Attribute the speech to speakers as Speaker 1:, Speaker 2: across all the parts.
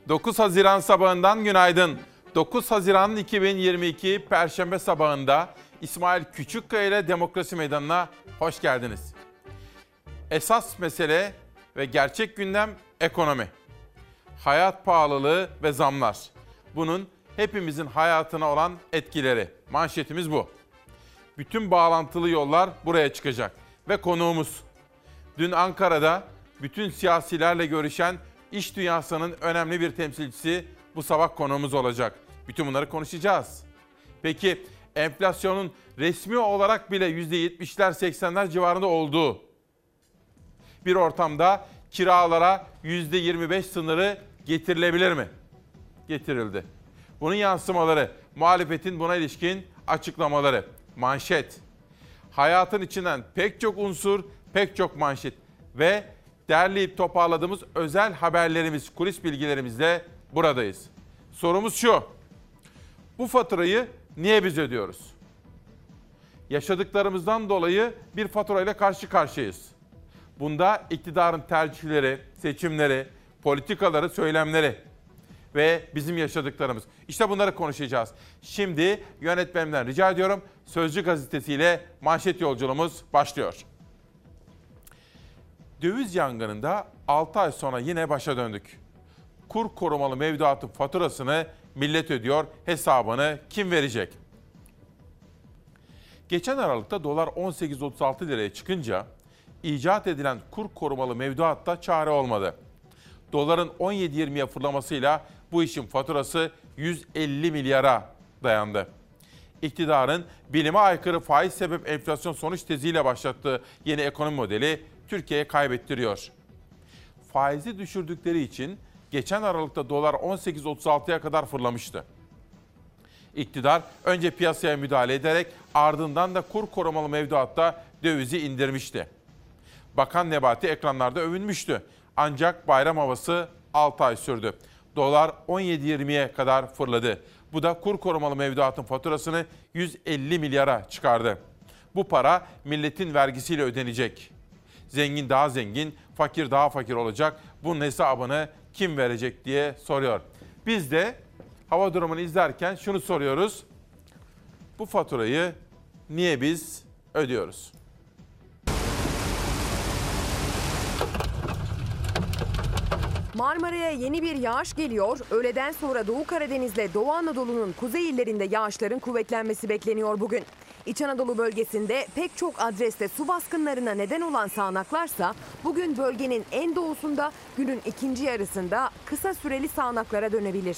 Speaker 1: 9 Haziran sabahından günaydın. 9 Haziran 2022 Perşembe sabahında İsmail Küçükkaya ile Demokrasi Meydanı'na hoş geldiniz. Esas mesele ve gerçek gündem ekonomi. Hayat pahalılığı ve zamlar. Bunun hepimizin hayatına olan etkileri. Manşetimiz bu. Bütün bağlantılı yollar buraya çıkacak. Ve konuğumuz. Dün Ankara'da bütün siyasilerle görüşen İş dünyasının önemli bir temsilcisi bu sabah konuğumuz olacak. Bütün bunları konuşacağız. Peki enflasyonun resmi olarak bile %70'ler 80'ler civarında olduğu bir ortamda kiralara %25 sınırı getirilebilir mi? Getirildi. Bunun yansımaları, muhalefetin buna ilişkin açıklamaları, manşet. Hayatın içinden pek çok unsur, pek çok manşet ve derleyip toparladığımız özel haberlerimiz, kulis bilgilerimizle buradayız. Sorumuz şu: bu faturayı niye biz ödüyoruz? Yaşadıklarımızdan dolayı bir faturayla karşı karşıyayız. Bunda iktidarın tercihleri, seçimleri, politikaları, söylemleri ve bizim yaşadıklarımız. İşte bunları konuşacağız. Şimdi yönetmenimden rica ediyorum, Sözcü gazetesiyle manşet yolculuğumuz başlıyor. Döviz yangınında 6 ay sonra yine başa döndük. Kur korumalı mevduatın faturasını millet ödüyor, hesabını kim verecek? Geçen Aralık'ta dolar 18.36 liraya çıkınca icat edilen kur korumalı mevduatta çare olmadı. Doların 17.20'ye fırlamasıyla bu işin faturası 150 milyara dayandı. İktidarın bilime aykırı faiz sebep enflasyon sonuç teziyle başlattığı yeni ekonomi modeli Türkiye'ye kaybettiriyor. Faizi düşürdükleri için geçen Aralık'ta dolar 18.36'ya kadar fırlamıştı. İktidar önce piyasaya müdahale ederek ardından da kur korumalı mevduatta dövizi indirmişti. Bakan Nebati ekranlarda övünmüştü. Ancak bayram havası 6 ay sürdü. Dolar 17.20'ye kadar fırladı. Bu da kur korumalı mevduatın faturasını 150 milyara çıkardı. Bu para milletin vergisiyle ödenecek. Zengin daha zengin, fakir daha fakir olacak. Bunun hesabını kim verecek diye soruyor. Biz de hava durumunu izlerken şunu soruyoruz: bu faturayı niye biz ödüyoruz?
Speaker 2: Marmara'ya yeni bir yağış geliyor. Öğleden sonra Doğu Karadeniz'le Doğu Anadolu'nun kuzey illerinde yağışların kuvvetlenmesi bekleniyor bugün. İç Anadolu bölgesinde pek çok adreste su baskınlarına neden olan sağanaklarsa bugün bölgenin en doğusunda günün ikinci yarısında kısa süreli sağanaklara dönebilir.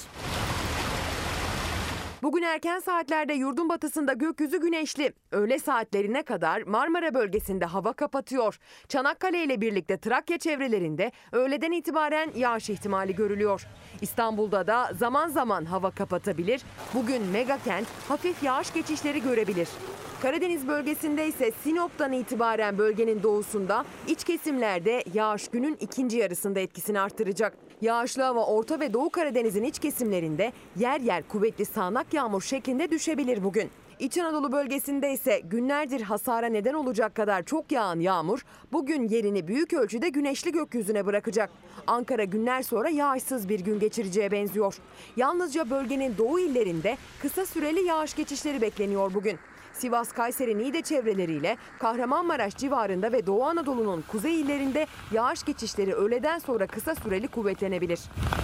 Speaker 2: Bugün erken saatlerde yurdun batısında gökyüzü güneşli. Öğle saatlerine kadar Marmara bölgesinde hava kapatıyor. Çanakkale ile birlikte Trakya çevrelerinde öğleden itibaren yağış ihtimali görülüyor. İstanbul'da da zaman zaman hava kapatabilir. Bugün megakent hafif yağış geçişleri görebilir. Karadeniz bölgesinde ise Sinop'tan itibaren bölgenin doğusunda iç kesimlerde yağış günün ikinci yarısında etkisini artıracak. Yağışlı hava Orta ve Doğu Karadeniz'in iç kesimlerinde yer yer kuvvetli sağanak yağmur şeklinde düşebilir bugün. İç Anadolu bölgesinde ise günlerdir hasara neden olacak kadar çok yağan yağmur bugün yerini büyük ölçüde güneşli gökyüzüne bırakacak. Ankara günler sonra yağışsız bir gün geçireceğe benziyor. Yalnızca bölgenin doğu illerinde kısa süreli yağış geçişleri bekleniyor bugün. Sivas, Kayseri, Niğde çevreleriyle Kahramanmaraş civarında ve Doğu Anadolu'nun kuzey illerinde yağış geçişleri öğleden sonra kısa süreli kuvvetlenebilir.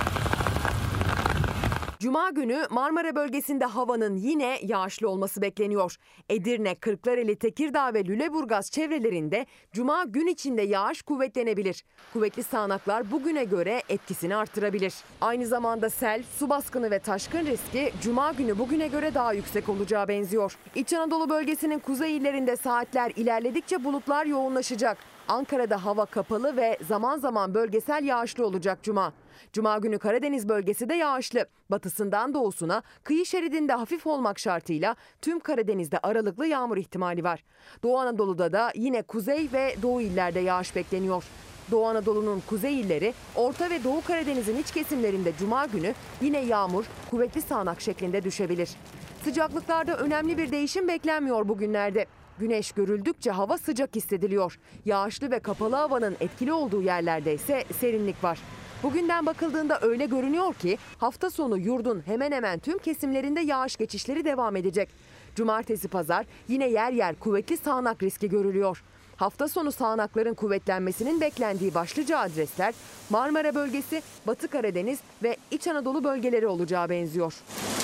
Speaker 2: Cuma günü Marmara bölgesinde havanın yine yağışlı olması bekleniyor. Edirne, Kırklareli, Tekirdağ ve Lüleburgaz çevrelerinde Cuma gün içinde yağış kuvvetlenebilir. Kuvvetli sağanaklar bugüne göre etkisini artırabilir. Aynı zamanda sel, su baskını ve taşkın riski Cuma günü bugüne göre daha yüksek olacağı benziyor. İç Anadolu bölgesinin kuzey illerinde saatler ilerledikçe bulutlar yoğunlaşacak. Ankara'da hava kapalı ve zaman zaman bölgesel yağışlı olacak Cuma. Cuma günü Karadeniz bölgesi de yağışlı. Batısından doğusuna, kıyı şeridinde hafif olmak şartıyla tüm Karadeniz'de aralıklı yağmur ihtimali var. Doğu Anadolu'da da yine kuzey ve doğu illerde yağış bekleniyor. Doğu Anadolu'nun kuzey illeri, Orta ve Doğu Karadeniz'in iç kesimlerinde Cuma günü yine yağmur, kuvvetli sağanak şeklinde düşebilir. Sıcaklıklarda önemli bir değişim beklenmiyor bugünlerde. Güneş görüldükçe hava sıcak hissediliyor. Yağışlı ve kapalı havanın etkili olduğu yerlerde ise serinlik var. Bugünden bakıldığında öyle görünüyor ki hafta sonu yurdun hemen hemen tüm kesimlerinde yağış geçişleri devam edecek. Cumartesi pazar yine yer yer kuvvetli sağanak riski görülüyor. Hafta sonu sağanakların kuvvetlenmesinin beklendiği başlıca adresler Marmara bölgesi, Batı Karadeniz ve İç Anadolu bölgeleri olacağı benziyor.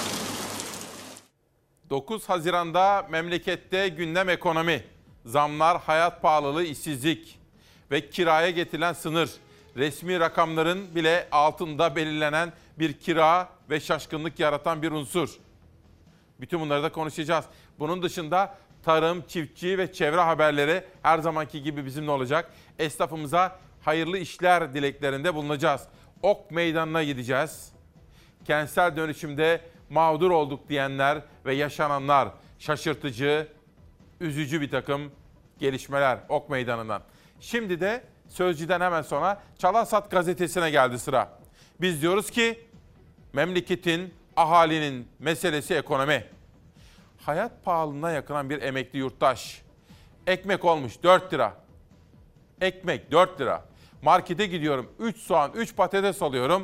Speaker 1: 9 Haziran'da memlekette gündem ekonomi, zamlar, hayat pahalılığı, işsizlik ve kiraya getirilen sınır, resmi rakamların bile altında belirlenen bir kira ve şaşkınlık yaratan bir unsur. Bütün bunları da konuşacağız. Bunun dışında tarım, çiftçi ve çevre haberleri her zamanki gibi bizimle olacak. Esnafımıza hayırlı işler dileklerinde bulunacağız. Ok Meydanı'na gideceğiz. Kentsel dönüşümde mağdur olduk diyenler ve yaşananlar, şaşırtıcı, üzücü bir takım gelişmeler Ok Meydanı'ndan. Şimdi de Sözcü'den hemen sonra Çalarsat gazetesine geldi sıra. Biz diyoruz ki memleketin, ahalinin meselesi ekonomi. Hayat pahalılığına yakınan bir emekli yurttaş. Ekmek olmuş 4 lira. Ekmek 4 lira. Markete gidiyorum 3 soğan, 3 patates alıyorum.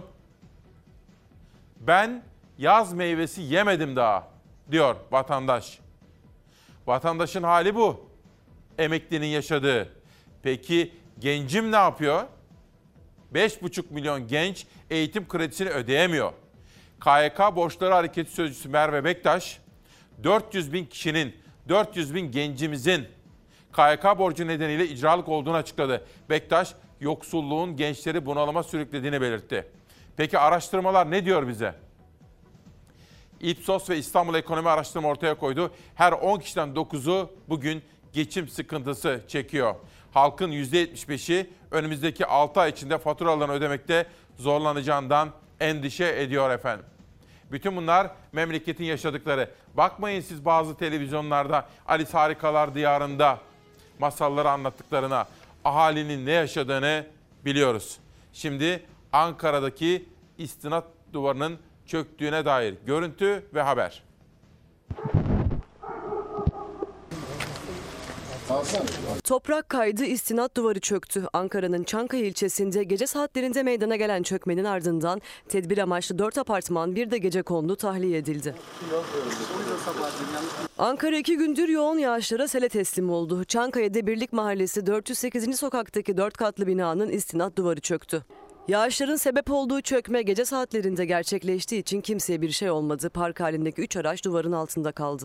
Speaker 1: Ben yaz meyvesi yemedim daha diyor vatandaş. Vatandaşın hali bu. Emeklinin yaşadığı. Peki gencim ne yapıyor? 5,5 milyon genç eğitim kredisini ödeyemiyor. KYK Borçları Hareketi Sözcüsü Merve Bektaş, 400 bin kişinin, 400 bin gencimizin KYK borcu nedeniyle icralık olduğunu açıkladı. Bektaş, yoksulluğun gençleri bunalıma sürüklediğini belirtti. Peki araştırmalar ne diyor bize? İpsos ve İstanbul Ekonomi Araştırma ortaya koydu. Her 10 kişiden 9'u bugün geçim sıkıntısı çekiyor. Halkın %75'i önümüzdeki 6 ay içinde faturalarını ödemekte zorlanacağından endişe ediyor efendim. Bütün bunlar memleketin yaşadıkları. Bakmayın siz bazı televizyonlarda Alice Harikalar Diyarı'nda masalları anlattıklarına, ahalinin ne yaşadığını biliyoruz. Şimdi Ankara'daki istinat duvarının çöktüğüne dair görüntü ve haber.
Speaker 3: Toprak kaydı, istinat duvarı çöktü. Ankara'nın Çankaya ilçesinde gece saatlerinde meydana gelen çökmenin ardından tedbir amaçlı 4 apartman bir de gecekondu tahliye edildi. Ankara 2 gündür yoğun yağışlara sele teslim oldu. Çankaya'da Birlik Mahallesi 408. sokaktaki 4 katlı binanın istinat duvarı çöktü. Yağışların sebep olduğu çökme gece saatlerinde gerçekleştiği için kimseye bir şey olmadı. Park halindeki 3 araç duvarın altında kaldı.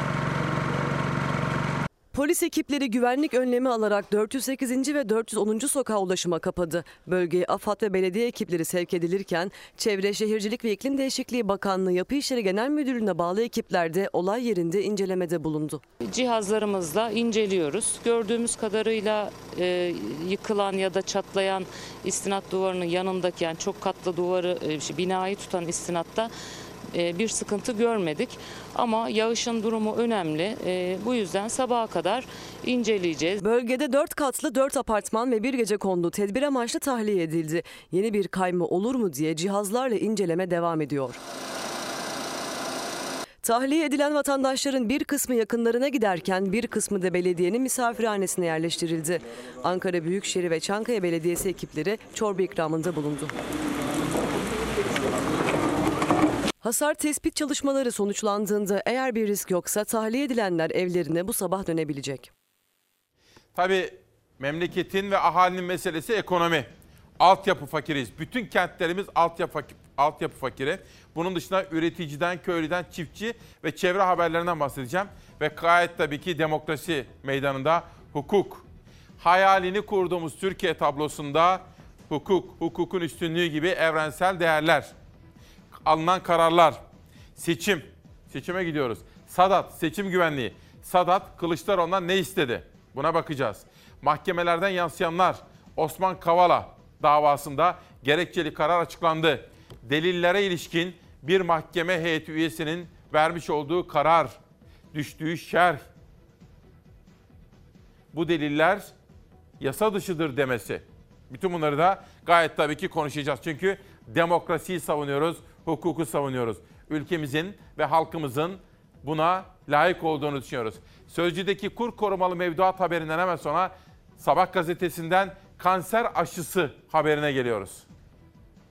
Speaker 3: Polis ekipleri güvenlik önlemi alarak 408. ve 410. sokağa ulaşıma kapadı. Bölgeye AFAD ve belediye ekipleri sevk edilirken Çevre Şehircilik ve İklim Değişikliği Bakanlığı Yapı İşleri Genel Müdürlüğü'ne bağlı ekipler de olay yerinde incelemede bulundu.
Speaker 4: Cihazlarımızla inceliyoruz. Gördüğümüz kadarıyla yıkılan ya da çatlayan istinat duvarının yanındaki, yani çok katlı duvarı, binayı tutan istinatta bir sıkıntı görmedik. Ama yağışın durumu önemli. Bu yüzden sabaha kadar inceleyeceğiz.
Speaker 3: Bölgede 4 katlı 4 apartman ve bir gecekondu tedbir amaçlı tahliye edildi. Yeni bir kayma olur mu diye cihazlarla inceleme devam ediyor. Tahliye edilen vatandaşların bir kısmı yakınlarına giderken bir kısmı da belediyenin misafirhanesine yerleştirildi. Ankara Büyükşehir ve Çankaya Belediyesi ekipleri çorba ikramında bulundu. Hasar tespit çalışmaları sonuçlandığında eğer bir risk yoksa tahliye edilenler evlerine bu sabah dönebilecek.
Speaker 1: Tabii memleketin ve ahalinin meselesi ekonomi. Altyapı fakiriyiz. Bütün kentlerimiz altyapı fakiri. Bunun dışında üreticiden, köylüden, çiftçi ve çevre haberlerinden bahsedeceğim. Ve gayet tabii ki demokrasi meydanında hukuk. Hayalini kurduğumuz Türkiye tablosunda hukuk, hukukun üstünlüğü gibi evrensel değerler. Alınan kararlar, seçime gidiyoruz. Sadat, seçim güvenliği. Sadat, Kılıçdaroğlu'ndan ne istedi? Buna bakacağız. Mahkemelerden yansıyanlar, Osman Kavala davasında gerekçeli karar açıklandı. Delillere ilişkin bir mahkeme heyeti üyesinin vermiş olduğu karar, düştüğü şerh. Bu deliller yasa dışıdır demesi. Bütün bunları da gayet tabii ki konuşacağız. Çünkü demokrasiyi savunuyoruz, hukuku savunuyoruz. Ülkemizin ve halkımızın buna layık olduğunu düşünüyoruz. Sözcü'deki kur korumalı mevduat haberinden hemen sonra Sabah gazetesinden kanser aşısı haberine geliyoruz.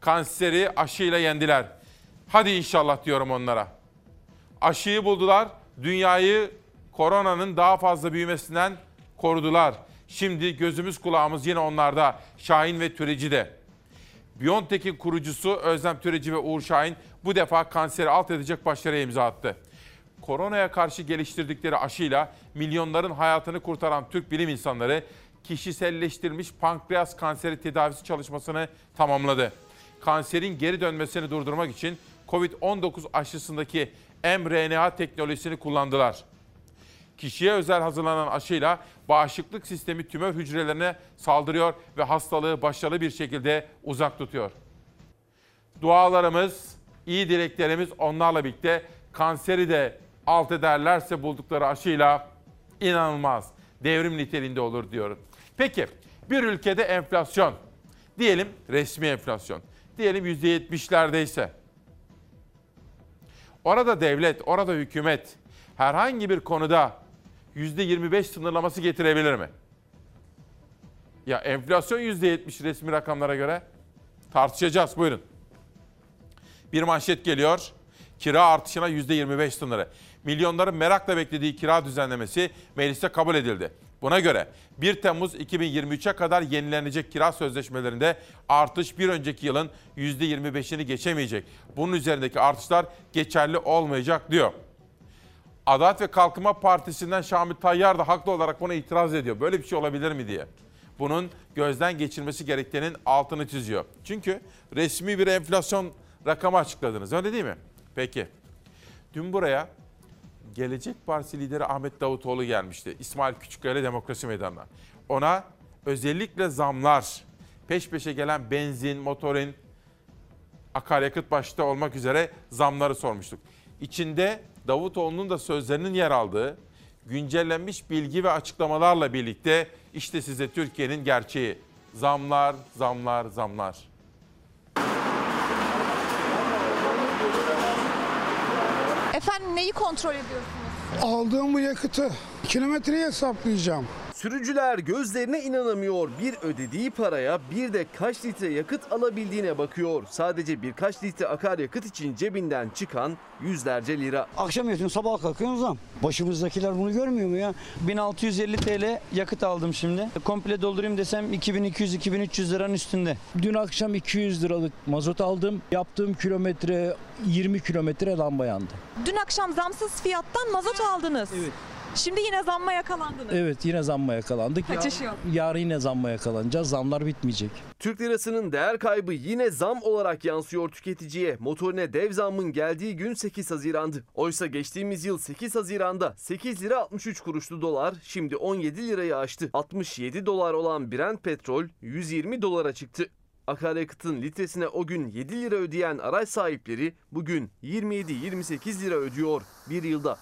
Speaker 1: Kanseri aşıyla yendiler. Hadi inşallah diyorum onlara. Aşıyı buldular, dünyayı koronanın daha fazla büyümesinden korudular. Şimdi gözümüz kulağımız yine onlarda, Şahin ve Türeci'de. BioNTech'in kurucusu Özlem Türeci ve Uğur Şahin bu defa kanseri alt edecek başarıya imza attı. Koronaya karşı geliştirdikleri aşıyla milyonların hayatını kurtaran Türk bilim insanları kişiselleştirilmiş pankreas kanseri tedavisi çalışmasını tamamladı. Kanserin geri dönmesini durdurmak için COVID-19 aşısındaki mRNA teknolojisini kullandılar. Kişiye özel hazırlanan aşıyla bağışıklık sistemi tümör hücrelerine saldırıyor ve hastalığı başarılı bir şekilde uzak tutuyor. Dualarımız, iyi dileklerimiz onlarla birlikte kanseri de alt ederlerse buldukları aşıyla inanılmaz, devrim niteliğinde olur diyorum. Peki bir ülkede enflasyon, diyelim resmi enflasyon, diyelim %70'lerdeyse, orada devlet, orada hükümet herhangi bir konuda %25 sınırlaması getirebilir mi? Ya enflasyon %70 resmi rakamlara göre tartışacağız. Buyurun. Bir manşet geliyor. Kira artışına %25 sınırı. Milyonların merakla beklediği kira düzenlemesi mecliste kabul edildi. Buna göre 1 Temmuz 2023'e kadar yenilenecek kira sözleşmelerinde artış bir önceki yılın %25'ini geçemeyecek. Bunun üzerindeki artışlar geçerli olmayacak diyor. Adalet ve Kalkınma Partisi'nden Şamil Tayyar da haklı olarak buna itiraz ediyor. Böyle bir şey olabilir mi diye. Bunun gözden geçirilmesi gerektiğinin altını çiziyor. Çünkü resmi bir enflasyon rakamı açıkladınız, öyle değil mi? Peki. Dün buraya Gelecek Partisi lideri Ahmet Davutoğlu gelmişti. İsmail Küçükkaya Demokrasi Meydanı'na. Ona özellikle zamlar, peş peşe gelen benzin, motorin, akaryakıt başta olmak üzere zamları sormuştuk. İçinde Davutoğlu'nun da sözlerinin yer aldığı güncellenmiş bilgi ve açıklamalarla birlikte işte size Türkiye'nin gerçeği. Zamlar, zamlar, zamlar.
Speaker 5: Efendim neyi kontrol ediyorsunuz?
Speaker 6: Aldığım bu yakıtı kilometreyi hesaplayacağım.
Speaker 7: Sürücüler gözlerine inanamıyor. Bir ödediği paraya bir de kaç litre yakıt alabildiğine bakıyor. Sadece birkaç litre akaryakıt için cebinden çıkan yüzlerce lira.
Speaker 8: Akşam yatıyorsun, sabah kalkıyorsun zam. Başımızdakiler bunu görmüyor mu ya? 1650 TL yakıt aldım şimdi. Komple doldurayım desem 2200-2300 liranın üstünde.
Speaker 9: Dün akşam 200 liralık mazot aldım. Yaptığım kilometre 20 kilometre lamba yandı.
Speaker 5: Dün akşam zamsız fiyattan mazot aldınız.
Speaker 9: Evet.
Speaker 5: Şimdi yine zamma yakalandınız.
Speaker 9: Evet, yine zamma yakalandık.
Speaker 5: Kaçış yok.
Speaker 9: Yarın yine zamma yakalanacağız. Zamlar bitmeyecek.
Speaker 7: Türk lirasının değer kaybı yine zam olarak yansıyor tüketiciye. Motorine dev zammın geldiği gün 8 Haziran'dı. Oysa geçtiğimiz yıl 8 Haziran'da 8 lira 63 kuruşlu dolar şimdi 17 lirayı aştı. 67 dolar olan Brent petrol 120 dolara çıktı. Akaryakıtın litresine o gün 7 lira ödeyen araç sahipleri bugün 27-28 lira ödüyor. Bir yılda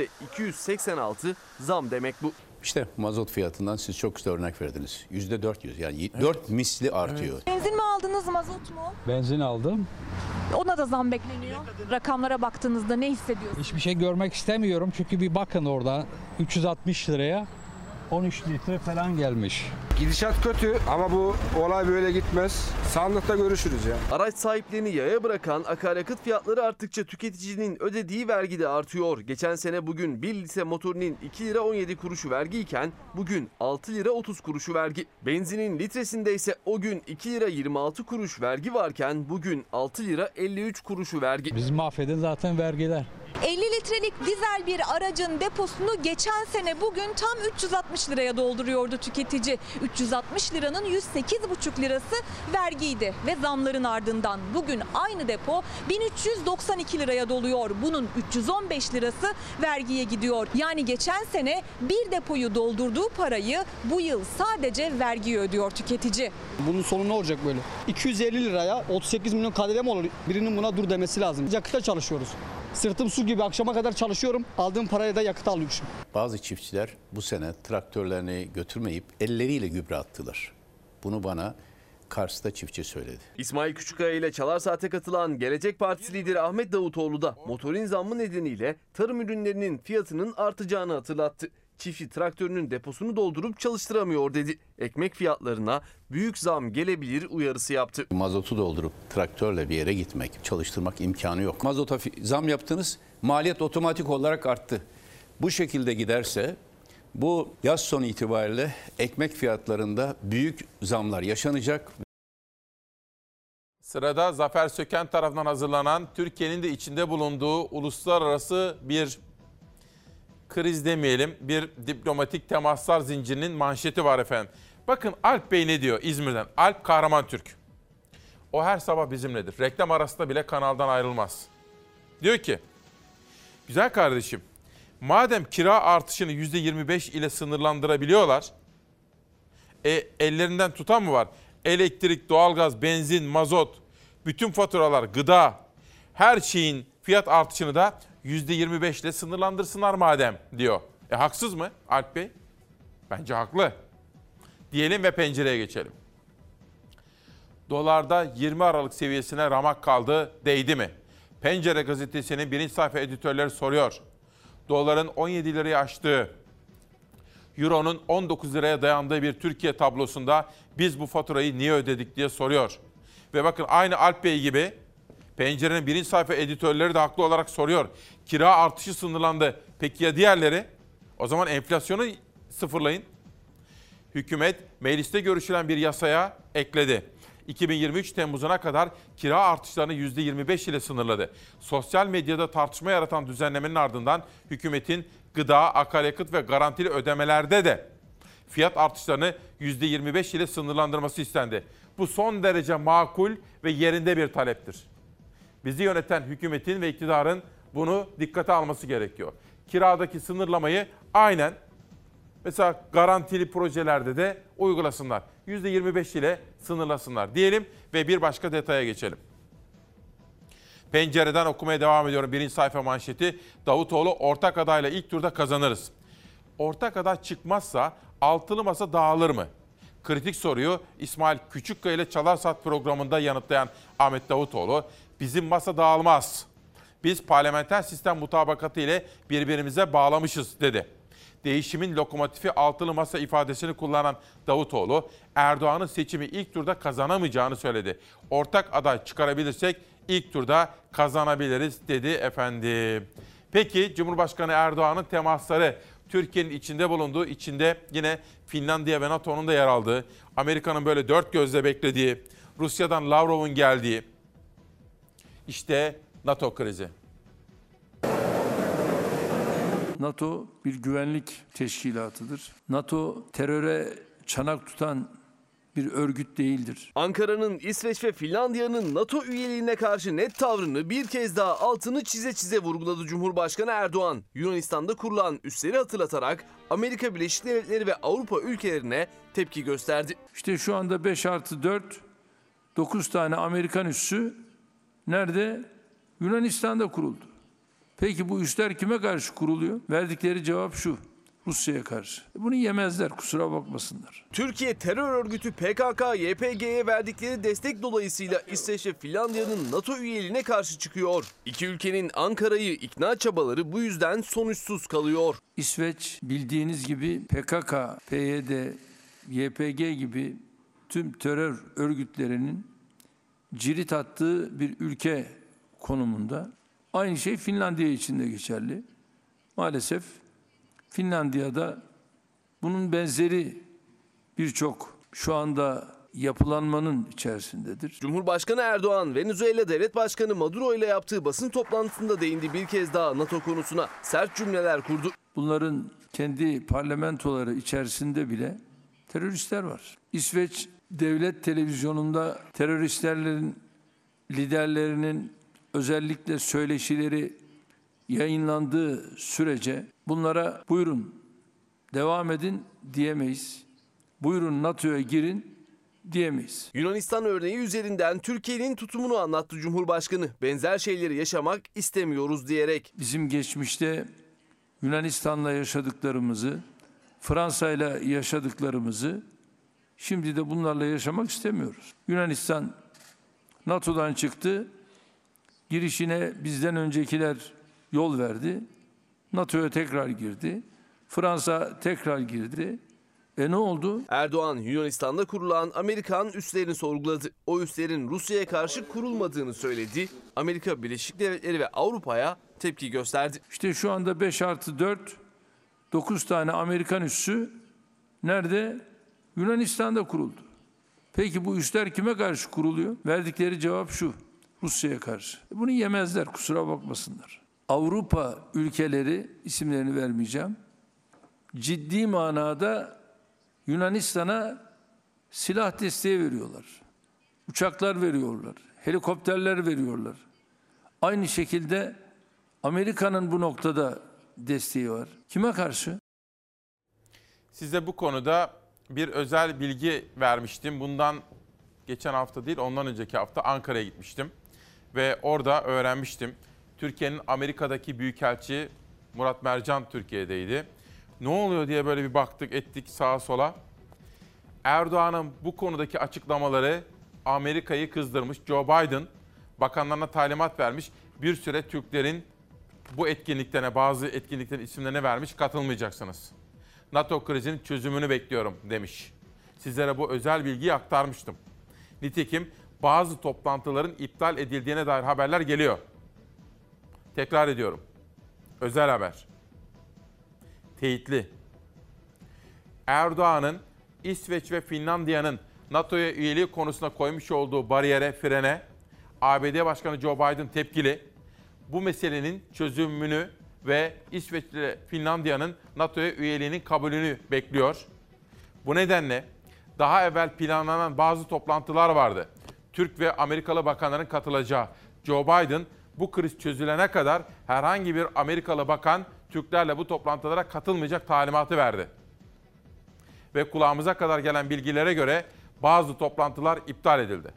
Speaker 7: %286 zam demek bu.
Speaker 10: İşte mazot fiyatından siz çok güzel örnek verdiniz. %400 yani 4 misli artıyor.
Speaker 5: Evet. Benzin mi aldınız, mazot mu?
Speaker 9: Benzin aldım.
Speaker 5: Ona da zam bekleniyor. Rakamlara baktığınızda ne hissediyorsunuz?
Speaker 9: Hiçbir şey görmek istemiyorum çünkü bir bakın orada 360 liraya 13 litre falan gelmiş.
Speaker 11: Gidişat kötü ama bu olay böyle gitmez. Sandıkta görüşürüz ya.
Speaker 7: Araç sahiplerini yaya bırakan akaryakıt fiyatları arttıkça tüketicinin ödediği vergi de artıyor. Geçen sene bugün 1 litre motorinin 2 lira 17 kuruşu vergiyken bugün 6 lira 30 kuruşu vergi. Benzinin litresinde ise o gün 2 lira 26 kuruş vergi varken bugün 6 lira 53 kuruşu vergi.
Speaker 9: Bizi mahveden zaten vergiler.
Speaker 5: 50 litrelik dizel bir aracın deposunu geçen sene bugün tam 360 liraya dolduruyordu tüketici. 360 liranın 108,5 lirası vergiydi ve zamların ardından bugün aynı depo 1392 liraya doluyor. Bunun 315 lirası vergiye gidiyor. Yani geçen sene bir depoyu doldurduğu parayı bu yıl sadece vergi ödüyor tüketici.
Speaker 8: Bunun sonu ne olacak böyle? 250 liraya 38 milyon KDV mi olur? Birinin buna dur demesi lazım. Yakıta çalışıyoruz. Sırtım su gibi akşama kadar çalışıyorum. Aldığım paraya da yakıt alıyorum.
Speaker 10: Bazı çiftçiler bu sene traktörlerini götürmeyip elleriyle gübre attılar. Bunu bana Kars'ta çiftçi söyledi.
Speaker 7: İsmail Küçükkaya ile Çalar Saat'e katılan Gelecek Partisi lideri Ahmet Davutoğlu da motorin zammı nedeniyle tarım ürünlerinin fiyatının artacağını hatırlattı. Çiftçi traktörünün deposunu doldurup çalıştıramıyor dedi. Ekmek fiyatlarına büyük zam gelebilir uyarısı yaptı.
Speaker 10: Mazotu doldurup traktörle bir yere gitmek, çalıştırmak imkanı yok. Mazota zam yaptınız, maliyet otomatik olarak arttı. Bu şekilde giderse bu yaz sonu itibariyle ekmek fiyatlarında büyük zamlar yaşanacak.
Speaker 1: Sırada Zafer Söken tarafından hazırlanan, Türkiye'nin de içinde bulunduğu uluslararası bir kriz demeyelim, bir diplomatik temaslar zincirinin manşeti var efendim. Bakın Alp Bey ne diyor İzmir'den? Alp Kahramantürk. O her sabah bizimledir. Reklam arasında bile kanaldan ayrılmaz. Diyor ki, güzel kardeşim, madem kira artışını %25 ile sınırlandırabiliyorlar, ellerinden tutan mı var? Elektrik, doğalgaz, benzin, mazot, bütün faturalar, gıda, her şeyin fiyat artışını da %25 ile sınırlandırsınlar madem diyor. Haksız mı Alp Bey? Bence haklı. Diyelim ve pencereye geçelim. Dolarda 20 Aralık seviyesine ramak kaldı, değdi mi? Pencere gazetesinin birinci sayfa editörleri soruyor. Doların 17 lirayı aştığı, Euro'nun 19 liraya dayandığı bir Türkiye tablosunda biz bu faturayı niye ödedik diye soruyor. Ve bakın aynı Alp Bey gibi Pencere'nin birinci sayfa editörleri de haklı olarak soruyor. Kira artışı sınırlandı. Peki ya diğerleri? O zaman enflasyonu sıfırlayın. Hükümet mecliste görüşülen bir yasaya ekledi. 2023 Temmuz'una kadar kira artışlarını %25 ile sınırladı. Sosyal medyada tartışma yaratan düzenlemenin ardından hükümetin gıda, akaryakıt ve garantili ödemelerde de fiyat artışlarını %25 ile sınırlandırması istendi. Bu son derece makul ve yerinde bir taleptir. Bizi yöneten hükümetin ve iktidarın bunu dikkate alması gerekiyor. Kiradaki sınırlamayı aynen mesela garantili projelerde de uygulasınlar. %25 ile sınırlasınlar diyelim ve bir başka detaya geçelim. Pencereden okumaya devam ediyorum. Birinci sayfa manşeti. Davutoğlu ortak adayla ilk turda kazanırız. Ortak aday çıkmazsa altılı masa dağılır mı? Kritik soruyu İsmail Küçükkaya ile Çalar Saat programında yanıtlayan Ahmet Davutoğlu, bizim masa dağılmaz. Biz parlamenter sistem mutabakatı ile birbirimize bağlamışız dedi. Değişimin lokomotifi altılı masa ifadesini kullanan Davutoğlu, Erdoğan'ın seçimi ilk turda kazanamayacağını söyledi. Ortak aday çıkarabilirsek ilk turda kazanabiliriz dedi efendim. Peki Cumhurbaşkanı Erdoğan'ın temasları, Türkiye'nin içinde bulunduğu, içinde yine Finlandiya ve NATO'nun da yer aldığı, Amerika'nın böyle dört gözle beklediği, Rusya'dan Lavrov'un geldiği, işte NATO krizi.
Speaker 12: NATO bir güvenlik teşkilatıdır. NATO teröre çanak tutan bir örgüt değildir.
Speaker 7: Ankara'nın İsveç ve Finlandiya'nın NATO üyeliğine karşı net tavrını bir kez daha altını çize vurguladı Cumhurbaşkanı Erdoğan. Yunanistan'da kurulan üsleri hatırlatarak Amerika Birleşik Devletleri ve Avrupa ülkelerine tepki gösterdi.
Speaker 12: İşte şu anda 5+4, 9 tane Amerikan üssü nerede? Yunanistan'da kuruldu. Peki bu üsler kime karşı kuruluyor? Verdikleri cevap şu: Rusya'ya karşı. Bunu yemezler, kusura bakmasınlar.
Speaker 7: Türkiye terör örgütü PKK-YPG'ye verdikleri destek dolayısıyla İsveç ve Finlandiya'nın NATO üyeliğine karşı çıkıyor. İki ülkenin Ankara'yı ikna çabaları bu yüzden sonuçsuz kalıyor.
Speaker 12: İsveç bildiğiniz gibi PKK, PYD, YPG gibi tüm terör örgütlerinin cirit attığı bir ülke konumunda. Aynı şey Finlandiya için de geçerli. Maalesef Finlandiya'da bunun benzeri birçok şu anda yapılanmanın içerisindedir.
Speaker 7: Cumhurbaşkanı Erdoğan, Venezuela Devlet Başkanı Maduro ile yaptığı basın toplantısında değindi bir kez daha NATO konusuna. Sert cümleler kurdu.
Speaker 12: Bunların kendi parlamentoları içerisinde bile teröristler var. İsveç devlet televizyonunda teröristlerin liderlerinin özellikle söyleşileri yayınlandığı sürece bunlara buyurun devam edin diyemeyiz. Buyurun NATO'ya girin diyemeyiz.
Speaker 7: Yunanistan örneği üzerinden Türkiye'nin tutumunu anlattı Cumhurbaşkanı. Benzer şeyleri yaşamak istemiyoruz diyerek.
Speaker 12: Bizim geçmişte Yunanistan'la yaşadıklarımızı, Fransa'yla yaşadıklarımızı şimdi de bunlarla yaşamak istemiyoruz. Yunanistan NATO'dan çıktı. Girişine bizden öncekiler yol verdi. NATO'ya tekrar girdi. Fransa tekrar girdi. Ne oldu?
Speaker 7: Erdoğan Yunanistan'da kurulan Amerikan üslerini sorguladı. O üslerin Rusya'ya karşı kurulmadığını söyledi. Amerika Birleşik Devletleri ve Avrupa'ya tepki gösterdi.
Speaker 12: İşte şu anda 5+4, 9 tane Amerikan üssü nerede? Yunanistan'da kuruldu. Peki bu üsler kime karşı kuruluyor? Verdikleri cevap şu: Rusya'ya karşı. Bunu yemezler, kusura bakmasınlar. Avrupa ülkeleri, isimlerini vermeyeceğim, ciddi manada Yunanistan'a silah desteği veriyorlar. Uçaklar veriyorlar, helikopterler veriyorlar. Aynı şekilde Amerika'nın bu noktada desteği var. Kime karşı?
Speaker 1: Size bu konuda bir özel bilgi vermiştim. Bundan geçen hafta değil, ondan önceki hafta Ankara'ya gitmiştim. Ve orada öğrenmiştim. Türkiye'nin Amerika'daki büyükelçi Murat Mercan Türkiye'deydi. Ne oluyor diye böyle bir baktık ettik sağa sola. Erdoğan'ın bu konudaki açıklamaları Amerika'yı kızdırmış. Joe Biden bakanlarına talimat vermiş. Bir süre Türklerin bu etkinliklerine, bazı etkinliklerin isimlerini vermiş, katılmayacaksınız. NATO krizinin çözümünü bekliyorum demiş. Sizlere bu özel bilgiyi aktarmıştım. Nitekim bazı toplantıların iptal edildiğine dair haberler geliyor. Tekrar ediyorum. Özel haber. Teyitli. Erdoğan'ın İsveç ve Finlandiya'nın NATO'ya üyeliği konusunda koymuş olduğu bariyere, frene ABD Başkanı Joe Biden tepkili. Bu meselenin çözümünü ve İsveç ile Finlandiya'nın NATO'ya üyeliğinin kabulünü bekliyor. Bu nedenle daha evvel planlanan bazı toplantılar vardı. Türk ve Amerikalı bakanların katılacağı. Joe Biden bu kriz çözülene kadar herhangi bir Amerikalı bakan Türklerle bu toplantılara katılmayacak talimatı verdi. Ve kulağımıza kadar gelen bilgilere göre bazı toplantılar iptal edildi.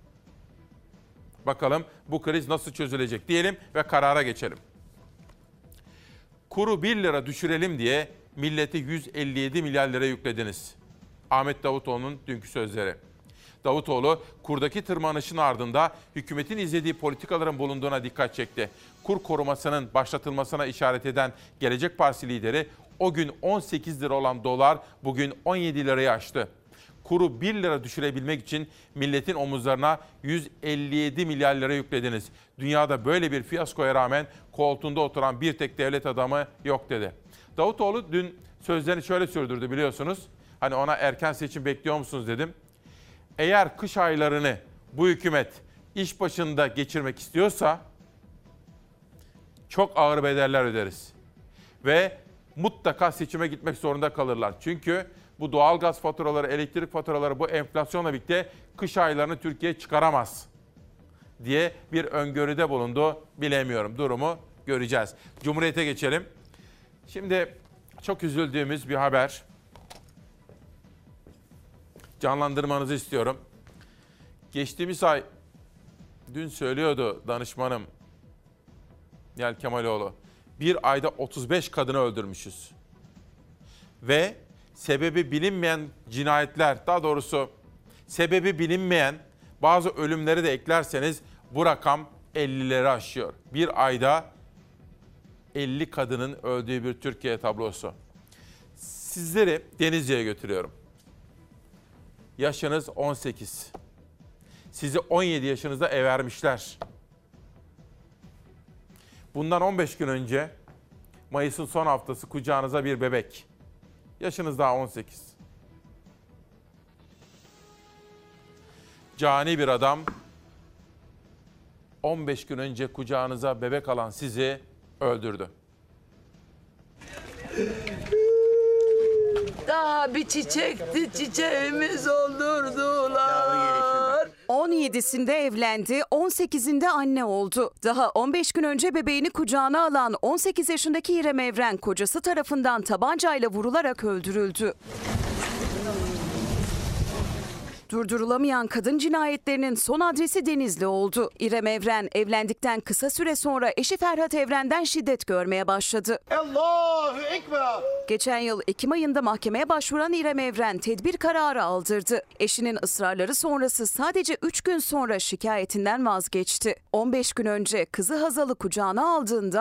Speaker 1: Bakalım bu kriz nasıl çözülecek diyelim ve karara geçelim. Kuru 1 lira düşürelim diye milleti 157 milyar lira yüklediniz. Ahmet Davutoğlu'nun dünkü sözleri. Davutoğlu, kurdaki tırmanışın ardında hükümetin izlediği politikaların bulunduğuna dikkat çekti. Kur korumasının başlatılmasına işaret eden Gelecek Partisi lideri, o gün 18 lira olan dolar bugün 17 lirayı aştı. Kuru 1 lira düşürebilmek için milletin omuzlarına 157 milyar lira yüklediniz. Dünyada böyle bir fiyaskoya rağmen koltuğunda oturan bir tek devlet adamı yok dedi. Davutoğlu dün sözlerini şöyle sürdürdü biliyorsunuz. Hani ona erken seçim bekliyor musunuz dedim. Eğer kış aylarını bu hükümet iş başında geçirmek istiyorsa çok ağır bedeller öderiz. Ve mutlaka seçime gitmek zorunda kalırlar. Çünkü bu doğalgaz faturaları, elektrik faturaları bu enflasyonla birlikte kış aylarını Türkiye çıkaramaz diye bir öngörüde bulundu. Bilemiyorum, durumu göreceğiz. Cumhuriyet'e geçelim. Şimdi çok üzüldüğümüz bir haber. Canlandırmanızı istiyorum. Geçtiğimiz ay, dün söylüyordu danışmanım Nihal Kemaloğlu, bir ayda 35 kadını öldürmüşüz. Ve sebebi bilinmeyen cinayetler, daha doğrusu sebebi bilinmeyen bazı ölümleri de eklerseniz bu rakam 50'leri aşıyor. Bir ayda 50 kadının öldüğü bir Türkiye tablosu. Sizleri Denizli'ye götürüyorum. Yaşınız 18. Sizi 17 yaşınızda evermişler. Bundan 15 gün önce Mayıs'ın son haftası kucağınıza bir bebek. Yaşınız daha 18. Cani bir adam 15 gün önce kucağınıza bebek alan sizi öldürdü.
Speaker 13: Daha bir çiçekti, çiçeğimiz oldurdular.
Speaker 14: 17'sinde evlendi, 18'inde anne oldu. Daha 15 gün önce bebeğini kucağına alan 18 yaşındaki İrem Evren kocası tarafından tabancayla vurularak öldürüldü. Durdurulamayan kadın cinayetlerinin son adresi Denizli oldu. İrem Evren evlendikten kısa süre sonra eşi Ferhat Evren'den şiddet görmeye başladı. Allahu Ekber! Geçen yıl Ekim ayında mahkemeye başvuran İrem Evren tedbir kararı aldırdı. Eşinin ısrarları sonrası sadece 3 gün sonra şikayetinden vazgeçti. 15 gün önce kızı Hazal'ı kucağına aldığında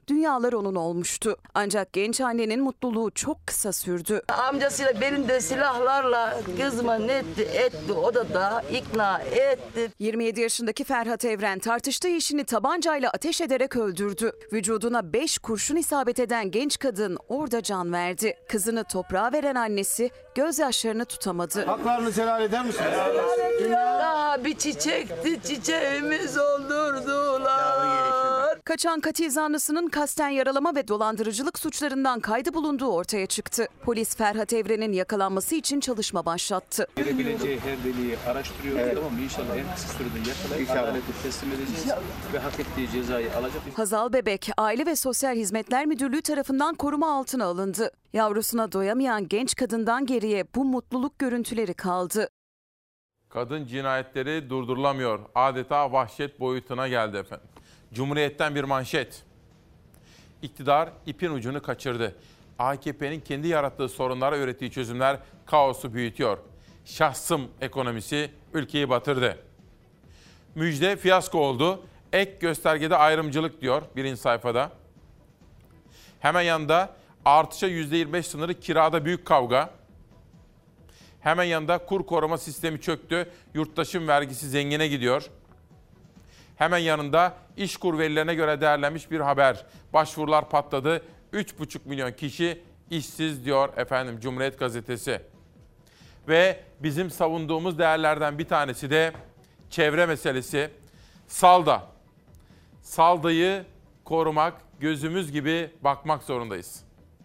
Speaker 14: dünyalar onun olmuştu. Ancak genç annenin mutluluğu çok kısa sürdü.
Speaker 13: Amcasıyla belinde silahlarla kızıma etti, o da daha ikna etti.
Speaker 14: 27 yaşındaki Ferhat Evren tartıştığı eşini tabancayla ateş ederek öldürdü. Vücuduna 5 kurşun isabet eden genç kadın orada can verdi. Kızını toprağa veren annesi gözyaşlarını tutamadı.
Speaker 15: Haklarını helal eder misiniz?
Speaker 13: Daha bir çiçekti, çiçeğimiz oldurdular.
Speaker 14: Kaçan katil zanlısının kasten yaralama ve dolandırıcılık suçlarından kaydı bulunduğu ortaya çıktı. Polis Ferhat Evren'in yakalanması için çalışma başlattı.
Speaker 16: Girebileceği her deliği araştırıyoruz, evet. Tamam mı? İnşallah en kısa sürede yakalayıp adalete teslim edeceğiz ve hak ettiği cezayı alacak.
Speaker 14: Hazal Bebek, Aile ve Sosyal Hizmetler Müdürlüğü tarafından koruma altına alındı. Yavrusuna doyamayan genç kadından geriye bu mutluluk görüntüleri kaldı.
Speaker 1: Kadın cinayetleri durdurulamıyor. Adeta vahşet boyutuna geldi efendim. Cumhuriyet'ten bir manşet. İktidar ipin ucunu kaçırdı. AKP'nin kendi yarattığı sorunlara ürettiği çözümler kaosu büyütüyor. Şahsım ekonomisi ülkeyi batırdı. Müjde fiyasko oldu. Ek göstergede ayrımcılık diyor birinci sayfada. Hemen yanında artışa %25 sınırı, kirada büyük kavga. Hemen yanında kur koruma sistemi çöktü. Yurttaşın vergisi zengine gidiyor. Hemen yanında İşkur verilerine göre değerlenmiş bir haber. Başvurular patladı. 3,5 milyon kişi işsiz diyor efendim Cumhuriyet Gazetesi. Ve bizim savunduğumuz değerlerden bir tanesi de çevre meselesi. Salda. Saldayı korumak, gözümüz gibi bakmak zorundayız.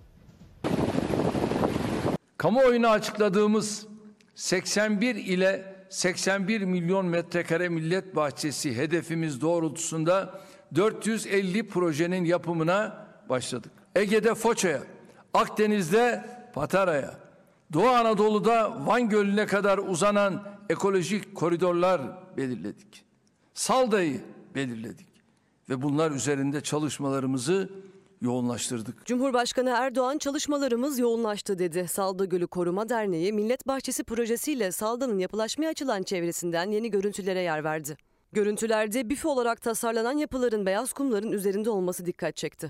Speaker 12: Kamuoyuna açıkladığımız 81 ile 81 milyon metrekare millet bahçesi hedefimiz doğrultusunda 450 projenin yapımına başladık. Ege'de Foça'ya, Akdeniz'de Patara'ya, Doğu Anadolu'da Van Gölü'ne kadar uzanan ekolojik koridorlar belirledik. Salda'yı belirledik ve bunlar üzerinde çalışmalarımızı yoğunlaştırdık.
Speaker 3: Cumhurbaşkanı Erdoğan çalışmalarımız yoğunlaştı dedi. Salda Gölü Koruma Derneği Millet Bahçesi projesiyle Salda'nın yapılaşmaya açılan çevresinden yeni görüntülere yer verdi. Görüntülerde büfe olarak tasarlanan yapıların beyaz kumların üzerinde olması dikkat çekti.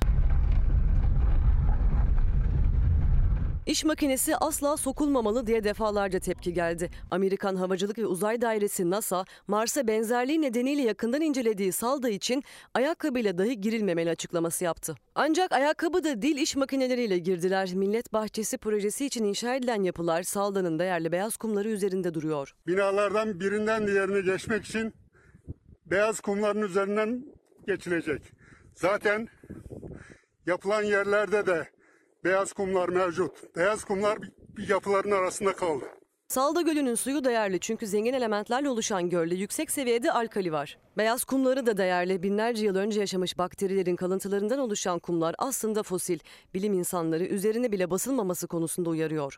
Speaker 3: İş makinesi asla sokulmamalı diye defalarca tepki geldi. Amerikan Havacılık ve Uzay Dairesi NASA, Mars'a benzerliği nedeniyle yakından incelediği Salda için ayakkabıyla dahi girilmemeli açıklaması yaptı. Ancak ayakkabı da değil iş makineleriyle girdiler. Millet Bahçesi projesi için inşa edilen yapılar Salda'nın değerli beyaz kumları üzerinde duruyor.
Speaker 17: Binalardan birinden diğerine geçmek için beyaz kumların üzerinden geçilecek. Zaten yapılan yerlerde de beyaz kumlar mevcut. Beyaz kumlar bir yapıların arasında kaldı.
Speaker 3: Salda Gölü'nün suyu değerli çünkü zengin elementlerle oluşan gölde yüksek seviyede alkali var. Beyaz kumları da değerli. Binlerce yıl önce yaşamış bakterilerin kalıntılarından oluşan kumlar aslında fosil. Bilim insanları üzerine bile basılmaması konusunda uyarıyor.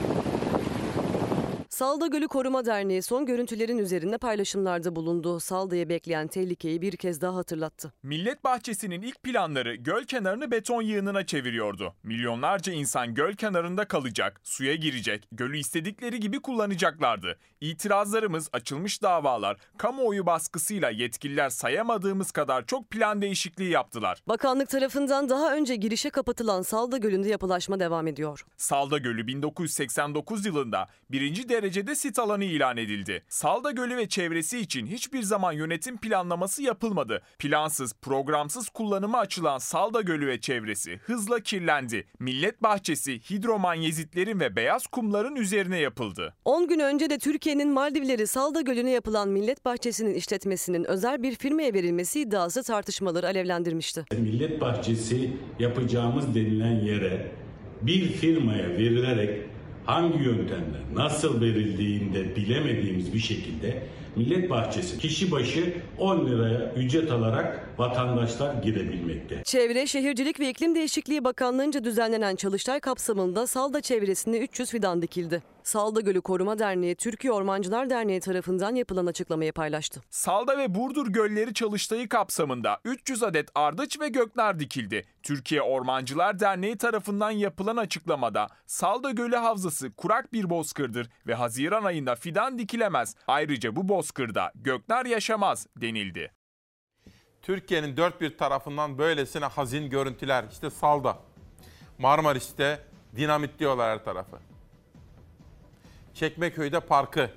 Speaker 3: Salda Gölü Koruma Derneği son görüntülerin üzerinde paylaşımlarda bulundu. Salda'ya bekleyen tehlikeyi bir kez daha hatırlattı.
Speaker 18: Millet Bahçesi'nin ilk planları göl kenarını beton yığınına çeviriyordu. Milyonlarca insan göl kenarında kalacak, suya girecek, gölü istedikleri gibi kullanacaklardı. İtirazlarımız, açılmış davalar, kamuoyu baskısıyla yetkililer sayamadığımız kadar çok plan değişikliği yaptılar.
Speaker 3: Bakanlık tarafından daha önce girişe kapatılan Salda Gölü'nde yapılaşma devam ediyor.
Speaker 18: Salda Gölü 1989 yılında 1. derecede sit alanı ilan edildi. Salda Gölü ve çevresi için hiçbir zaman yönetim planlaması yapılmadı. Plansız, programsız kullanıma açılan Salda Gölü ve çevresi hızla kirlendi. Millet Bahçesi, hidromanyezitlerin ve beyaz kumların üzerine yapıldı.
Speaker 3: 10 gün önce de Türkiye'nin Maldivleri Salda Gölü'ne yapılan Millet Bahçesi'nin işletmesinin özel bir firmaya verilmesi iddiası tartışmaları alevlendirmişti.
Speaker 19: Millet Bahçesi yapacağımız denilen yere bir firmaya verilerek hangi yöntemle nasıl verildiğinde bilemediğimiz bir şekilde Millet Bahçesi kişi başı 10 liraya ücret alarak vatandaşlar girebilmekte.
Speaker 3: Çevre, Şehircilik ve İklim Değişikliği Bakanlığı'nca düzenlenen çalıştay kapsamında Salda çevresinde 300 fidan dikildi. Salda Gölü Koruma Derneği, Türkiye Ormancılar Derneği tarafından yapılan açıklamayı paylaştı.
Speaker 18: Salda ve Burdur Gölleri çalıştayı kapsamında 300 adet ardıç ve göknar dikildi. Türkiye Ormancılar Derneği tarafından yapılan açıklamada Salda Gölü Havzası kurak bir bozkırdır ve Haziran ayında fidan dikilemez. Ayrıca bu bozkırda göknar yaşamaz denildi.
Speaker 1: Türkiye'nin dört bir tarafından böylesine hazin görüntüler. İşte Salda, Marmaris'te dinamitliyorlar her tarafı. Çekmeköy'de parkı.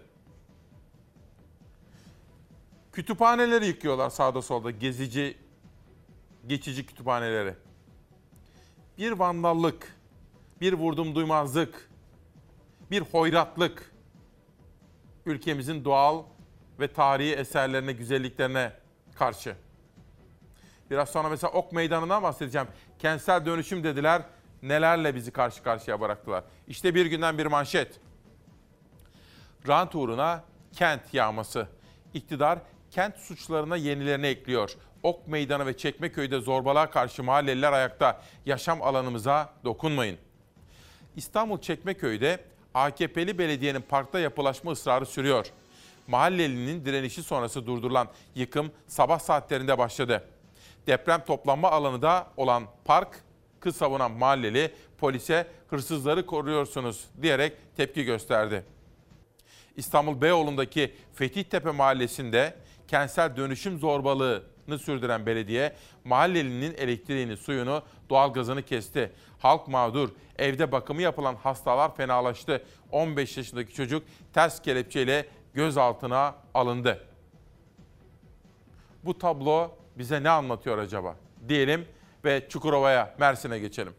Speaker 1: Kütüphaneleri yıkıyorlar sağda solda, geçici kütüphaneleri. Bir vandallık, bir vurdum duymazlık, bir hoyratlık. Ülkemizin doğal ve tarihi eserlerine, güzelliklerine karşı. Biraz sonra mesela Ok Meydanı'ndan bahsedeceğim. Kentsel dönüşüm dediler, nelerle bizi karşı karşıya bıraktılar. İşte bir günden bir manşet. Rant uğruna kent yağması. İktidar kent suçlarına yenilerini ekliyor. Ok Meydanı ve Çekmeköy'de zorbalığa karşı mahalleliler ayakta. Yaşam alanımıza dokunmayın. İstanbul Çekmeköy'de AKP'li belediyenin parkta yapılaşma ısrarı sürüyor. Mahallelinin direnişi sonrası durdurulan yıkım sabah saatlerinde başladı. Deprem toplanma alanı da olan parkı savunan mahalleli polise hırsızları koruyorsunuz diyerek tepki gösterdi. İstanbul Beyoğlu'ndaki Fethiyetepe mahallesinde kentsel dönüşüm zorbalığını sürdüren belediye mahallelinin elektriğini, suyunu, doğalgazını kesti. Halk mağdur, evde bakımı yapılan hastalar fenalaştı. 15 yaşındaki çocuk ters kelepçeyle gözaltına alındı. Bu tablo bize ne anlatıyor acaba? Diyelim ve Çukurova'ya, Mersin'e geçelim.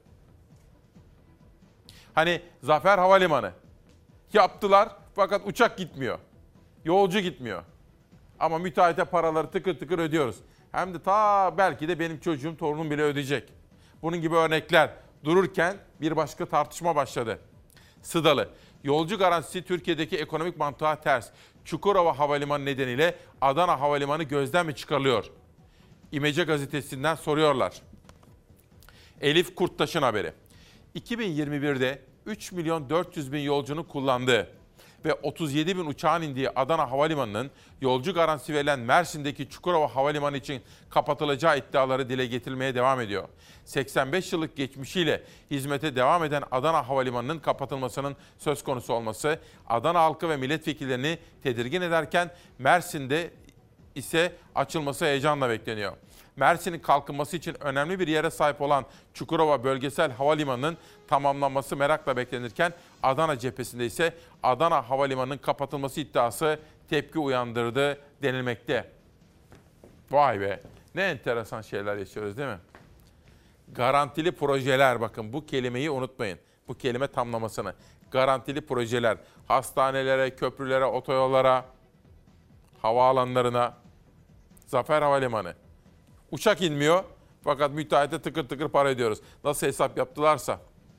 Speaker 1: Hani Zafer Havalimanı yaptılar fakat uçak gitmiyor. Yolcu gitmiyor. Ama müteahhite paraları tıkır tıkır ödüyoruz. Hem de belki de benim çocuğum, torunum bile ödeyecek. Bunun gibi örnekler dururken bir başka tartışma başladı. Sıdalı. Yolcu garantisi Türkiye'deki ekonomik mantığa ters. Çukurova Havalimanı nedeniyle Adana Havalimanı gözden mi çıkarılıyor? İmece gazetesinden soruyorlar. Elif Kurttaş'ın haberi. 2021'de 3 milyon 400 bin yolcunun kullandığı ve 37 bin uçağın indiği Adana Havalimanı'nın yolcu garantisi verilen Mersin'deki Çukurova Havalimanı için kapatılacağı iddiaları dile getirilmeye devam ediyor. 85 yıllık geçmişiyle hizmete devam eden Adana Havalimanı'nın kapatılmasının söz konusu olması Adana halkı ve milletvekillerini tedirgin ederken Mersin'de ise açılması heyecanla bekleniyor. Mersin'in kalkınması için önemli bir yere sahip olan Çukurova Bölgesel Havalimanı'nın tamamlanması merakla beklenirken Adana cephesinde ise Adana Havalimanı'nın kapatılması iddiası tepki uyandırdı denilmekte. Vay be, ne enteresan şeyler yaşıyoruz değil mi? Garantili projeler, bakın bu kelimeyi unutmayın. Bu kelime tamlamasını. Garantili projeler hastanelere, köprülere, otoyollara, havaalanlarına, Zafer Havalimanı. Uçak inmiyor fakat müteahhite tıkır tıkır para ödüyoruz. Nasıl hesap yaptılarsa.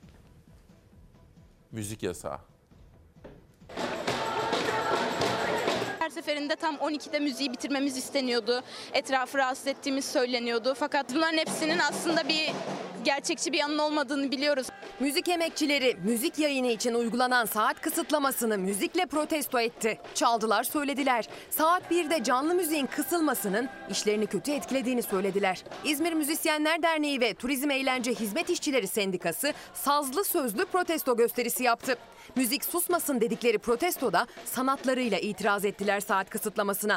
Speaker 1: Müzik yasağı.
Speaker 15: Her seferinde tam 12'de müziği bitirmemiz isteniyordu. Etrafı rahatsız ettiğimiz söyleniyordu. Fakat bunların hepsinin aslında bir gerçekçi bir yanın olmadığını biliyoruz.
Speaker 2: Müzik emekçileri müzik yayını için uygulanan saat kısıtlamasını müzikle protesto etti. Çaldılar, söylediler. Saat 1'de canlı müziğin kısılmasının işlerini kötü etkilediğini söylediler. İzmir Müzisyenler Derneği ve Turizm Eğlence Hizmet İşçileri Sendikası sazlı sözlü protesto gösterisi yaptı. Müzik susmasın dedikleri protestoda sanatlarıyla itiraz ettiler saat kısıtlamasına.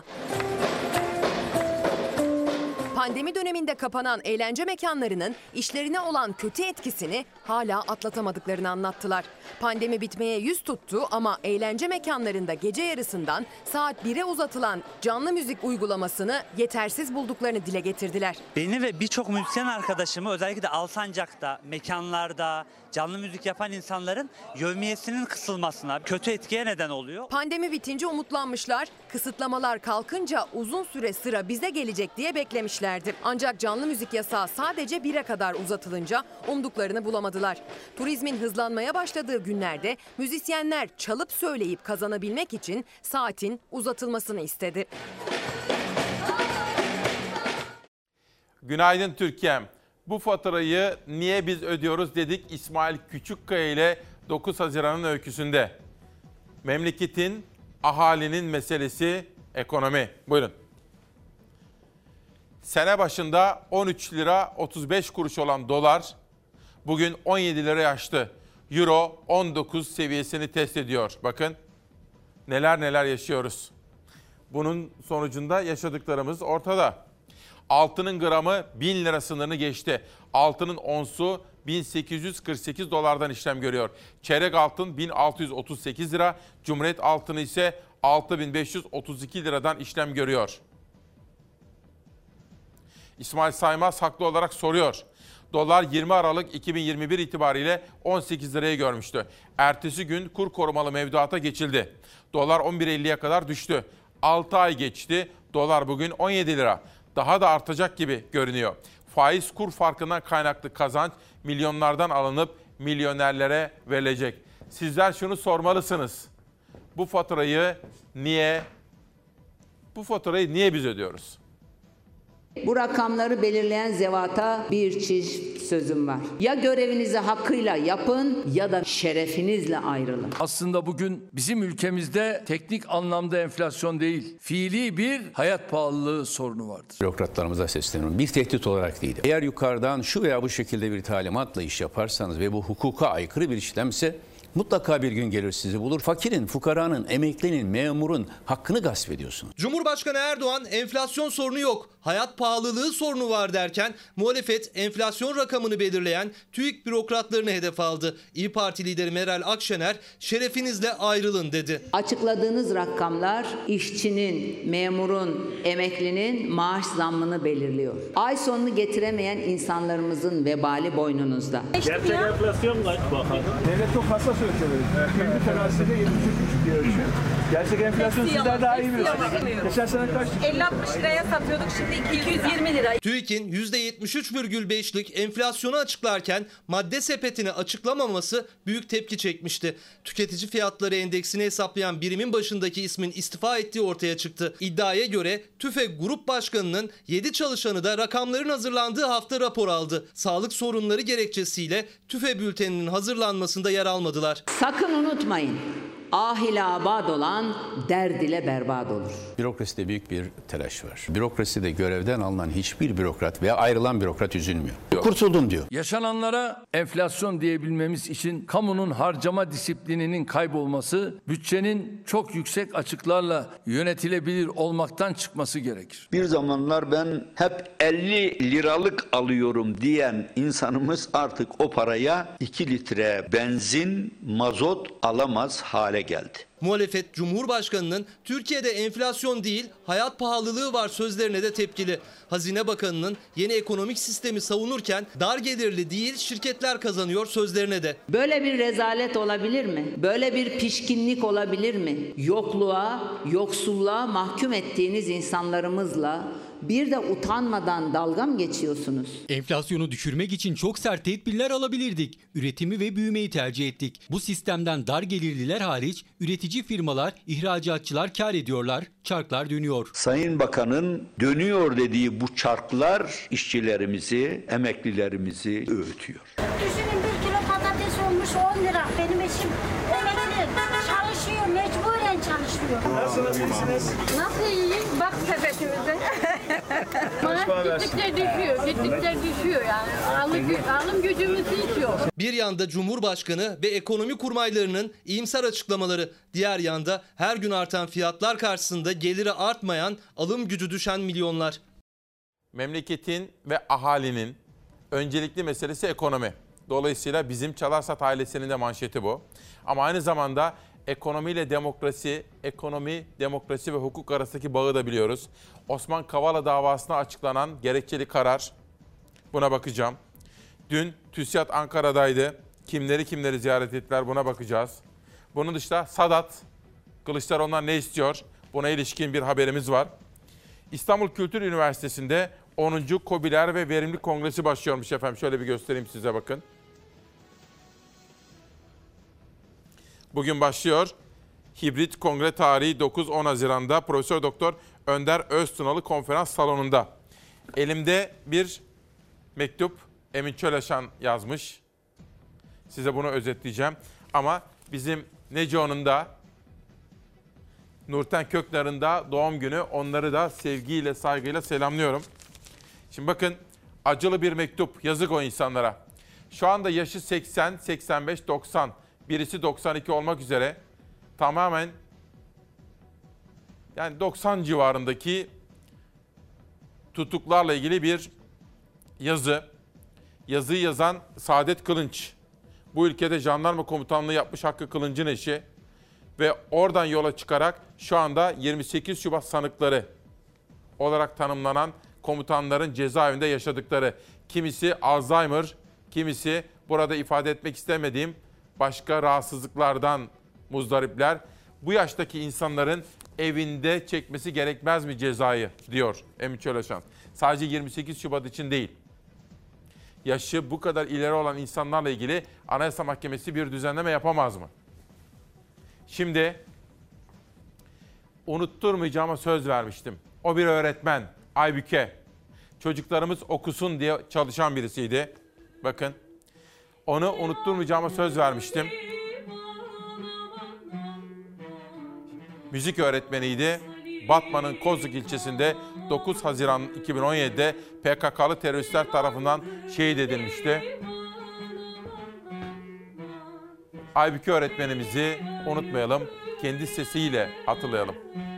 Speaker 2: Pandemi döneminde kapanan eğlence mekanlarının işlerine olan kötü etkisini hala atlatamadıklarını anlattılar. Pandemi bitmeye yüz tuttu ama eğlence mekanlarında gece yarısından saat 1'e uzatılan canlı müzik uygulamasını yetersiz bulduklarını dile getirdiler.
Speaker 20: Beni ve birçok müzisyen arkadaşımı özellikle de Alsancak'ta, mekanlarda canlı müzik yapan insanların yevmiyesinin kısılmasına, kötü etkiye neden oluyor.
Speaker 2: Pandemi bitince umutlanmışlar, kısıtlamalar kalkınca uzun süre sıra bize gelecek diye beklemişlerdi. Ancak canlı müzik yasağı sadece 1'e kadar uzatılınca umduklarını bulamadılar. Turizmin hızlanmaya başladığı günlerde müzisyenler çalıp söyleyip kazanabilmek için saatin uzatılmasını istedi.
Speaker 1: Günaydın Türkiye'm. Bu faturayı niye biz ödüyoruz dedik İsmail Küçükkaya ile 9 Haziran'ın öyküsünde. Memleketin, ahalinin meselesi ekonomi. Buyurun. Sene başında 13 lira 35 kuruş olan dolar bugün 17 liraya aştı. Euro 19 seviyesini test ediyor. Bakın neler yaşıyoruz. Bunun sonucunda yaşadıklarımız ortada. Altının gramı 1000 lira sınırını geçti. Altının onsu 1848 dolardan işlem görüyor. Çeyrek altın 1638 lira, Cumhuriyet altını ise 6532 liradan işlem görüyor. İsmail Saymaz haklı olarak soruyor. Dolar 20 Aralık 2021 itibariyle 18 lirayı görmüştü. Ertesi gün kur korumalı mevduata geçildi. Dolar 11.50'ye kadar düştü. 6 ay geçti. Dolar bugün 17 lira. Daha da artacak gibi görünüyor. Faiz kur farkından kaynaklı kazanç milyonlardan alınıp milyonerlere verilecek. Sizler şunu sormalısınız. Bu faturayı niye biz ödüyoruz?
Speaker 21: Bu rakamları belirleyen zevata bir çift sözüm var. Ya görevinizi hakkıyla yapın ya da şerefinizle ayrılın.
Speaker 12: Aslında bugün bizim ülkemizde teknik anlamda enflasyon değil, fiili bir hayat pahalılığı sorunu vardır.
Speaker 10: Bürokratlarımıza sesleniyorum. Bir tehdit olarak değil. Eğer yukarıdan şu veya bu şekilde bir talimatla iş yaparsanız ve bu hukuka aykırı bir işlemse mutlaka bir gün gelir sizi bulur. Fakirin, fukaranın, emeklinin, memurun hakkını gasp ediyorsunuz.
Speaker 22: Cumhurbaşkanı Erdoğan enflasyon sorunu yok, hayat pahalılığı sorunu var derken muhalefet enflasyon rakamını belirleyen TÜİK bürokratlarını hedef aldı. İYİ Parti lideri Meral Akşener şerefinizle ayrılın dedi.
Speaker 21: Açıkladığınız rakamlar işçinin, memurun, emeklinin maaş zammını belirliyor. Ay sonunu getiremeyen insanlarımızın vebali boynunuzda.
Speaker 23: Gerçek enflasyon kaç bakalım? Devlet çok hassas ölçüyor. Kendi terazide 7,5 diye ölçüyor. Gerçek enflasyon sizler daha iyi biliyorsunuz. Geçen sene kaç?
Speaker 5: 50-60 liraya satıyorduk, şimdi 220 lira.
Speaker 22: TÜİK'in %73,5'lik enflasyonu açıklarken madde sepetini açıklamaması büyük tepki çekmişti. Tüketici fiyatları endeksini hesaplayan birimin başındaki ismin istifa ettiği ortaya çıktı. İddiaya göre TÜFE Grup Başkanı'nın 7 çalışanı da rakamların hazırlandığı hafta rapor aldı. Sağlık sorunları gerekçesiyle TÜFE bülteninin hazırlanmasında yer almadılar.
Speaker 21: Sakın unutmayın. Ahile abad olan derd ile berbat olur.
Speaker 10: Bürokraside büyük bir telaş var. Bürokraside görevden alınan hiçbir bürokrat veya ayrılan bürokrat üzülmüyor. Kurtuldum diyor.
Speaker 12: Yaşananlara enflasyon diyebilmemiz için kamunun harcama disiplininin kaybolması, bütçenin çok yüksek açıklarla yönetilebilir olmaktan çıkması gerekir.
Speaker 24: Bir zamanlar ben hep 50 liralık alıyorum diyen insanımız artık o paraya 2 litre benzin, mazot alamaz hale geldi.
Speaker 22: Muhalefet Cumhurbaşkanı'nın Türkiye'de enflasyon değil hayat pahalılığı var sözlerine de tepkili. Hazine Bakanı'nın yeni ekonomik sistemi savunurken dar gelirli değil şirketler kazanıyor sözlerine de.
Speaker 21: Böyle bir rezalet olabilir mi? Böyle bir pişkinlik olabilir mi? Yokluğa, yoksulluğa mahkum ettiğiniz insanlarımızla bir de utanmadan dalga mı geçiyorsunuz?
Speaker 25: Enflasyonu düşürmek için çok sert tedbirler alabilirdik. Üretimi ve büyümeyi tercih ettik. Bu sistemden dar gelirliler hariç üretici firmalar, ihracatçılar kar ediyorlar, çarklar dönüyor.
Speaker 24: Sayın Bakan'ın dönüyor dediği bu çarklar işçilerimizi, emeklilerimizi öğütüyor.
Speaker 26: Düşünün 1 kilo patates olmuş 10 lira. Benim eşim emekli, çalışıyor, mecburen çalışıyor.
Speaker 23: Nasılsınız, iyisiniz?
Speaker 26: Nasıl iyi? Bak sepetimize. Maaş gittikçe düşüyor yani. Alım gücümüz hiç yok.
Speaker 22: Bir yanda Cumhurbaşkanı ve ekonomi kurmaylarının iyimser açıklamaları, diğer yanda her gün artan fiyatlar karşısında geliri artmayan, alım gücü düşen milyonlar.
Speaker 1: Memleketin ve ahalinin öncelikli meselesi ekonomi. Dolayısıyla bizim Çalarsat ailesinin de manşeti bu. Ama aynı zamanda ekonomiyle demokrasi, ekonomi, demokrasi ve hukuk arasındaki bağı da biliyoruz. Osman Kavala davasına açıklanan gerekçeli karar, buna bakacağım. Dün TÜSİAD Ankara'daydı. Kimleri ziyaret ettiler, buna bakacağız. Bunun dışında Sadat, Kılıçdaroğlu'ndan ne istiyor? Buna ilişkin bir haberimiz var. İstanbul Kültür Üniversitesi'nde 10. KOBİ'ler ve Verimlilik Kongresi başlıyormuş efendim. Şöyle bir göstereyim size, bakın. Bugün başlıyor. Hibrit Kongre tarihi 9-10 Haziran'da Profesör Doktor Önder Öztunalı konferans salonunda. Elimde bir mektup, Emin Çöleşan yazmış. Size bunu özetleyeceğim. Ama bizim Neco'nun da, Nurten Köknar'ın da doğum günü. Onları da sevgiyle, saygıyla selamlıyorum. Şimdi bakın, acılı bir mektup. Yazık o insanlara. Şu anda yaşı 80, 85, 90. Birisi 92 olmak üzere tamamen yani 90 civarındaki tutuklarla ilgili bir yazı. Yazıyı yazan Saadet Kılınç. Bu ülkede jandarma komutanlığı yapmış Hakkı Kılınç'ın eşi. Ve oradan yola çıkarak şu anda 28 Şubat sanıkları olarak tanımlanan komutanların cezaevinde yaşadıkları. Kimisi Alzheimer, kimisi burada ifade etmek istemediğim başka rahatsızlıklardan muzdaripler. Bu yaştaki insanların evinde çekmesi gerekmez mi cezayı diyor Emin Çöleşan. Sadece 28 Şubat için değil. Yaşı bu kadar ileri olan insanlarla ilgili Anayasa Mahkemesi bir düzenleme yapamaz mı? Şimdi unutturmayacağıma söz vermiştim. O bir öğretmen, Aybüke. Çocuklarımız okusun diye çalışan birisiydi. Bakın, onu unutturmayacağıma söz vermiştim. Müzik öğretmeniydi. Batman'ın Kozluk ilçesinde 9 Haziran 2017'de PKK'lı teröristler tarafından şehit edilmişti. Aybüke öğretmenimizi unutmayalım, kendi sesiyle hatırlayalım.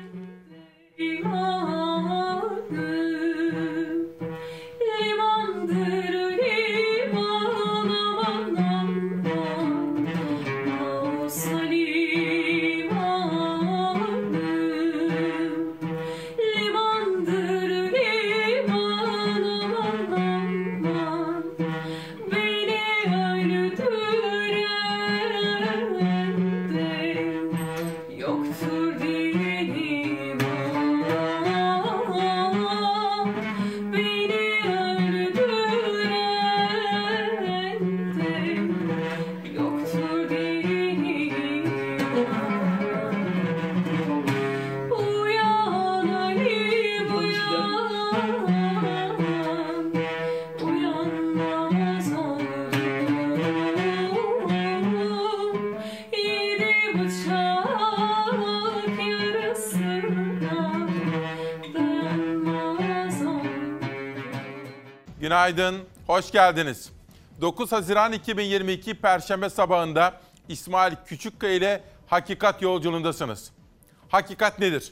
Speaker 1: Günaydın, hoş geldiniz. 9 Haziran 2022 Perşembe sabahında İsmail Küçükkaya ile Hakikat yolculuğundasınız. Hakikat nedir?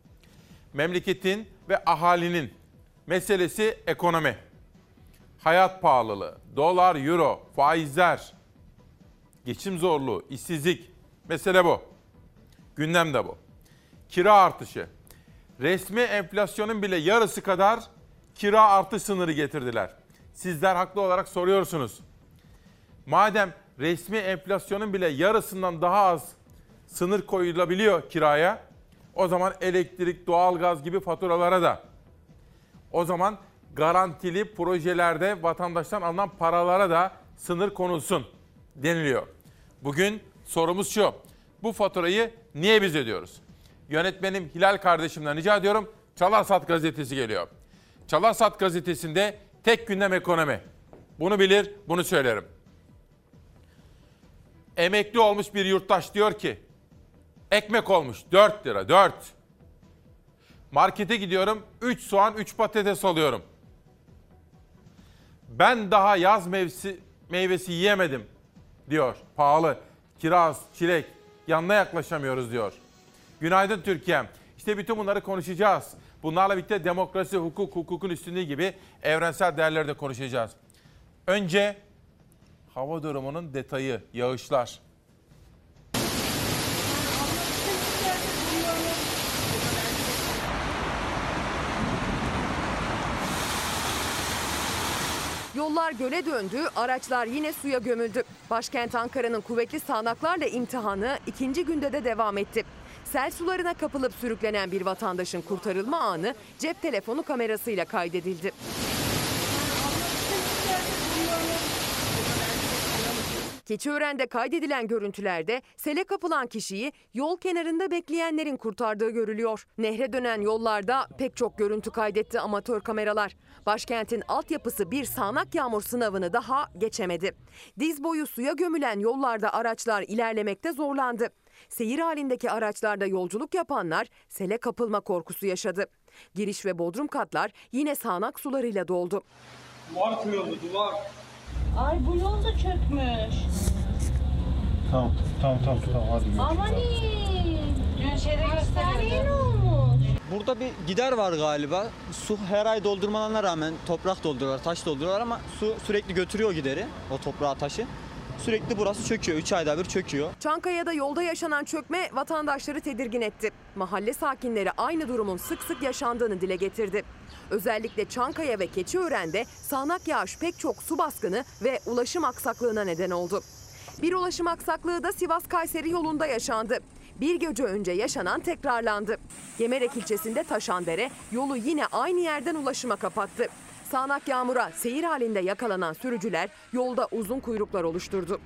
Speaker 1: Memleketin ve ahalinin meselesi ekonomi. Hayat pahalılığı, dolar, euro, faizler, geçim zorluğu, işsizlik. Mesele bu. Gündem de bu. Kira artışı. Resmi enflasyonun bile yarısı kadar kira artış sınırı getirdiler. Sizler haklı olarak soruyorsunuz. Madem resmi enflasyonun bile yarısından daha az sınır koyulabiliyor kiraya, o zaman elektrik, doğalgaz gibi faturalara da, o zaman garantili projelerde vatandaştan alınan paralara da sınır konulsun deniliyor. Bugün sorumuz şu: bu faturayı niye biz ödüyoruz? Yönetmenim Hilal kardeşimden rica ediyorum. Çalarsat gazetesi geliyor. Çalarsat gazetesinde tek gündem ekonomi. Bunu bilir, bunu söylerim. Emekli olmuş bir yurttaş diyor ki, ekmek olmuş 4 lira, 4. Markete gidiyorum, 3 soğan, 3 patates alıyorum. Ben daha yaz meyvesi yiyemedim diyor. Pahalı, kiraz, çilek, yanına yaklaşamıyoruz diyor. Günaydın Türkiye'm. İşte bütün bunları konuşacağız. Bunlarla birlikte demokrasi, hukuk, hukukun üstünlüğü gibi evrensel değerleri de konuşacağız. Önce hava durumunun detayı, yağışlar.
Speaker 2: Yollar göle döndü, araçlar yine suya gömüldü. Başkent Ankara'nın kuvvetli sağanaklarla imtihanı ikinci günde de devam etti. Sel sularına kapılıp sürüklenen bir vatandaşın kurtarılma anı cep telefonu kamerasıyla kaydedildi. Keçiören'de kaydedilen görüntülerde sele kapılan kişiyi yol kenarında bekleyenlerin kurtardığı görülüyor. Nehre dönen yollarda pek çok görüntü kaydetti amatör kameralar. Başkentin altyapısı bir sağanak yağmur sınavını daha geçemedi. Diz boyu suya gömülen yollarda araçlar ilerlemekte zorlandı. Seyir halindeki araçlarda yolculuk yapanlar sele kapılma korkusu yaşadı. Giriş ve bodrum katlar yine sağanak sularıyla doldu.
Speaker 23: Duvar kırıldı, duvar.
Speaker 26: Ay bu yol da çökmüş.
Speaker 23: Tamam hadi.
Speaker 26: Aman iyi. Dün şeyde gösteriyordu. Ne olmuş?
Speaker 4: Burada bir gider var galiba. Su her ay doldurmalarına rağmen toprak dolduruyorlar, taş dolduruyorlar ama su sürekli götürüyor gideri, o toprağı, taşı. Sürekli burası çöküyor, 3 ayda bir çöküyor.
Speaker 2: Çankaya'da yolda yaşanan çökme vatandaşları tedirgin etti. Mahalle sakinleri aynı durumun sık sık yaşandığını dile getirdi. Özellikle Çankaya ve Keçiören'de sağanak yağış pek çok su baskını ve ulaşım aksaklığına neden oldu. Bir ulaşım aksaklığı da Sivas-Kayseri yolunda yaşandı. Bir gece önce yaşanan tekrarlandı. Gemerek ilçesinde Taşandere yolu yine aynı yerden ulaşıma kapattı. Sağanak yağmura seyir halinde yakalanan sürücüler yolda uzun kuyruklar oluşturdu.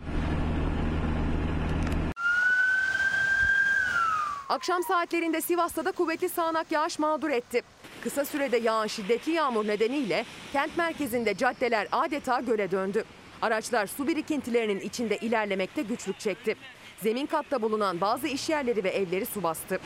Speaker 2: Akşam saatlerinde Sivas'ta da kuvvetli sağanak yağış mağdur etti. Kısa sürede yağan şiddetli yağmur nedeniyle kent merkezinde caddeler adeta göle döndü. Araçlar su birikintilerinin içinde ilerlemekte güçlük çekti. Zemin katta bulunan bazı işyerleri ve evleri su bastı.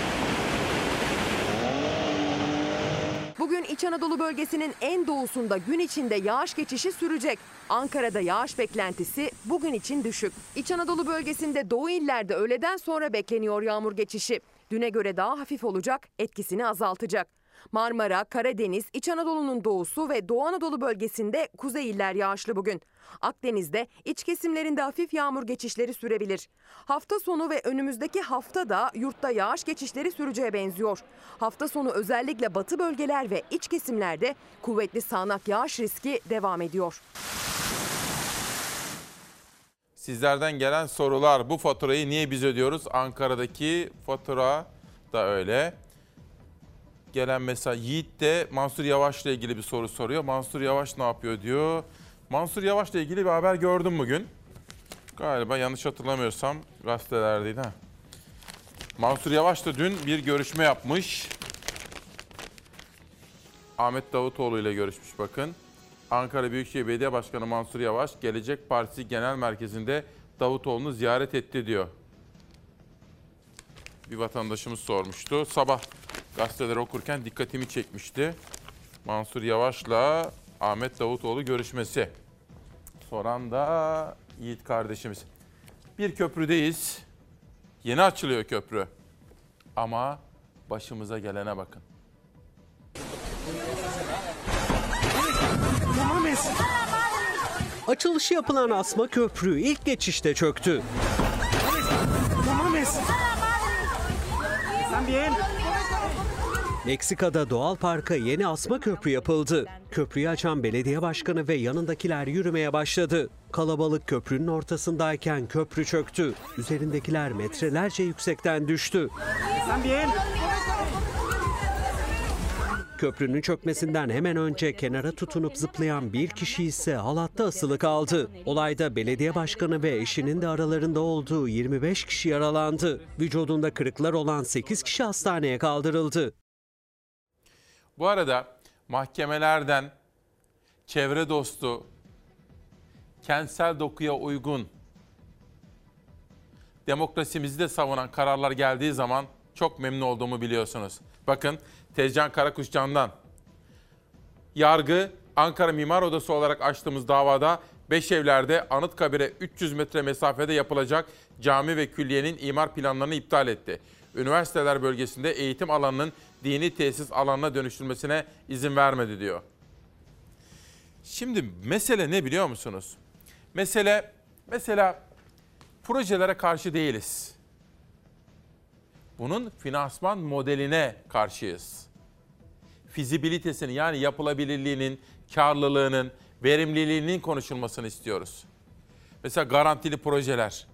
Speaker 2: Bugün İç Anadolu bölgesinin en doğusunda gün içinde yağış geçişi sürecek. Ankara'da yağış beklentisi bugün için düşük. İç Anadolu bölgesinde doğu illerde öğleden sonra bekleniyor yağmur geçişi. Düne göre daha hafif olacak, etkisini azaltacak. Marmara, Karadeniz, İç Anadolu'nun doğusu ve Doğu Anadolu bölgesinde kuzey iller yağışlı bugün. Akdeniz'de iç kesimlerinde hafif yağmur geçişleri sürebilir. Hafta sonu ve önümüzdeki hafta da yurtta yağış geçişleri süreceğe benziyor. Hafta sonu özellikle batı bölgeler ve iç kesimlerde kuvvetli sağanak yağış riski devam ediyor.
Speaker 1: Sizlerden gelen sorular, bu faturayı niye biz ödüyoruz? Ankara'daki fatura da öyle. Gelen mesela Yiğit de Mansur Yavaş'la ilgili bir soru soruyor. Mansur Yavaş ne yapıyor diyor. Mansur Yavaş'la ilgili bir haber gördüm bugün. Galiba yanlış hatırlamıyorsam gazetelerdeydi. Mansur Yavaş da dün bir görüşme yapmış. Ahmet Davutoğlu ile görüşmüş bakın. Ankara Büyükşehir Belediye Başkanı Mansur Yavaş, Gelecek Partisi Genel Merkezi'nde Davutoğlu'nu ziyaret etti diyor. Bir vatandaşımız sormuştu. Sabah gazeteleri okurken dikkatimi çekmişti. Mansur Yavaş'la Ahmet Davutoğlu görüşmesi. Soran da Yiğit kardeşimiz. Bir köprüdeyiz. Yeni açılıyor köprü. Ama başımıza gelene bakın.
Speaker 6: Açılışı yapılan asma köprü ilk geçişte çöktü. Meksika'da doğal parka yeni asma köprü yapıldı. Köprüyü açan belediye başkanı ve yanındakiler yürümeye başladı. Kalabalık köprünün ortasındayken köprü çöktü. Üzerindekiler metrelerce yüksekten düştü. Köprünün çökmesinden hemen önce kenara tutunup zıplayan bir kişi ise halatta asılı kaldı. Olayda belediye başkanı ve eşinin de aralarında olduğu 25 kişi yaralandı. Vücudunda kırıklar olan 8 kişi hastaneye kaldırıldı.
Speaker 1: Bu arada mahkemelerden çevre dostu, kentsel dokuya uygun, demokrasimizi de savunan kararlar geldiği zaman çok memnun olduğumu biliyorsunuz. Bakın Tezcan Karakuşcan'dan. Yargı, Ankara Mimar Odası olarak açtığımız davada Beşevler'de Anıtkabir'e 300 metre mesafede yapılacak cami ve külliyenin imar planlarını iptal etti. Üniversiteler bölgesinde eğitim alanının dini tesis alanına dönüştürmesine izin vermedi diyor. Şimdi mesele ne biliyor musunuz? Mesela projelere karşı değiliz. Bunun finansman modeline karşıyız. Fizibilitesini, yani yapılabilirliğinin, karlılığının, verimliliğinin konuşulmasını istiyoruz. Mesela garantili projeler.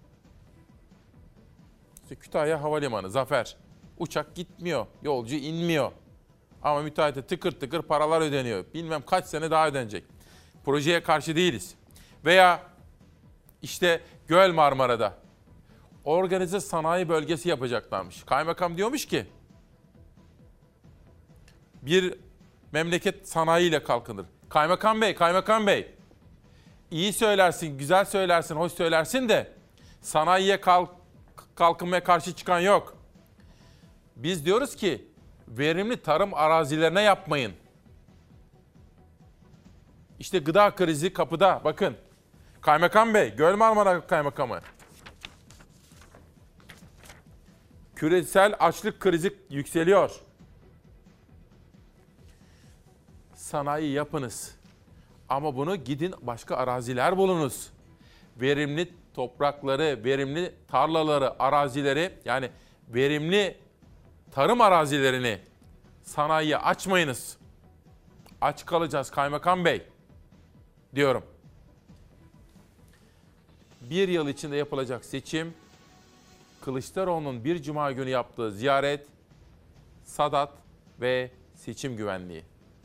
Speaker 1: İşte Kütahya Havalimanı, Zafer. Uçak gitmiyor, yolcu inmiyor. Ama müteahhite tıkır tıkır paralar ödeniyor. Bilmem kaç sene daha ödenecek. Projeye karşı değiliz. Veya işte Göl Marmara'da organize sanayi bölgesi yapacaklarmış. Kaymakam diyormuş ki bir memleket sanayiyle kalkınır. Kaymakam Bey, iyi söylersin, güzel söylersin, hoş söylersin de sanayiye kalkınmaya karşı çıkan yok. Biz diyoruz ki verimli tarım arazilerine yapmayın. İşte gıda krizi kapıda. Bakın. Kaymakam Bey, Göl Marmara Kaymakamı. Küresel açlık krizi yükseliyor. sanayi yapınız. Ama bunu gidin başka araziler bulunuz. Verimli toprakları, verimli tarlaları, arazileri, yani verimli tarım arazilerini sanayiye açmayınız. Aç kalacağız Kaymakam Bey diyorum. Bir yıl içinde yapılacak seçim, Kılıçdaroğlu'nun bir cuma günü yaptığı ziyaret, Sadat ve seçim güvenliği.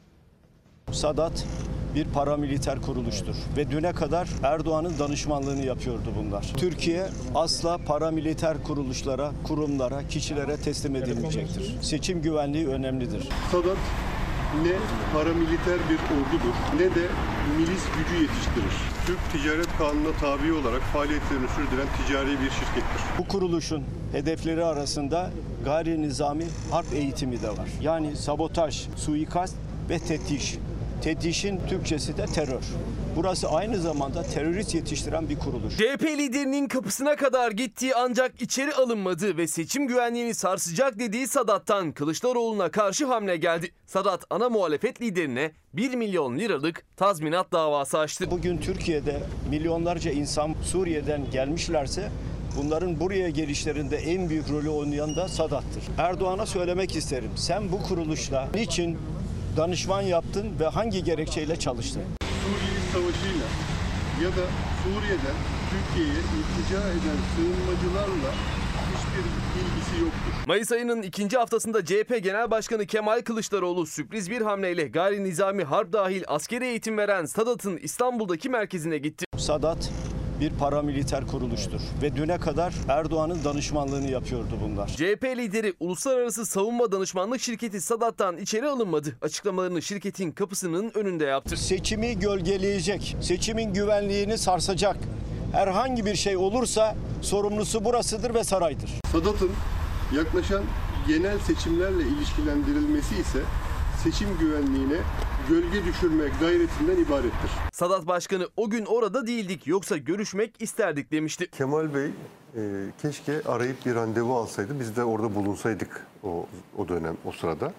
Speaker 7: Sadat bir paramiliter kuruluştur ve düne kadar Erdoğan'ın danışmanlığını yapıyordu bunlar. Türkiye asla paramiliter kuruluşlara, kurumlara, kişilere teslim edilmeyecektir. Seçim güvenliği önemlidir.
Speaker 8: Sadat ne paramiliter bir ordudur ne de milis gücü yetiştirir. Türk Ticaret Kanunu'na tabi olarak faaliyetlerini sürdüren ticari bir şirkettir.
Speaker 7: Bu kuruluşun hedefleri arasında gayri nizami harp eğitimi de var. Yani sabotaj, suikast ve teftiş. Teftişin Türkçesi de terör. Burası aynı zamanda terörist yetiştiren bir kuruluş.
Speaker 9: CHP liderinin kapısına kadar gittiği ancak içeri alınmadı ve seçim güvenliğini sarsacak dediği Sadat'tan Kılıçdaroğlu'na karşı hamle geldi. Sadat ana muhalefet liderine 1 milyon liralık tazminat davası açtı.
Speaker 7: Bugün Türkiye'de milyonlarca insan Suriye'den gelmişlerse bunların buraya gelişlerinde en büyük rolü oynayan da Sadat'tır. Erdoğan'a söylemek isterim. Sen bu kuruluşla niçin danışman yaptın ve hangi gerekçeyle çalıştın?
Speaker 8: Suriye Savaşı'yla ya da Suriye'den Türkiye'ye iltica eden sığınmacılarla hiçbir ilgisi yoktur.
Speaker 9: Mayıs ayının ikinci haftasında CHP Genel Başkanı Kemal Kılıçdaroğlu sürpriz bir hamleyle gayri nizami harp dahil askeri eğitim veren Sadat'ın İstanbul'daki merkezine gitti.
Speaker 7: Sadat bir paramiliter kuruluştur ve düne kadar Erdoğan'ın danışmanlığını yapıyordu bunlar.
Speaker 9: CHP lideri Uluslararası Savunma Danışmanlık Şirketi Sadat'tan içeri alınmadı. Açıklamalarını şirketin kapısının önünde yaptı.
Speaker 7: Seçimi gölgeleyecek, seçimin güvenliğini sarsacak herhangi bir şey olursa sorumlusu burasıdır ve saraydır.
Speaker 8: Sadat'ın yaklaşan genel seçimlerle ilişkilendirilmesi ise seçim güvenliğine gölge düşürme gayretinden ibarettir.
Speaker 9: Sadat Başkanı o gün orada değildik yoksa görüşmek isterdik demişti.
Speaker 11: Kemal Bey keşke arayıp bir randevu alsaydı, biz de orada bulunsaydık o dönem, o sırada.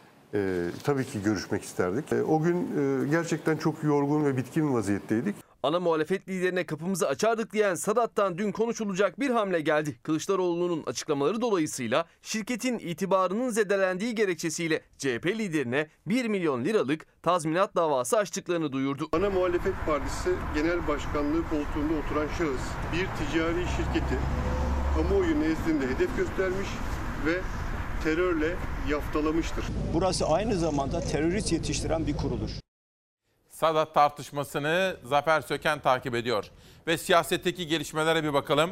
Speaker 11: Tabii ki görüşmek isterdik. O gün gerçekten çok yorgun ve bitkin vaziyetteydik.
Speaker 9: Ana muhalefet liderine kapımızı açardık diyen Sadat'tan dün konuşulacak bir hamle geldi. Kılıçdaroğlu'nun açıklamaları dolayısıyla şirketin itibarının zedelendiği gerekçesiyle CHP liderine 1 milyon liralık tazminat davası açtıklarını duyurdu.
Speaker 8: Ana Muhalefet Partisi Genel Başkanlığı koltuğunda oturan şahıs bir ticari şirketi kamuoyu nezdinde hedef göstermiş ve terörle yaftalamıştır.
Speaker 7: Burası aynı zamanda terörist yetiştiren bir kuruluş.
Speaker 1: Sadat tartışmasını Zafer Söken takip ediyor. Ve siyasetteki gelişmelere bir bakalım.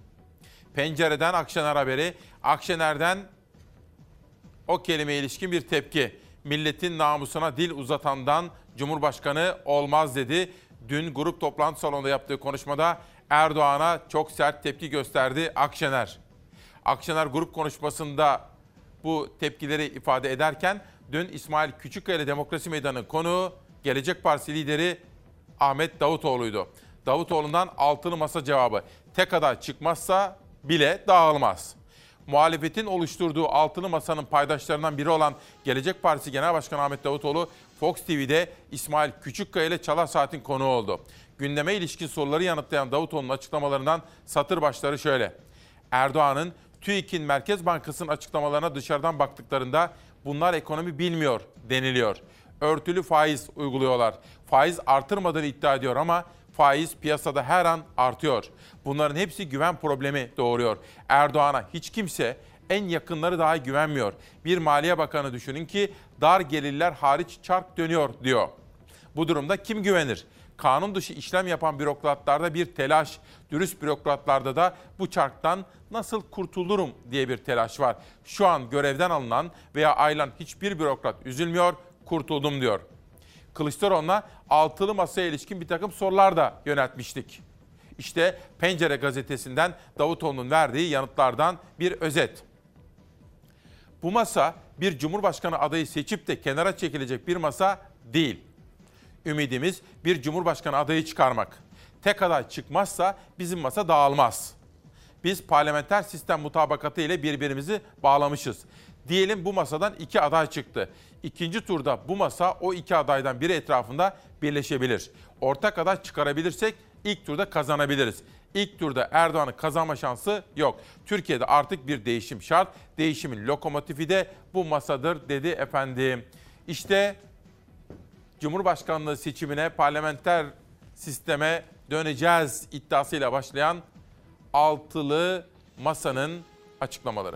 Speaker 1: Pencereden Akşener haberi. Akşener'den o kelimeye ilişkin bir tepki. Milletin namusuna dil uzatandan Cumhurbaşkanı olmaz dedi. Dün grup toplantı salonunda yaptığı konuşmada Erdoğan'a çok sert tepki gösterdi Akşener. Akşener grup konuşmasında bu tepkileri ifade ederken dün İsmail Küçükkaya Demokrasi Meydanı konuğu Gelecek Partisi lideri Ahmet Davutoğlu'ydu. Davutoğlu'ndan altılı masa cevabı. Tek aday çıkmazsa bile dağılmaz. Muhalefetin oluşturduğu altılı masanın paydaşlarından biri olan Gelecek Partisi Genel Başkanı Ahmet Davutoğlu, Fox TV'de İsmail Küçükkaya ile Çalar Saat'in konuğu oldu. Gündeme ilişkin soruları yanıtlayan Davutoğlu'nun açıklamalarından satır başları şöyle. Erdoğan'ın TÜİK'in Merkez Bankası'nın açıklamalarına dışarıdan baktıklarında bunlar ekonomi bilmiyor deniliyor. Örtülü faiz uyguluyorlar. Faiz artırmadığını iddia ediyor ama faiz piyasada her an artıyor. Bunların hepsi güven problemi doğuruyor. Erdoğan'a hiç kimse, en yakınları dahi güvenmiyor. Bir Maliye Bakanı düşünün ki dar gelirler hariç çark dönüyor diyor. Bu durumda kim güvenir? Kanun dışı işlem yapan bürokratlarda bir telaş, dürüst bürokratlarda da bu çarktan nasıl kurtulurum diye bir telaş var. Şu an görevden alınan veya ayrılan hiçbir bürokrat üzülmüyor, kurtuldum diyor. Kılıçdaroğlu'na altılı masaya ilişkin bir takım sorular da yöneltmiştik. İşte Pencere gazetesinden Davutoğlu'nun verdiği yanıtlardan bir özet. Bu masa bir Cumhurbaşkanı adayı seçip de kenara çekilecek bir masa değil. Ümidimiz bir Cumhurbaşkanı adayı çıkarmak. Tek aday çıkmazsa bizim masa dağılmaz. Biz parlamenter sistem mutabakatı ile birbirimizi bağlamışız. Diyelim bu masadan 2 aday çıktı. İkinci turda bu masa o 2 adaydan biri etrafında birleşebilir. Ortak aday çıkarabilirsek ilk turda kazanabiliriz. İlk turda Erdoğan'ın kazanma şansı yok. Türkiye'de artık bir değişim şart. Değişimin lokomotifi de bu masadır dedi efendim. İşte Cumhurbaşkanlığı seçimine, parlamenter sisteme döneceğiz iddiasıyla başlayan altılı masanın açıklamaları.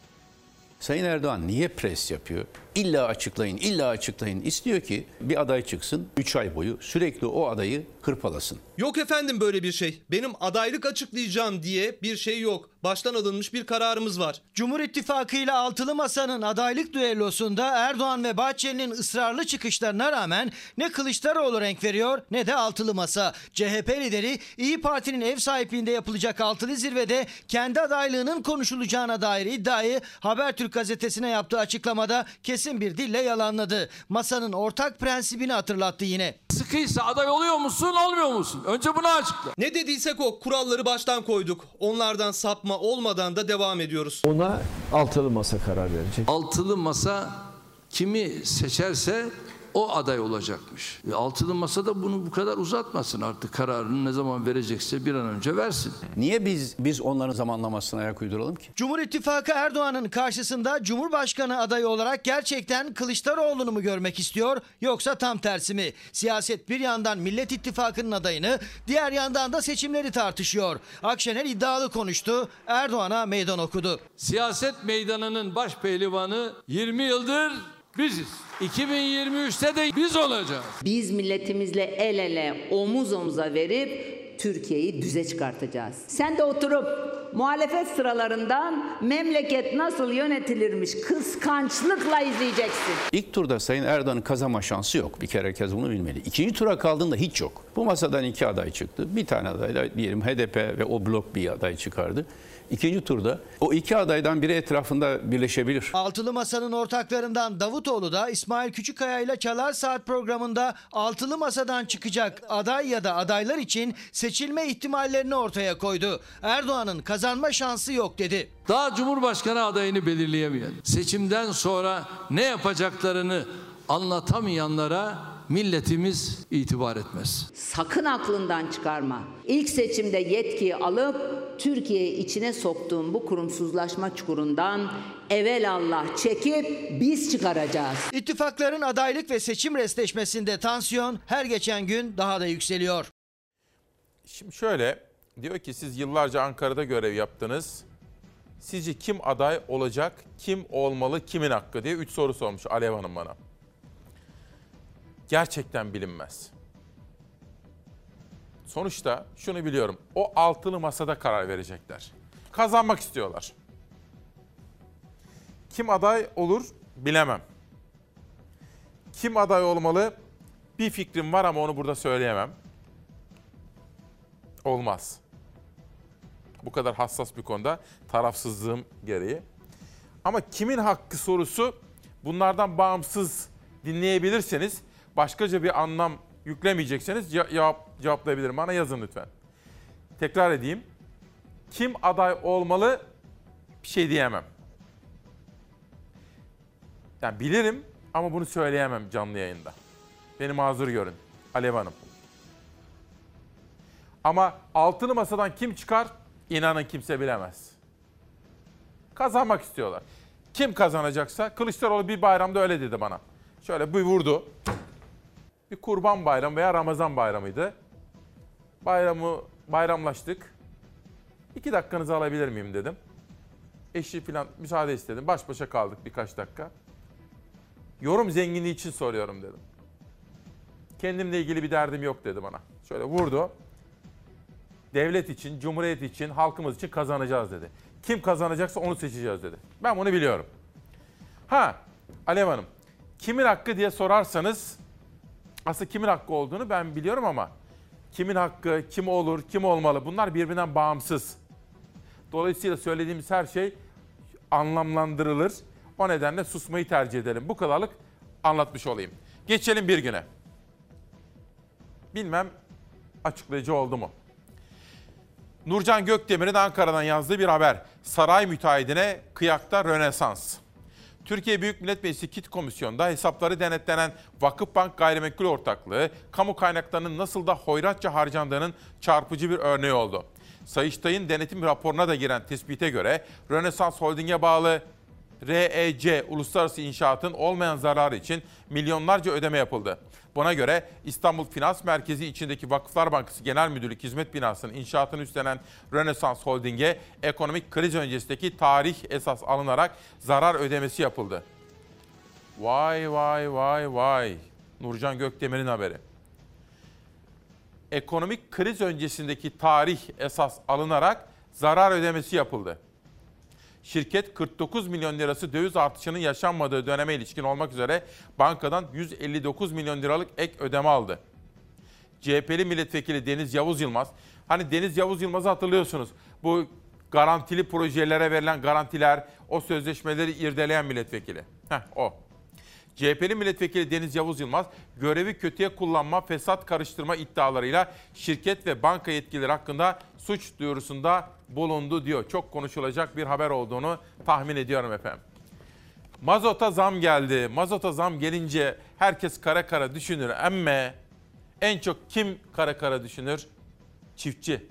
Speaker 10: Sayın Erdoğan niye pres yapıyor? İlla açıklayın, illa açıklayın. İstiyor ki bir aday çıksın, 3 ay boyu sürekli o adayı hırpalasın.
Speaker 22: Yok efendim böyle bir şey. Benim adaylık açıklayacağım diye bir şey yok. Baştan alınmış bir kararımız var.
Speaker 3: Cumhur İttifakı ile altılı masanın adaylık düellosunda Erdoğan ve Bahçeli'nin ısrarlı çıkışlarına rağmen ne Kılıçdaroğlu renk veriyor ne de altılı masa. CHP lideri İYİ Parti'nin ev sahipliğinde yapılacak altılı zirvede kendi adaylığının konuşulacağına dair iddiayı Habertürk gazetesine yaptığı açıklamada kesin bir dille yalanladı. Masanın ortak prensibini hatırlattı yine.
Speaker 12: Sıkıysa aday oluyor musun, olmuyor musun? Önce bunu açıkla.
Speaker 22: Ne dediysek o, kuralları baştan koyduk. Onlardan sapma olmadan da devam ediyoruz.
Speaker 13: Ona altılı masa karar verecek.
Speaker 12: Altılı masa kimi seçerse o aday olacakmış. Altılı masa da bunu bu kadar uzatmasın, artık kararını ne zaman verecekse bir an önce versin.
Speaker 10: Niye biz onların zamanlamasına ayak uyduralım ki?
Speaker 3: Cumhur İttifakı Erdoğan'ın karşısında Cumhurbaşkanı adayı olarak gerçekten Kılıçdaroğlu'nu mu görmek istiyor yoksa tam tersi mi? Siyaset bir yandan Millet İttifakı'nın adayını, diğer yandan da seçimleri tartışıyor. Akşener iddialı konuştu, Erdoğan'a meydan okudu.
Speaker 12: Siyaset meydanının baş pehlivanı 20 yıldır biziz. 2023'te de biz olacağız.
Speaker 21: Biz milletimizle el ele, omuz omuza verip Türkiye'yi düze çıkartacağız. Sen de oturup muhalefet sıralarından memleket nasıl yönetilirmiş kıskançlıkla izleyeceksin.
Speaker 10: İlk turda Sayın Erdoğan'ın kazanma şansı yok. Bir kere herkes bunu bilmeli. İkinci tura kaldığında hiç yok. Bu masadan 2 aday çıktı. Bir tane aday da diyelim HDP ve o blok bir aday çıkardı. İkinci turda o 2 adaydan biri etrafında birleşebilir.
Speaker 3: Altılı Masa'nın ortaklarından Davutoğlu da İsmail Küçükkaya ile Çalar Saat programında altılı masadan çıkacak aday ya da adaylar için seçilme ihtimallerini ortaya koydu. Erdoğan'ın kazanma şansı yok dedi.
Speaker 12: Daha Cumhurbaşkanı adayını belirleyemeyen, seçimden sonra ne yapacaklarını anlatamayanlara milletimiz itibar etmez.
Speaker 21: Sakın aklından çıkarma. İlk seçimde yetkiyi alıp Türkiye'yi içine soktuğum bu kurumsuzlaşma çukurundan evelallah çekip biz çıkaracağız.
Speaker 3: İttifakların adaylık ve seçim restleşmesinde tansiyon her geçen gün daha da yükseliyor.
Speaker 1: Şimdi şöyle diyor ki siz yıllarca Ankara'da görev yaptınız. Sizce kim aday olacak, kim olmalı, kimin hakkı diye 3 soru sormuş Alev Hanım bana. Gerçekten bilinmez. Sonuçta şunu biliyorum. O altılı masada karar verecekler. Kazanmak istiyorlar. Kim aday olur bilemem. Kim aday olmalı bir fikrim var ama onu burada söyleyemem. Olmaz. Bu kadar hassas bir konuda tarafsızlığım gereği. Ama kimin hakkı sorusu bunlardan bağımsız dinleyebilirseniz başkaca bir anlam yüklemeyecekseniz cevaplayabilirim. Bana yazın lütfen. Tekrar edeyim. Kim aday olmalı bir şey diyemem. Yani bilirim ama bunu söyleyemem canlı yayında. Beni mazur görün. Alev Hanım. Ama altılı masadan kim çıkar? İnanın kimse bilemez. Kazanmak istiyorlar. Kim kazanacaksa Kılıçdaroğlu bir bayramda öyle dedi bana. Şöyle bir vurdu. Bir Kurban Bayramı veya Ramazan Bayramı'ydı. Bayramlaştık. 2 dakikanızı alabilir miyim dedim. Eşi falan müsaade istedim. Baş başa kaldık birkaç dakika. Yorum zenginliği için soruyorum dedim. Kendimle ilgili bir derdim yok dedi bana. Şöyle vurdu. Devlet için, cumhuriyet için, halkımız için kazanacağız dedi. Kim kazanacaksa onu seçeceğiz dedi. Ben bunu biliyorum. Alev Hanım, kimin hakkı diye sorarsanız aslında kimin hakkı olduğunu ben biliyorum ama kimin hakkı, kim olur, kim olmalı bunlar birbirinden bağımsız. Dolayısıyla söylediğimiz her şey anlamlandırılır. O nedenle susmayı tercih edelim. Bu kadarlık anlatmış olayım. Geçelim bir güne. Bilmem açıklayıcı oldu mu? Nurcan Gökdemir'in Ankara'dan yazdığı bir haber. Saray müteahhidine kıyakta Rönesans. Türkiye Büyük Millet Meclisi KİT Komisyonu'nda hesapları denetlenen Vakıfbank Gayrimenkul Ortaklığı, kamu kaynaklarının nasıl da hoyratça harcandığının çarpıcı bir örneği oldu. Sayıştay'ın denetim raporuna da giren tespite göre Rönesans Holding'e bağlı REC Uluslararası İnşaat'ın olmayan zararı için milyonlarca ödeme yapıldı. Buna göre İstanbul Finans Merkezi içindeki Vakıflar Bankası Genel Müdürlük Hizmet Binası'nın inşaatını üstlenen Rönesans Holding'e ekonomik kriz öncesindeki tarih esas alınarak zarar ödemesi yapıldı. Vay vay vay vay. Nurcan Gökdemir'in haberi. Ekonomik kriz öncesindeki tarih esas alınarak zarar ödemesi yapıldı. Şirket 49 milyon lirası döviz artışının yaşanmadığı döneme ilişkin olmak üzere bankadan 159 milyon liralık ek ödeme aldı. CHP'li milletvekili Deniz Yavuz Yılmaz, hani Deniz Yavuz Yılmaz'ı hatırlıyorsunuz. Bu garantili projelere verilen garantiler, o sözleşmeleri irdeleyen milletvekili. O. CHP'li milletvekili Deniz Yavuz Yılmaz, görevi kötüye kullanma, fesat karıştırma iddialarıyla şirket ve banka yetkilileri hakkında suç duyurusunda bulundu diyor. Çok konuşulacak bir haber olduğunu tahmin ediyorum efendim. Mazota zam geldi. Mazota zam gelince herkes kara kara düşünür. Ama en çok kim kara kara düşünür? Çiftçi.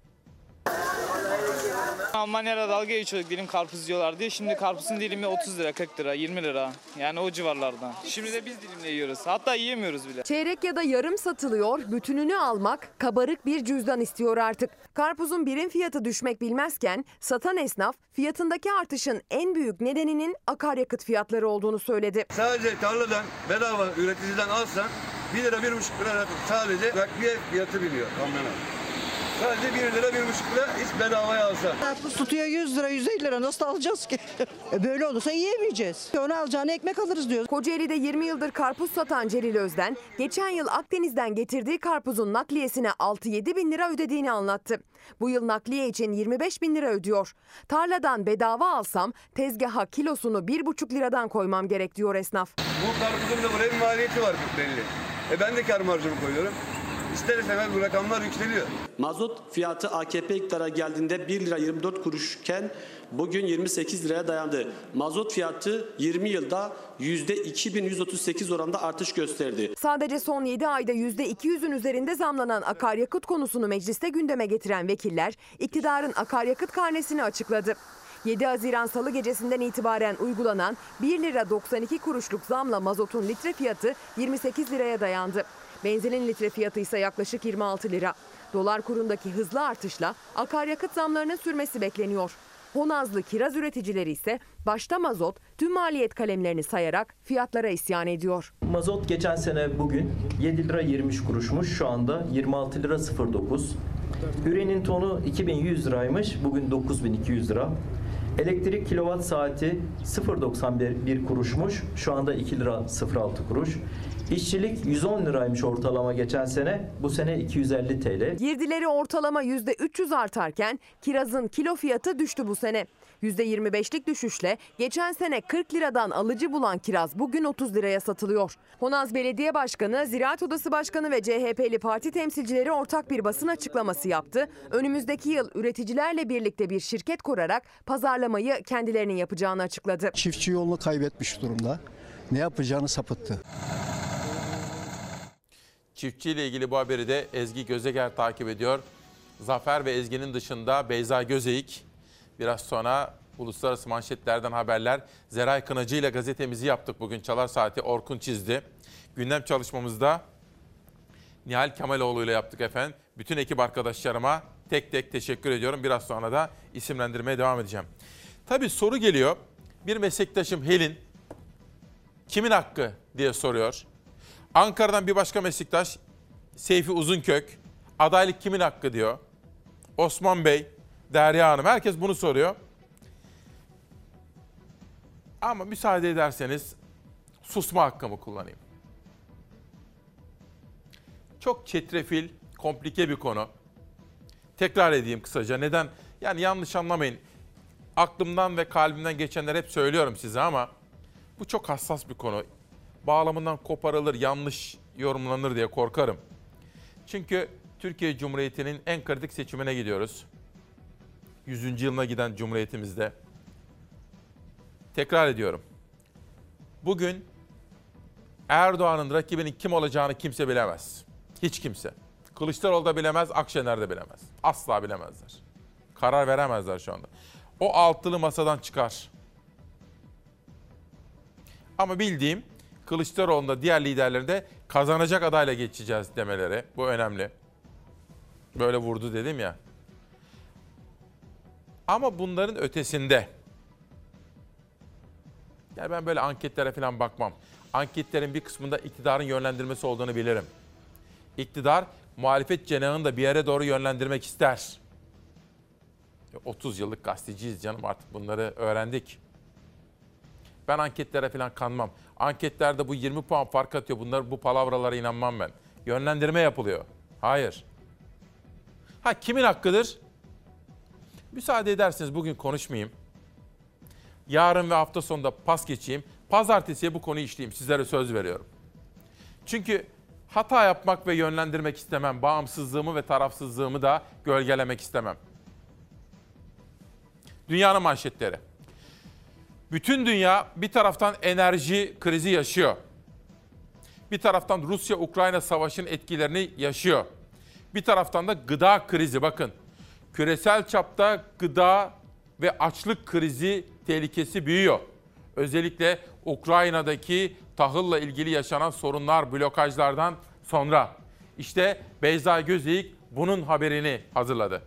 Speaker 14: Almanya'da dalga geçiyorduk dilim karpuz diyorlar diye. Şimdi karpuzun dilimi 30 lira, 40 lira, 20 lira. Yani o civarlarda. Şimdi de biz dilimle yiyoruz. Hatta yiyemiyoruz bile.
Speaker 2: Çeyrek ya da yarım satılıyor. Bütününü almak kabarık bir cüzdan istiyor artık. Karpuzun birim fiyatı düşmek bilmezken satan esnaf fiyatındaki artışın en büyük nedeninin akaryakıt fiyatları olduğunu söyledi.
Speaker 15: Sadece tarladan bedava üreticiden alsan 1 lira 1,5 lira sadece nakliye fiyatı biliyor kamyona. Sadece 1 lira 1,5 lira hiç bedavaya alsa.
Speaker 16: Karpuz tutuyor 100 lira 150 lira nasıl alacağız ki? Böyle olursa yiyemeyeceğiz. Onu alacağına ekmek alırız diyoruz.
Speaker 2: Kocaeli'de 20 yıldır karpuz satan Celil Özden, geçen yıl Akdeniz'den getirdiği karpuzun nakliyesine 6-7 bin lira ödediğini anlattı. Bu yıl nakliye için 25 bin lira ödüyor. Tarladan bedava alsam tezgaha kilosunu 1,5 liradan koymam gerek diyor esnaf.
Speaker 15: Bu karpuzun da buraya bir maliyeti var belli. Ben de kar marjımı koyuyorum. İster istemez bu rakamlar yükseliyor.
Speaker 17: Mazot fiyatı AKP iktidara geldiğinde 1 lira 24 kuruşken bugün 28 liraya dayandı. Mazot fiyatı 20 yılda %2138 oranında artış gösterdi.
Speaker 2: Sadece son 7 ayda %200'ün üzerinde zamlanan akaryakıt konusunu mecliste gündeme getiren vekiller iktidarın akaryakıt karnesini açıkladı. 7 Haziran Salı gecesinden itibaren uygulanan 1 lira 92 kuruşluk zamla mazotun litre fiyatı 28 liraya dayandı. Benzinin litre fiyatı ise yaklaşık 26 lira. Dolar kurundaki hızlı artışla akaryakıt zamlarının sürmesi bekleniyor. Honazlı kiraz üreticileri ise başta mazot tüm maliyet kalemlerini sayarak fiyatlara isyan ediyor.
Speaker 18: Mazot geçen sene bugün 7 lira 23 kuruşmuş, şu anda 26 lira 09. Ürenin tonu 2100 liraymış, bugün 9200 lira. Elektrik kilowatt saati 0.91 kuruşmuş, şu anda 2 lira 06 kuruş. İşçilik 110 liraymış ortalama geçen sene, bu sene 250 TL.
Speaker 2: Girdileri ortalama %300 artarken kirazın kilo fiyatı düştü bu sene. %25'lik düşüşle geçen sene 40 liradan alıcı bulan kiraz bugün 30 liraya satılıyor. Honaz Belediye Başkanı, Ziraat Odası Başkanı ve CHP'li parti temsilcileri ortak bir basın açıklaması yaptı. Önümüzdeki yıl üreticilerle birlikte bir şirket kurarak pazarlamayı kendilerinin yapacağını açıkladı.
Speaker 19: Çiftçi yolunu kaybetmiş durumda. Ne yapacağını sapıttı.
Speaker 1: Çiftçiyle ilgili bu haberi de Ezgi Gözeger takip ediyor. Zafer ve Ezgi'nin dışında Beyza Gözeyik, biraz sonra uluslararası manşetlerden haberler. Zeray Kınacı ile gazetemizi yaptık bugün. Çalar Saati Orkun çizdi. Gündem çalışmamızda Nihal Kemaloğlu ile yaptık efendim. Bütün ekip arkadaşlarıma tek tek teşekkür ediyorum. Biraz sonra da isimlendirmeye devam edeceğim. Tabii soru geliyor. Bir meslektaşım Helin, kimin hakkı diye soruyor. Ankara'dan bir başka meslektaş Seyfi Uzunkök, adaylık kimin hakkı diyor. Osman Bey, Derya Hanım, herkes bunu soruyor. Ama müsaade ederseniz susma hakkımı kullanayım. Çok çetrefil, komplike bir konu. Tekrar edeyim kısaca. Neden? Yani yanlış anlamayın. Aklımdan ve kalbimden geçenler hep söylüyorum size ama bu çok hassas bir konu. Bağlamından koparılır, yanlış yorumlanır diye korkarım. Çünkü Türkiye Cumhuriyeti'nin en kritik seçimine gidiyoruz. 100. yılına giden Cumhuriyetimizde. Tekrar ediyorum. Bugün Erdoğan'ın rakibinin kim olacağını kimse bilemez. Hiç kimse. Kılıçdaroğlu da bilemez, Akşener de bilemez. Asla bilemezler. Karar veremezler şu anda. O altılı masadan çıkar. Ama bildiğim Kılıçdaroğlu'nda diğer liderlerin de kazanacak adayla geçeceğiz demeleri. Bu önemli. Böyle vurdu dedim ya. Ama bunların ötesinde. Yani ben böyle anketlere falan bakmam. Anketlerin bir kısmında iktidarın yönlendirmesi olduğunu bilirim. İktidar muhalefet cenahını da bir yere doğru yönlendirmek ister. 30 yıllık gazeteciyiz canım, artık bunları öğrendik. Ben anketlere falan kanmam. Anketlerde bu 20 puan fark atıyor. Bu palavralara inanmam ben. Yönlendirme yapılıyor. Hayır. Kimin hakkıdır? Müsaade ederseniz bugün konuşmayayım. Yarın ve hafta sonunda pas geçeyim. Pazartesiye bu konuyu işleyeyim. Sizlere söz veriyorum. Çünkü hata yapmak ve yönlendirmek istemem. Bağımsızlığımı ve tarafsızlığımı da gölgelemek istemem. Dünyanın manşetleri. Bütün dünya bir taraftan enerji krizi yaşıyor. Bir taraftan Rusya-Ukrayna savaşının etkilerini yaşıyor. Bir taraftan da gıda krizi, bakın. Küresel çapta gıda ve açlık krizi tehlikesi büyüyor. Özellikle Ukrayna'daki tahılla ilgili yaşanan sorunlar, blokajlardan sonra. İşte Beyza Gözeyik bunun haberini hazırladı.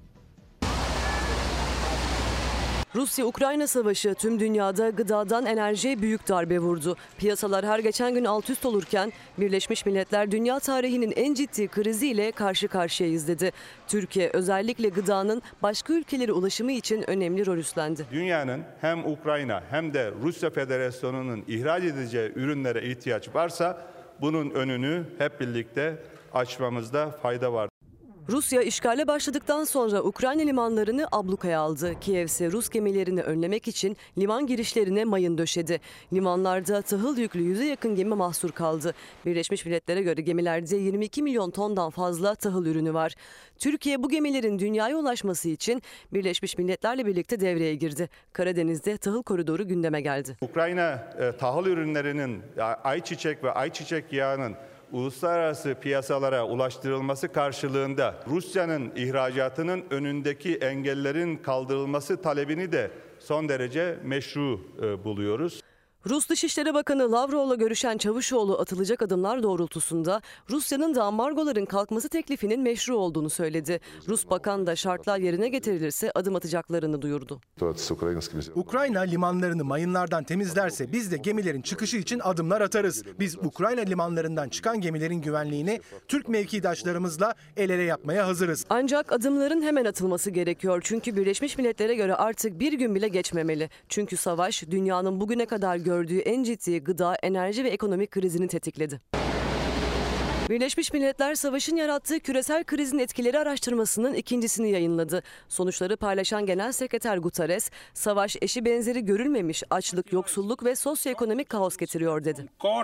Speaker 5: Rusya-Ukrayna savaşı tüm dünyada gıdadan enerjiye büyük darbe vurdu. Piyasalar her geçen gün alt üst olurken Birleşmiş Milletler dünya tarihinin en ciddi kriziyle karşı karşıyayız dedi. Türkiye özellikle gıdanın başka ülkelere ulaşımı için önemli rol üstlendi.
Speaker 20: Dünyanın hem Ukrayna hem de Rusya Federasyonu'nun ihraç edeceği ürünlere ihtiyaç varsa bunun önünü hep birlikte açmamızda fayda var.
Speaker 5: Rusya işgale başladıktan sonra Ukrayna limanlarını ablukaya aldı. Kiev ise Rus gemilerini önlemek için liman girişlerine mayın döşedi. Limanlarda tahıl yüklü 100'e yakın gemi mahsur kaldı. Birleşmiş Milletler'e göre gemilerde 22 milyon tondan fazla tahıl ürünü var. Türkiye bu gemilerin dünyaya ulaşması için Birleşmiş Milletler'le birlikte devreye girdi. Karadeniz'de tahıl koridoru gündeme geldi.
Speaker 20: Ukrayna tahıl ürünlerinin ayçiçek ve ayçiçek yağının uluslararası piyasalara ulaştırılması karşılığında Rusya'nın ihracatının önündeki engellerin kaldırılması talebini de son derece meşru buluyoruz.
Speaker 5: Rus Dışişleri Bakanı Lavrov'la görüşen Çavuşoğlu atılacak adımlar doğrultusunda Rusya'nın da ambargoların kalkması teklifinin meşru olduğunu söyledi. Rus bakan da şartlar yerine getirilirse adım atacaklarını duyurdu.
Speaker 23: Ukrayna limanlarını mayınlardan temizlerse biz de gemilerin çıkışı için adımlar atarız. Biz Ukrayna limanlarından çıkan gemilerin güvenliğini Türk mevkidaşlarımızla el ele yapmaya hazırız.
Speaker 5: Ancak adımların hemen atılması gerekiyor. Çünkü Birleşmiş Milletler'e göre artık bir gün bile geçmemeli. Çünkü savaş dünyanın bugüne kadar gördüğü en ciddi gıda, enerji ve ekonomik krizini tetikledi. Birleşmiş Milletler savaşın yarattığı küresel krizin etkileri araştırmasının ikincisini yayınladı. Sonuçları paylaşan Genel Sekreter Guterres, savaş eşi benzeri görülmemiş açlık, yoksulluk ve sosyoekonomik kaos getiriyor dedi.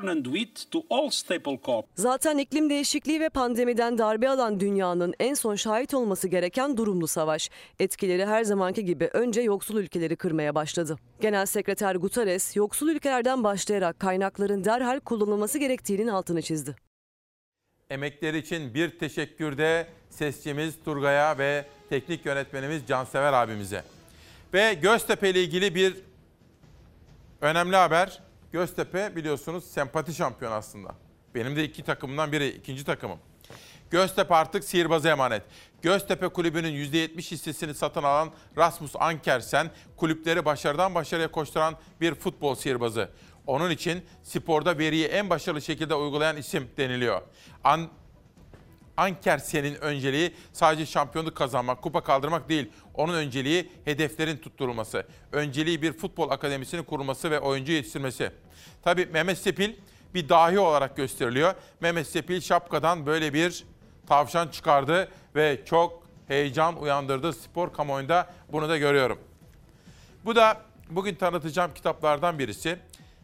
Speaker 5: Zaten iklim değişikliği ve pandemiden darbe alan dünyanın en son şahit olması gereken durumlu savaş. Etkileri her zamanki gibi önce yoksul ülkeleri kırmaya başladı. Genel Sekreter Guterres, yoksul ülkelerden başlayarak kaynakların derhal kullanılması gerektiğinin altını çizdi.
Speaker 1: Emekleri için bir teşekkür de sesçimiz Turgay'a ve teknik yönetmenimiz Cansever abimize. Ve Göztepe ile ilgili bir önemli haber. Göztepe biliyorsunuz sempati şampiyonu aslında. Benim de iki takımımdan biri, ikinci takımım. Göztepe artık sihirbaza emanet. Göztepe kulübünün %70 hissesini satın alan Rasmus Ankersen, kulüpleri başarıdan başarıya koşturan bir futbol sihirbazı. Onun için sporda veriyi en başarılı şekilde uygulayan isim deniliyor. Ankersen'in önceliği sadece şampiyonluk kazanmak, kupa kaldırmak değil. Onun önceliği hedeflerin tutturulması. Önceliği bir futbol akademisinin kurulması ve oyuncu yetiştirmesi. Tabii Mehmet Sepil bir dahi olarak gösteriliyor. Mehmet Sepil şapkadan böyle bir tavşan çıkardı ve çok heyecan uyandırdı spor kamuoyunda, bunu da görüyorum. Bu da bugün tanıtacağım kitaplardan birisi.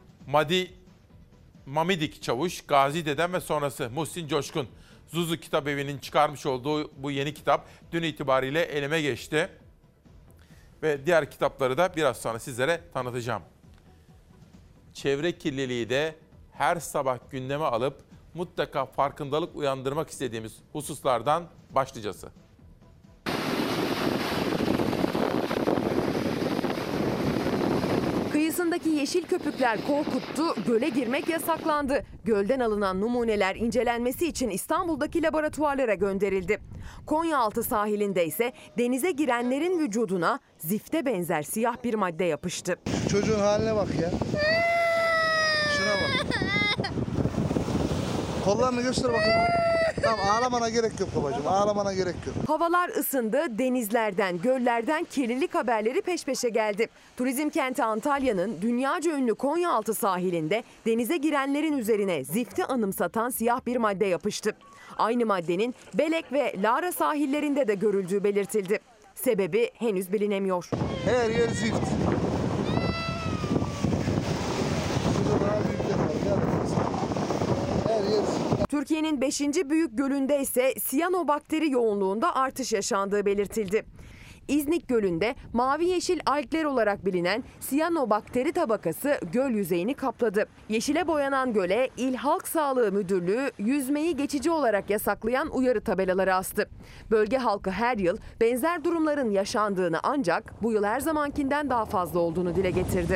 Speaker 1: Mamidik Çavuş, Gazi Dedem ve sonrası Muhsin Coşkun. Zuzu Kitabevi'nin çıkarmış olduğu bu yeni kitap dün itibariyle elime geçti. Ve diğer kitapları da biraz sonra sizlere tanıtacağım. çevre kirliliği de her sabah gündeme alıp mutlaka farkındalık uyandırmak istediğimiz hususlardan başlıcası.
Speaker 2: Kıyısındaki yeşil köpükler korkuttu, göle girmek yasaklandı. Gölden alınan numuneler incelenmesi için İstanbul'daki laboratuvarlara gönderildi. Konyaaltı sahilinde ise denize girenlerin vücuduna zifte benzer siyah bir madde yapıştı.
Speaker 4: Çocuğun haline bak ya. Şuna bak. Kollarını göster bakayım. Tamam, ağlamana gerek yok babacığım, ağlamana gerek yok.
Speaker 2: Havalar ısındı, denizlerden, göllerden kirlilik haberleri peş peşe geldi. Turizm kenti Antalya'nın dünyaca ünlü Konyaaltı sahilinde denize girenlerin üzerine zifti anımsatan siyah bir madde yapıştı. Aynı maddenin Belek ve Lara sahillerinde de görüldüğü belirtildi. Sebebi henüz bilinemiyor.
Speaker 4: Her yer zift.
Speaker 2: Türkiye'nin 5. büyük gölünde ise siyanobakteri yoğunluğunda artış yaşandığı belirtildi. İznik Gölü'nde mavi yeşil algler olarak bilinen siyanobakteri tabakası göl yüzeyini kapladı. Yeşile boyanan göle İl Halk Sağlığı Müdürlüğü yüzmeyi geçici olarak yasaklayan uyarı tabelaları astı. Bölge halkı her yıl benzer durumların yaşandığını ancak bu yıl her zamankinden daha fazla olduğunu dile getirdi.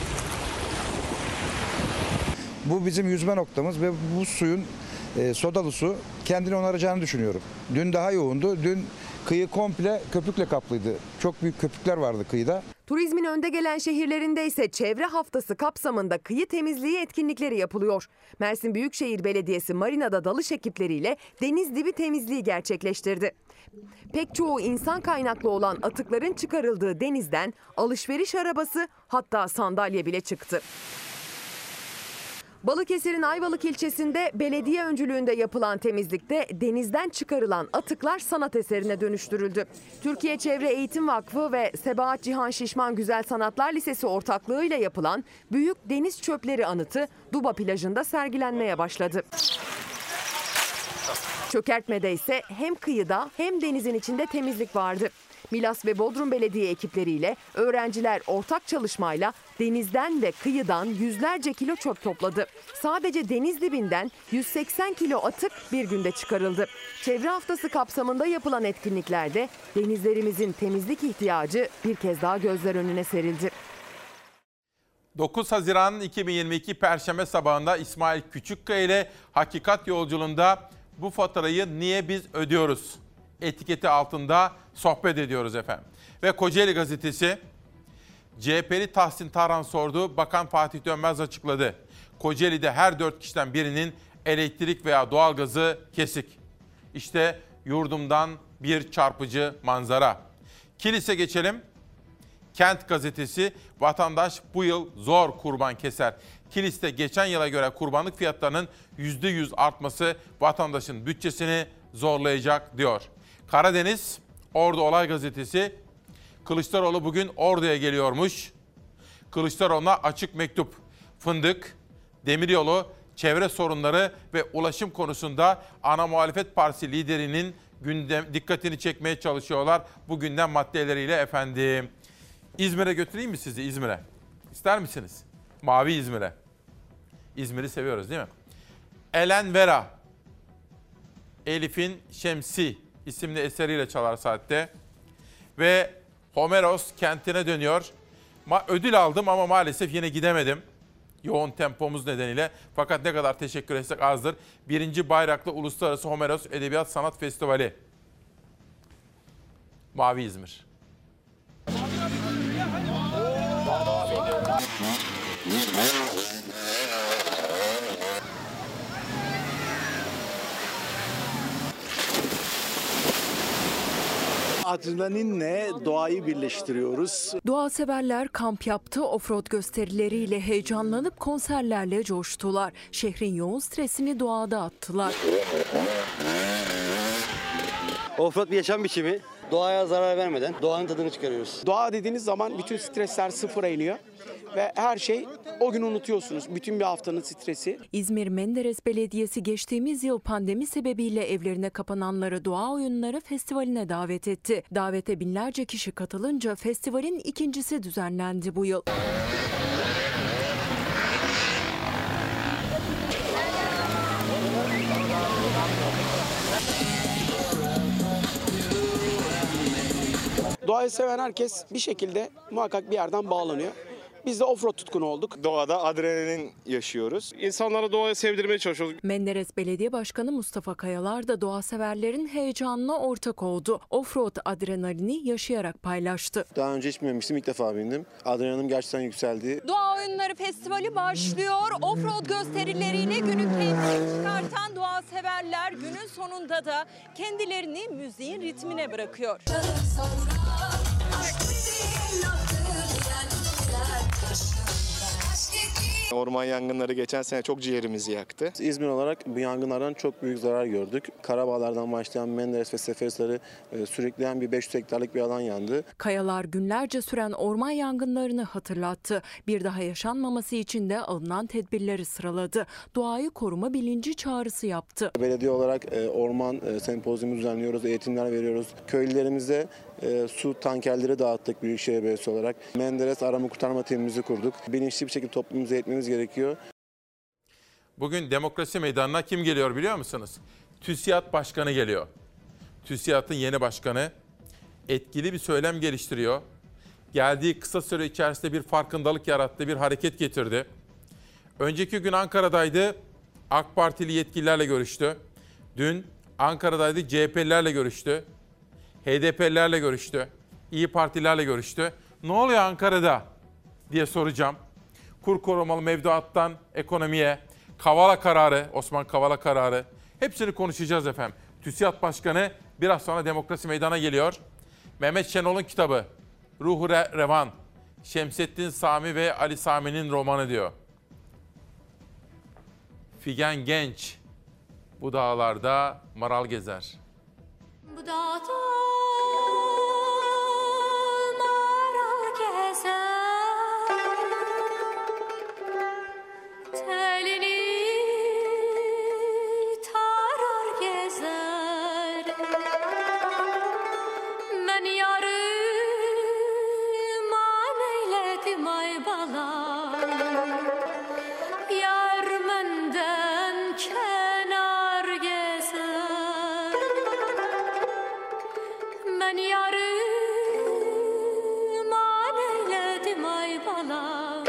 Speaker 6: Bu bizim yüzme noktamız ve bu suyun sodalı su kendini onaracağını düşünüyorum. Dün daha yoğundu. Dün kıyı komple köpükle kaplıydı. Çok büyük köpükler vardı kıyıda.
Speaker 2: Turizmin önde gelen şehirlerinde ise çevre haftası kapsamında kıyı temizliği etkinlikleri yapılıyor. Mersin Büyükşehir Belediyesi marinada dalış ekipleriyle deniz dibi temizliği gerçekleştirdi. Pek çoğu insan kaynaklı olan atıkların çıkarıldığı denizden alışveriş arabası, hatta sandalye bile çıktı. Balıkesir'in Ayvalık ilçesinde belediye öncülüğünde yapılan temizlikte denizden çıkarılan atıklar sanat eserine dönüştürüldü. Türkiye Çevre Eğitim Vakfı ve Sebahat Cihan Şişman Güzel Sanatlar Lisesi ortaklığıyla yapılan Büyük Deniz Çöpleri anıtı Duba plajında sergilenmeye başladı. Çökertmede ise hem kıyıda hem denizin içinde temizlik vardı. Milas ve Bodrum Belediye ekipleriyle öğrenciler ortak çalışmayla denizden ve kıyıdan yüzlerce kilo çöp topladı. Sadece deniz dibinden 180 kilo atık bir günde çıkarıldı. Çevre haftası kapsamında yapılan etkinliklerde denizlerimizin temizlik ihtiyacı bir kez daha gözler önüne serildi.
Speaker 1: 9 Haziran 2022 Perşembe sabahında İsmail Küçükkaya ile Hakikat Yolculuğunda bu faturayı niye biz ödüyoruz etiketi altında sohbet ediyoruz efendim. Ve Kocaeli Gazetesi, CHP'li Tahsin Tarhan sordu, Bakan Fatih Dönmez açıkladı. Kocaeli'de her 4 kişiden birinin elektrik veya doğalgazı kesik. İşte yurdumdan bir çarpıcı manzara. Kilis'e geçelim. Kent Gazetesi, vatandaş bu yıl zor kurban keser. Kilis'te geçen yıla göre kurbanlık fiyatlarının %100 artması vatandaşın bütçesini zorlayacak diyor. Karadeniz, Ordu Olay Gazetesi, Kılıçdaroğlu bugün Ordu'ya geliyormuş. Kılıçdaroğlu'na açık mektup. Fındık, demiryolu, çevre sorunları ve ulaşım konusunda ana muhalefet partisi liderinin dikkatini çekmeye çalışıyorlar bu gündem maddeleriyle efendim. İzmir'e götüreyim mi sizi, İzmir'e? İster misiniz? Mavi İzmir'e. İzmir'i seviyoruz değil mi? Elen Vera, Elif'in Şemsi isimli eseriyle Çalar Saat'te. Ve Homeros kentine dönüyor. Ödül aldım ama maalesef yine gidemedim. Yoğun tempomuz nedeniyle. Fakat ne kadar teşekkür etsek azdır. 1. Bayraklı Uluslararası Homeros Edebiyat Sanat Festivali. Mavi İzmir.
Speaker 11: Adrenalinle doğayı birleştiriyoruz.
Speaker 24: Doğa severler kamp yaptı, offroad gösterileriyle heyecanlanıp konserlerle coştular. Şehrin yoğun stresini doğada attılar.
Speaker 25: Offroad bir yaşam biçimi. Doğaya zarar vermeden doğanın tadını çıkarıyoruz.
Speaker 26: Doğa dediğiniz zaman bütün stresler sıfıra iniyor ve her şey o gün unutuyorsunuz. Bütün bir haftanın stresi.
Speaker 24: İzmir Menderes Belediyesi geçtiğimiz yıl pandemi sebebiyle evlerine kapananları Doğa Oyunları Festivali'ne davet etti. Davete binlerce kişi katılınca festivalin ikincisi düzenlendi bu yıl.
Speaker 26: Doğayı seven herkes bir şekilde muhakkak bir yerden bağlanıyor. Biz de offroad tutkunu olduk.
Speaker 7: Doğada adrenalin yaşıyoruz. İnsanlara doğayı sevdirmeye çalışıyoruz.
Speaker 24: Menderes Belediye Başkanı Mustafa Kayalar da doğa severlerin heyecanına ortak oldu. Offroad adrenalini yaşayarak paylaştı.
Speaker 8: Daha önce hiç binmemiştim, ilk defa bindim. Adrenalinim gerçekten yükseldi.
Speaker 9: Doğa Oyunları Festivali başlıyor. Offroad gösterileriyle günü keyifli çıkartan doğa severler günün sonunda da kendilerini müziğin ritmine bırakıyor.
Speaker 7: Orman yangınları geçen sene çok ciğerimizi yaktı.
Speaker 8: İzmir olarak bu yangınlardan çok büyük zarar gördük. Karabağlar'dan başlayan Menderes ve Seferihisar'ı sürükleyen bir 500 hektarlık bir alan yandı.
Speaker 24: Kayalar günlerce süren orman yangınlarını hatırlattı. Bir daha yaşanmaması için de alınan tedbirleri sıraladı. Doğayı koruma bilinci çağrısı yaptı.
Speaker 8: Belediye olarak orman sempozyumu düzenliyoruz, eğitimler veriyoruz. Köylülerimize su tankerleri dağıttık Büyükşehir Belediyesi olarak. Menderes arama kurtarma timimizi kurduk. Bilinçli bir şekilde toplumumuza eğitmemiz gerekiyor.
Speaker 1: Bugün Demokrasi Meydanı'na kim geliyor biliyor musunuz? TÜSİAD Başkanı geliyor. TÜSİAD'ın yeni başkanı etkili bir söylem geliştiriyor. Geldiği kısa süre içerisinde bir farkındalık yarattı, bir hareket getirdi. Önceki gün Ankara'daydı, AK Partili yetkililerle görüştü. Dün Ankara'daydı, CHP'lilerle görüştü. HDP'lilerle görüştü. İYİ Partilerle görüştü. Ne oluyor Ankara'da diye soracağım. Kur korumalı mevduattan ekonomiye, Kavala kararı, Osman Kavala kararı. Hepsini konuşacağız efendim. TÜSİAD Başkanı biraz sonra Demokrasi Meydanı'na geliyor. Mehmet Şenol'un kitabı Ruhu Revan, Şemsettin Sami ve Ali Sami'nin romanı diyor. Figen Genç, bu dağlarda maral gezer.
Speaker 10: Bu dağda maral gezer, telini tarar gezer. Ben yarım eyledim ay balam, yar menden kenar gezer. Ben yarım eyledim ay balam,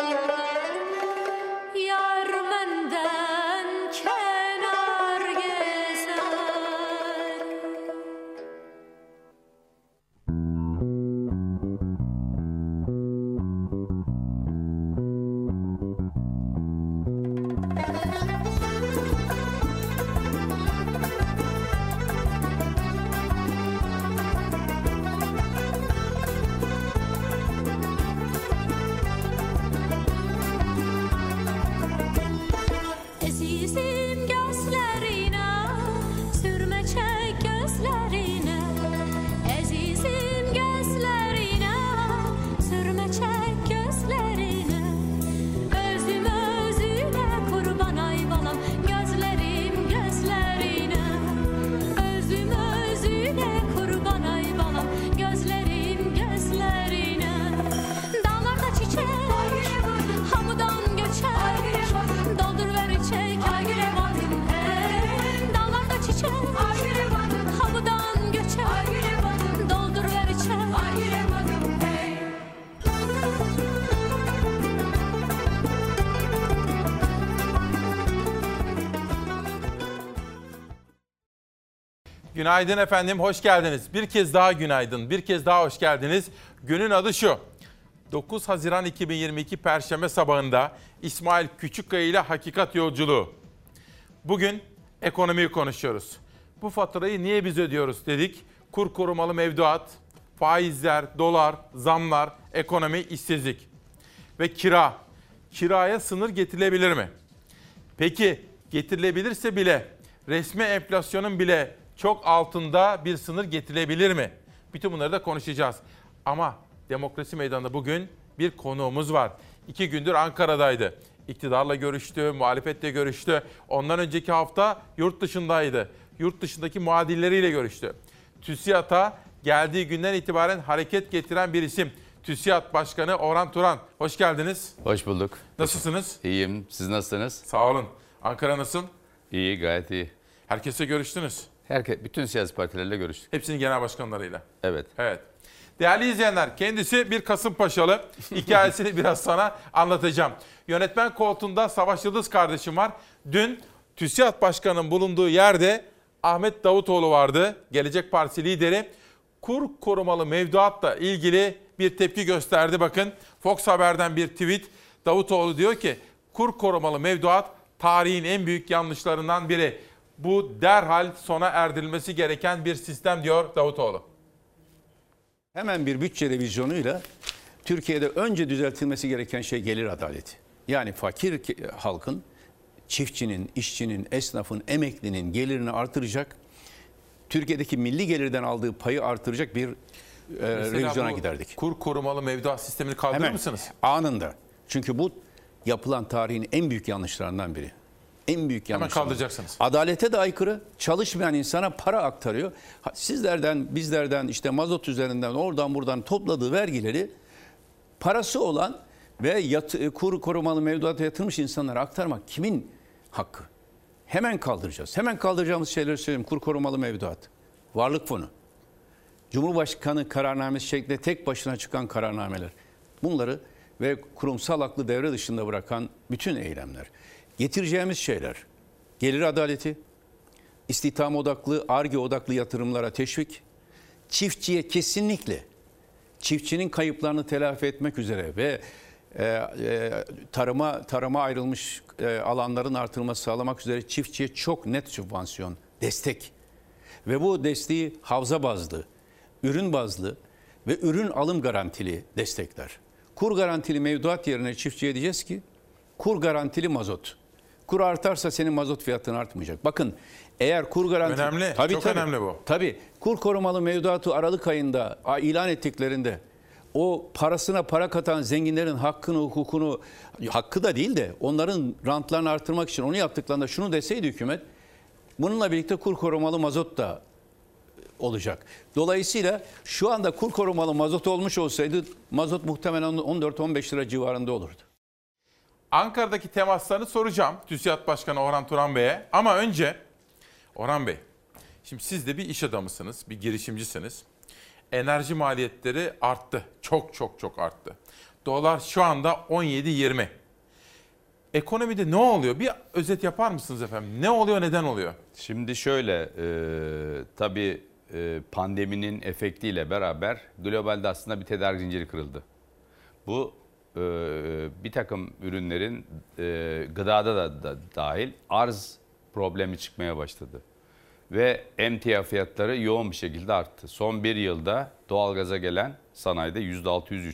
Speaker 10: yar menden kenar gezer. Azizim gözlerine, sürme çek gözlerine. Azizim gözlerine, sürme çek gözlerine. Özüm özüne kurban ay balam, gözlerim gözlerine. Özüm özüne kurban ay balam, gözlerim gözlerine. Dağlarda çiçek, hamudan göçer, doldur ver içek, dağlarda çiçek, hamudan göçer, doldur ver içek.
Speaker 1: Günaydın efendim, hoş geldiniz. Bir kez daha günaydın, bir kez daha hoş geldiniz. Günün adı şu. 9 Haziran 2022 Perşembe sabahında İsmail Küçükkaya ile Hakikat Yolculuğu. Bugün ekonomiyi konuşuyoruz. Bu faturayı niye biz ödüyoruz dedik. Kur korumalı mevduat, faizler, dolar, zamlar, ekonomi, işsizlik ve kira. Kiraya sınır getirilebilir mi? Peki getirilebilirse bile resmi enflasyonun bile çok altında bir sınır getirilebilir mi? Bütün bunları da konuşacağız. Ama Demokrasi Meydanı'nda bugün bir konuğumuz var. 2 gündür Ankara'daydı. İktidarla görüştü, muhalefetle görüştü. Ondan önceki hafta yurt dışındaydı. Yurt dışındaki muadilleriyle görüştü. TÜSİAD'a geldiği günden itibaren hareket getiren bir isim. TÜSİAD Başkanı Orhan Turan. Hoş geldiniz.
Speaker 13: Hoş bulduk.
Speaker 1: Nasılsınız?
Speaker 13: İyiyim. Siz nasılsınız?
Speaker 1: Sağ olun. Ankara nasıl?
Speaker 13: İyi, gayet iyi.
Speaker 1: Herkesle görüştünüz.
Speaker 13: Bütün siyasi partilerle görüştük.
Speaker 1: Hepsinin genel başkanlarıyla.
Speaker 13: Evet.
Speaker 1: Evet. Değerli izleyenler, kendisi bir Kasımpaşalı. Hikayesini biraz sana anlatacağım. Yönetmen koltuğunda Savaş Yıldız kardeşim var. Dün TÜSİAD Başkanı'nın bulunduğu yerde Ahmet Davutoğlu vardı. Gelecek Partisi lideri. Kur korumalı mevduatla ilgili bir tepki gösterdi. Bakın Fox Haber'den bir tweet. Davutoğlu diyor ki kur korumalı mevduat tarihin en büyük yanlışlarından biri. Bu derhal sona erdirilmesi gereken bir sistem diyor Davutoğlu.
Speaker 3: Hemen bir bütçe revizyonuyla Türkiye'de önce düzeltilmesi gereken şey gelir adaleti. Yani fakir halkın, çiftçinin, işçinin, esnafın, emeklinin gelirini artıracak, Türkiye'deki milli gelirden aldığı payı artıracak bir revizyona giderdik.
Speaker 1: Kur korumalı mevduat sistemini kaldırır
Speaker 3: Hemen,
Speaker 1: mısınız?
Speaker 3: Anında. Çünkü bu yapılan tarihin en büyük yanlışlarından biri. En büyük yanlış.
Speaker 1: Hemen kaldıracaksınız.
Speaker 3: Adalete de aykırı, çalışmayan insana para aktarıyor. Sizlerden, bizlerden, işte mazot üzerinden, oradan buradan topladığı vergileri parası olan ve kur korumalı mevduata yatırmış insanlara aktarmak kimin hakkı? Hemen kaldıracağız. Hemen kaldıracağımız şeyleri söyleyeyim. Kur korumalı mevduat, varlık fonu, Cumhurbaşkanı kararnamesi şeklinde tek başına çıkan kararnameler. Bunları ve kurumsal aklı devre dışında bırakan bütün eylemler. Getireceğimiz şeyler, gelir adaleti, istihdam odaklı, Ar-Ge odaklı yatırımlara teşvik, çiftçiye kesinlikle çiftçinin kayıplarını telafi etmek üzere ve tarıma ayrılmış alanların artırılması sağlamak üzere çiftçiye çok net sübvansiyon, destek ve bu desteği havza bazlı, ürün bazlı ve ürün alım garantili destekler. Kur garantili mevduat yerine çiftçiye diyeceğiz ki kur garantili mazot. Kur artarsa senin mazot fiyatın artmayacak. Bakın eğer kur garantili...
Speaker 1: Önemli, çok önemli bu.
Speaker 3: Tabii kur korumalı mevduatı Aralık ayında ilan ettiklerinde o parasına para katan zenginlerin hakkını, hukukunu, hakkı da değil de onların rantlarını artırmak için onu yaptıklarında şunu deseydi hükümet, bununla birlikte kur korumalı mazot da olacak. Dolayısıyla şu anda kur korumalı mazot olmuş olsaydı mazot muhtemelen 14-15 lira civarında olurdu.
Speaker 1: Ankara'daki temaslarını soracağım TÜSİAD Başkanı Orhan Turan Bey'e. Ama önce Orhan Bey, şimdi siz de bir iş adamısınız, bir girişimcisiniz. Enerji maliyetleri arttı. Çok arttı. Dolar şu anda 17-20. Ekonomide ne oluyor? Bir özet yapar mısınız efendim? Ne oluyor, neden oluyor?
Speaker 13: Şimdi şöyle, tabii pandeminin efektiyle beraber globalde aslında bir tedarik zinciri kırıldı. Bu bir takım ürünlerin gıdada da dahil arz problemi çıkmaya başladı. Ve emtia fiyatları yoğun bir şekilde arttı. Son bir yılda doğalgaza gelen sanayide %603.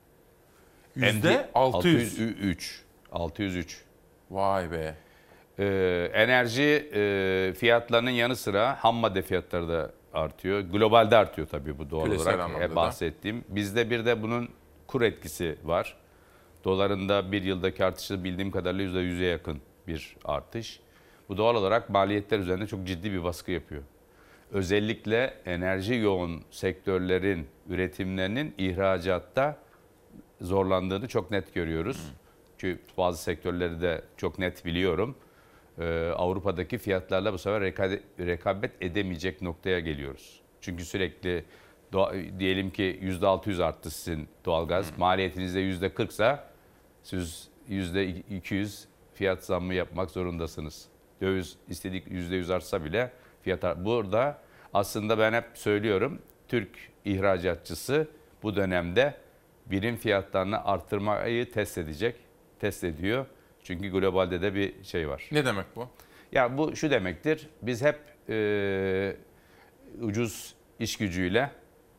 Speaker 13: %603.
Speaker 1: Vay be.
Speaker 13: Enerji fiyatlarının yanı sıra ham madde fiyatları da artıyor. Globalde artıyor tabii bu doğal olarak bahsettiğim. Bizde bir de bunun kur etkisi var. Doların da bir yıldaki artışı bildiğim kadarıyla %100'e yakın bir artış. Bu doğal olarak maliyetler üzerinde çok ciddi bir baskı yapıyor. Özellikle enerji yoğun sektörlerin üretimlerinin ihracatta zorlandığını çok net görüyoruz. Çünkü bazı sektörleri de çok net biliyorum. Avrupa'daki fiyatlarla bu sefer rekabet edemeyecek noktaya geliyoruz. Çünkü sürekli diyelim ki %600 arttı sizin doğalgaz. Maliyetinizde %40 ise siz %200 fiyat zammı yapmak zorundasınız. Döviz istedik %100 artsa bile fiyat burada aslında ben hep söylüyorum, Türk ihracatçısı bu dönemde birim fiyatlarını arttırmayı test ediyor. Çünkü globalde de bir şey var.
Speaker 1: Ne demek bu?
Speaker 13: Ya bu şu demektir. Biz hep ucuz iş gücüyle,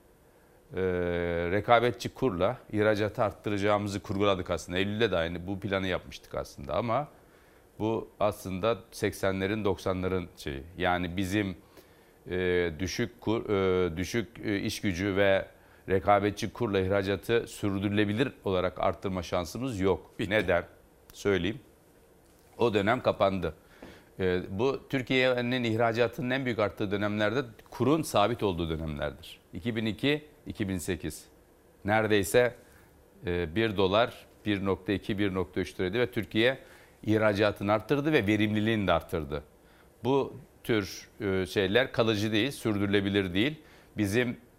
Speaker 13: rekabetçi kurla ihracatı arttıracağımızı kurguladık aslında. Eylül'de de aynı bu planı yapmıştık aslında ama bu aslında 80'lerin 90'ların şeyi. Yani bizim düşük iş gücü ve rekabetçi kurla ihracatı sürdürülebilir olarak arttırma şansımız yok. Bitti. Neden? Söyleyeyim. O dönem kapandı. Bu Türkiye'nin ihracatının en büyük arttığı dönemlerde kurun sabit olduğu dönemlerdir. 2002-2008. Neredeyse 1 dolar 1.2-1.3 liraydı ve Türkiye ihracatını arttırdı ve verimliliğini de arttırdı. Bu tür şeyler kalıcı değil, sürdürülebilir değil. Bizim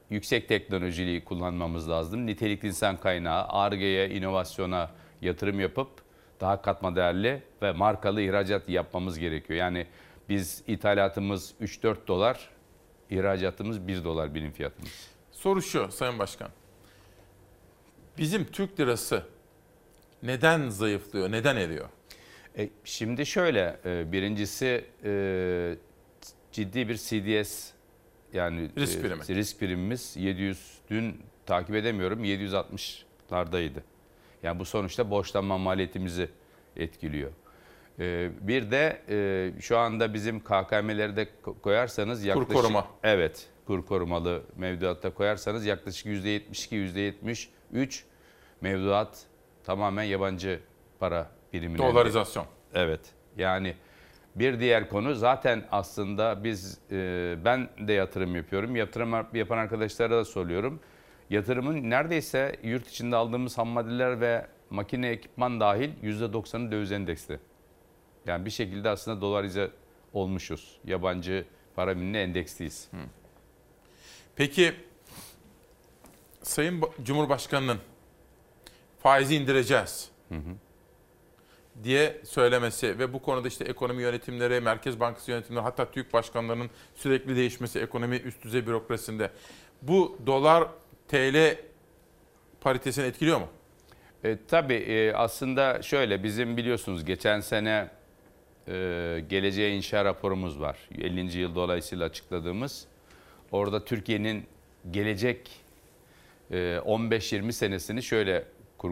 Speaker 13: yüksek teknolojili kullanmamız lazım. Nitelikli insan kaynağı, Ar-Ge'ye, inovasyona yatırım yapıp daha katma değerli ve markalı ihracat yapmamız gerekiyor. Yani biz ithalatımız 3-4 dolar, ihracatımız 1 dolar birim fiyatımız.
Speaker 1: Soru şu Sayın Başkan. Bizim Türk lirası neden zayıflıyor, neden eriyor?
Speaker 13: Şimdi şöyle, birincisi ciddi bir CDS, yani risk primimiz 700, dün takip edemiyorum, 760'lardaydı. Yani bu sonuçta borçlanma maliyetimizi etkiliyor. Bir de şu anda bizim KKM'leri de koyarsanız yaklaşık...
Speaker 1: Kur koruma.
Speaker 13: Evet, kur korumalı mevduatta koyarsanız yaklaşık %72, %73 mevduat tamamen yabancı para birimine.
Speaker 1: Dolarizasyon.
Speaker 13: Evet, yani bir diğer konu zaten aslında ben de yatırım yapıyorum. Yatırım yapan arkadaşlara da soruyorum. Yatırımın neredeyse yurt içinde aldığımız ham maddeler ve makine ekipman dahil %90'ı döviz endeksli. Yani bir şekilde aslında dolarize olmuşuz. Yabancı para birimine endeksliyiz.
Speaker 1: Peki Sayın Cumhurbaşkanı'nın faizi indireceğiz diye söylemesi ve bu konuda işte ekonomi yönetimleri, Merkez Bankası yönetimleri, hatta TÜİK başkanlarının sürekli değişmesi ekonomi üst düzey bürokrasisinde bu dolar TL paritesini etkiliyor mu?
Speaker 13: Tabii aslında şöyle, bizim biliyorsunuz geçen sene geleceğe inşa raporumuz var. 50. yıl dolayısıyla açıkladığımız. Orada Türkiye'nin gelecek 15-20 senesini şöyle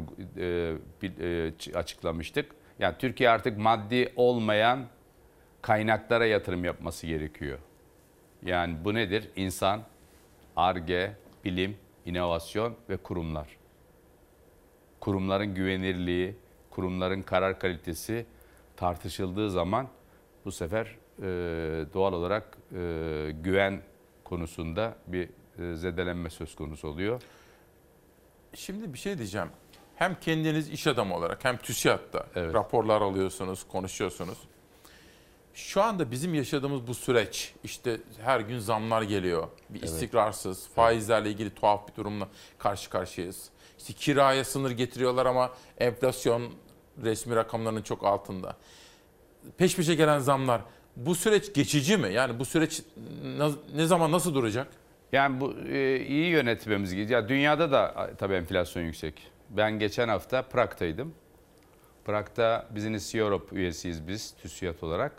Speaker 13: açıklamıştık. Yani Türkiye artık maddi olmayan kaynaklara yatırım yapması gerekiyor. Yani bu nedir? İnsan, Ar-Ge, bilim, inovasyon ve kurumlar. Kurumların güvenirliği, kurumların karar kalitesi tartışıldığı zaman bu sefer doğal olarak güven konusunda bir zedelenme söz konusu oluyor.
Speaker 1: Şimdi bir şey diyeceğim. Hem kendiniz iş adamı olarak hem TÜSİAD'da raporlar alıyorsunuz, konuşuyorsunuz. Şu anda bizim yaşadığımız bu süreç, işte her gün zamlar geliyor. Bir istikrarsız, faizlerle ilgili tuhaf bir durumla karşı karşıyayız. İşte kiraya sınır getiriyorlar ama enflasyon resmi rakamlarının çok altında. Peş peşe gelen zamlar. Bu süreç geçici mi? Yani bu süreç ne zaman nasıl duracak?
Speaker 13: Yani bu iyi yönetmemiz gerekiyor. Ya dünyada da tabii enflasyon yüksek. Ben geçen hafta Prag'taydım. Prag'da Business Europe üyesiyiz biz TÜSİAD olarak.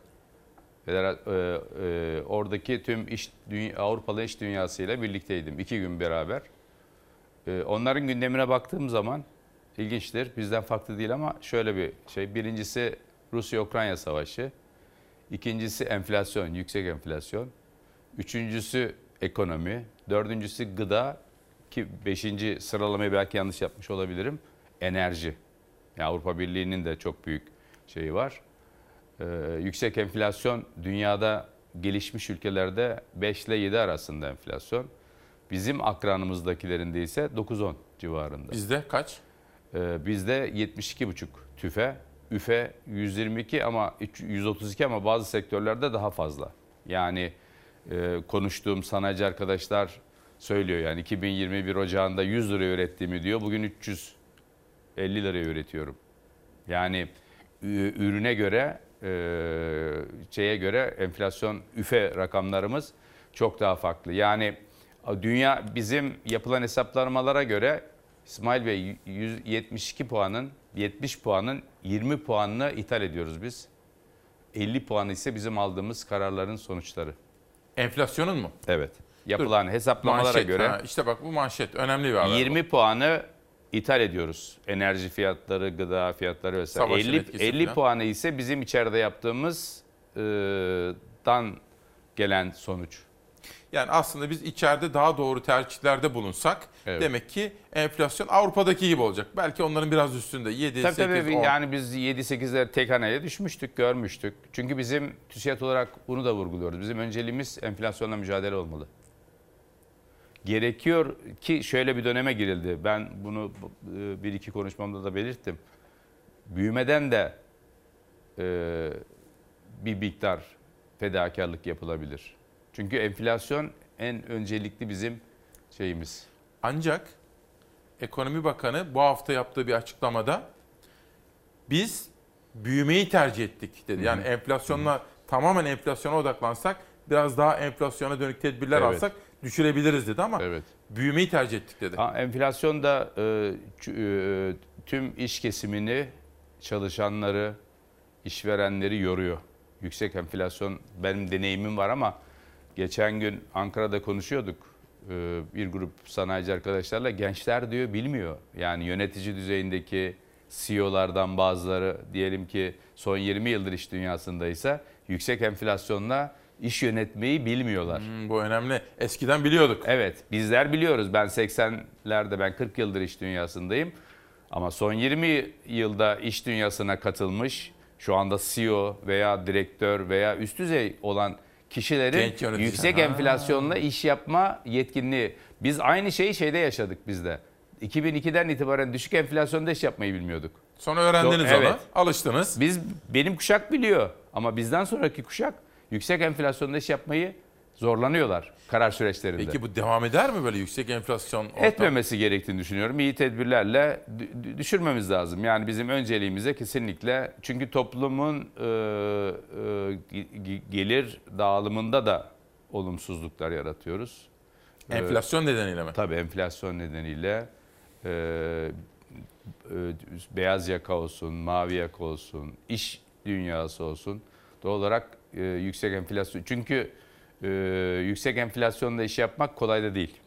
Speaker 13: Oradaki tüm Avrupalı iş dünyasıyla birlikteydim. 2 gün beraber. Onların gündemine baktığım zaman ilginçtir. Bizden farklı değil ama şöyle bir şey. Birincisi Rusya-Ukrayna savaşı. İkincisi enflasyon, yüksek enflasyon. Üçüncüsü ekonomi. Dördüncüsü gıda. Ki 5. sıralamayı belki yanlış yapmış olabilirim. Enerji. Yani Avrupa Birliği'nin de çok büyük şeyi var. Yüksek enflasyon dünyada gelişmiş ülkelerde 5 ile 7 arasında enflasyon. Bizim akranımızdakilerinde ise 9-10 civarında.
Speaker 1: Bizde kaç?
Speaker 13: Bizde 72,5 tüfe. Üfe 122 ama 132 ama bazı sektörlerde daha fazla. Yani konuştuğum sanayici arkadaşlar söylüyor, yani 2021 ocağında 100 liraya ürettiğimi diyor. Bugün 350 liraya üretiyorum. Yani ürüne göre şeye göre enflasyon üfe rakamlarımız çok daha farklı. Yani dünya bizim yapılan hesaplamalara göre İsmail Bey 172 puanın 70 puanın 20 puanını ithal ediyoruz biz. 50 puanı ise bizim aldığımız kararların sonuçları.
Speaker 1: Enflasyonun mu?
Speaker 13: Evet. Yapılan hesaplamalara göre
Speaker 1: işte bak bu manşet önemli bir haber.
Speaker 13: 20 puanı ithal ediyoruz. Enerji fiyatları, gıda fiyatları vesaire. 50 puanı ise bizim içeride yaptığımızdan gelen sonuç.
Speaker 1: Yani aslında biz içeride daha doğru tercihlerde bulunsak demek ki enflasyon Avrupa'daki gibi olacak. Belki onların biraz üstünde 7,
Speaker 13: tabii,
Speaker 1: 8, 10.
Speaker 13: Yani biz 7-8'ler tek haneye düşmüştük, görmüştük. Çünkü bizim TÜSİAD olarak bunu da vurguluyoruz. Bizim önceliğimiz enflasyonla mücadele olmalı. Gerekiyor ki şöyle bir döneme girildi. Ben bunu bir iki konuşmamda da belirttim. Büyümeden de bir miktar fedakarlık yapılabilir. Çünkü enflasyon en öncelikli bizim şeyimiz.
Speaker 1: Ancak Ekonomi Bakanı bu hafta yaptığı bir açıklamada biz büyümeyi tercih ettik dedi. Yani enflasyonla tamamen enflasyona odaklansak, biraz daha enflasyona dönük tedbirler alsak düşürebiliriz dedi ama büyümeyi tercih ettik dedi.
Speaker 13: Enflasyon da tüm iş kesimini, çalışanları, işverenleri yoruyor. Yüksek enflasyon, benim deneyimim var ama geçen gün Ankara'da konuşuyorduk. Bir grup sanayici arkadaşlarla, gençler diyor bilmiyor. Yani yönetici düzeyindeki CEO'lardan bazıları diyelim ki son 20 yıldır iş dünyasındaysa yüksek enflasyonla iş yönetmeyi bilmiyorlar.
Speaker 1: Bu önemli. Eskiden biliyorduk.
Speaker 13: Evet, bizler biliyoruz. Ben 80'lerde, ben 40 yıldır iş dünyasındayım. Ama son 20 yılda iş dünyasına katılmış, şu anda CEO veya direktör veya üst düzey olan kişilerin yüksek enflasyonla iş yapma yetkinliği. Biz aynı şeyi şeyde yaşadık biz de. 2002'den itibaren düşük enflasyonda iş yapmayı bilmiyorduk.
Speaker 1: Sonra öğrendiniz onu, alıştınız.
Speaker 13: Benim kuşak biliyor ama bizden sonraki kuşak yüksek enflasyonda iş yapmayı zorlanıyorlar karar süreçlerinde.
Speaker 1: Peki bu devam eder mi böyle yüksek enflasyon?
Speaker 13: Etmemesi gerektiğini düşünüyorum. İyi tedbirlerle düşürmemiz lazım. Yani bizim önceliğimize kesinlikle, çünkü toplumun gelir dağılımında da olumsuzluklar yaratıyoruz.
Speaker 1: Enflasyon nedeniyle mi?
Speaker 13: Tabii enflasyon nedeniyle. Beyaz yaka olsun, mavi yaka olsun, iş dünyası olsun. Doğal olarak yüksek enflasyon. Çünkü yüksek enflasyonda iş yapmak kolay da değil.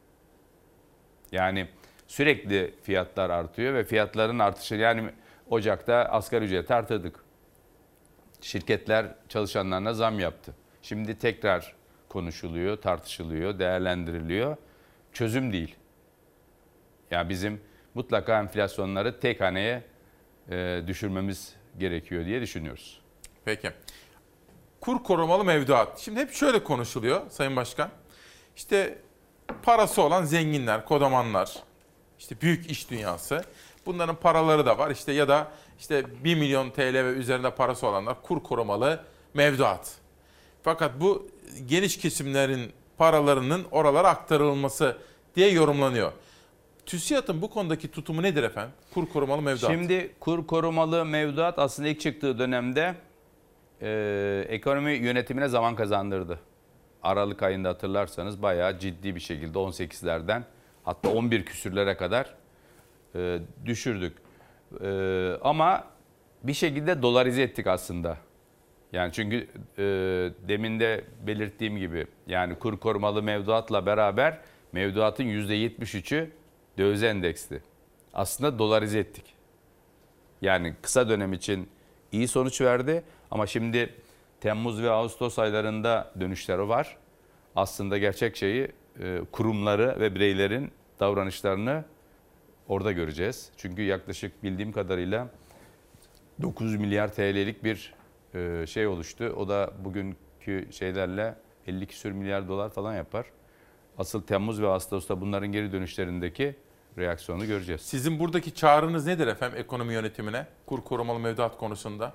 Speaker 13: Yani sürekli fiyatlar artıyor ve fiyatların artışı, yani Ocak'ta asgari ücreti artırdık. Şirketler çalışanlarına zam yaptı. Şimdi tekrar konuşuluyor, tartışılıyor, değerlendiriliyor. Çözüm değil. Yani bizim mutlaka enflasyonları tek haneye düşürmemiz gerekiyor diye düşünüyoruz.
Speaker 1: Peki. Kur korumalı mevduat. Şimdi hep şöyle konuşuluyor Sayın Başkan. İşte parası olan zenginler, kodamanlar, işte büyük iş dünyası. Bunların paraları da var. İşte ya da işte 1 milyon TL ve üzerinde parası olanlar kur korumalı mevduat. Fakat bu geniş kesimlerin paralarının oralara aktarılması diye yorumlanıyor. TÜSİAD'ın bu konudaki tutumu nedir efendim? Kur korumalı mevduat.
Speaker 13: Şimdi kur korumalı mevduat aslında ilk çıktığı dönemde ekonomi yönetimine zaman kazandırdı. Aralık ayında hatırlarsanız bayağı ciddi bir şekilde 18'lerden hatta 11 küsürlere kadar düşürdük. Ama bir şekilde dolarize ettik aslında. Yani çünkü demin de belirttiğim gibi, yani kur korumalı mevduatla beraber mevduatın %73'ü döviz endeksli. Aslında dolarize ettik. Yani kısa dönem için iyi sonuç verdi ama şimdi Temmuz ve Ağustos aylarında dönüşleri var. Aslında gerçek şeyi kurumları ve bireylerin davranışlarını orada göreceğiz. Çünkü yaklaşık bildiğim kadarıyla 9 milyar TL'lik bir şey oluştu. O da bugünkü şeylerle 50 küsur milyar dolar falan yapar. Asıl Temmuz ve Ağustos'ta bunların geri dönüşlerindeki reaksiyonu göreceğiz.
Speaker 1: Sizin buradaki çağrınız nedir efendim ekonomi yönetimine kur korumalı mevduat konusunda?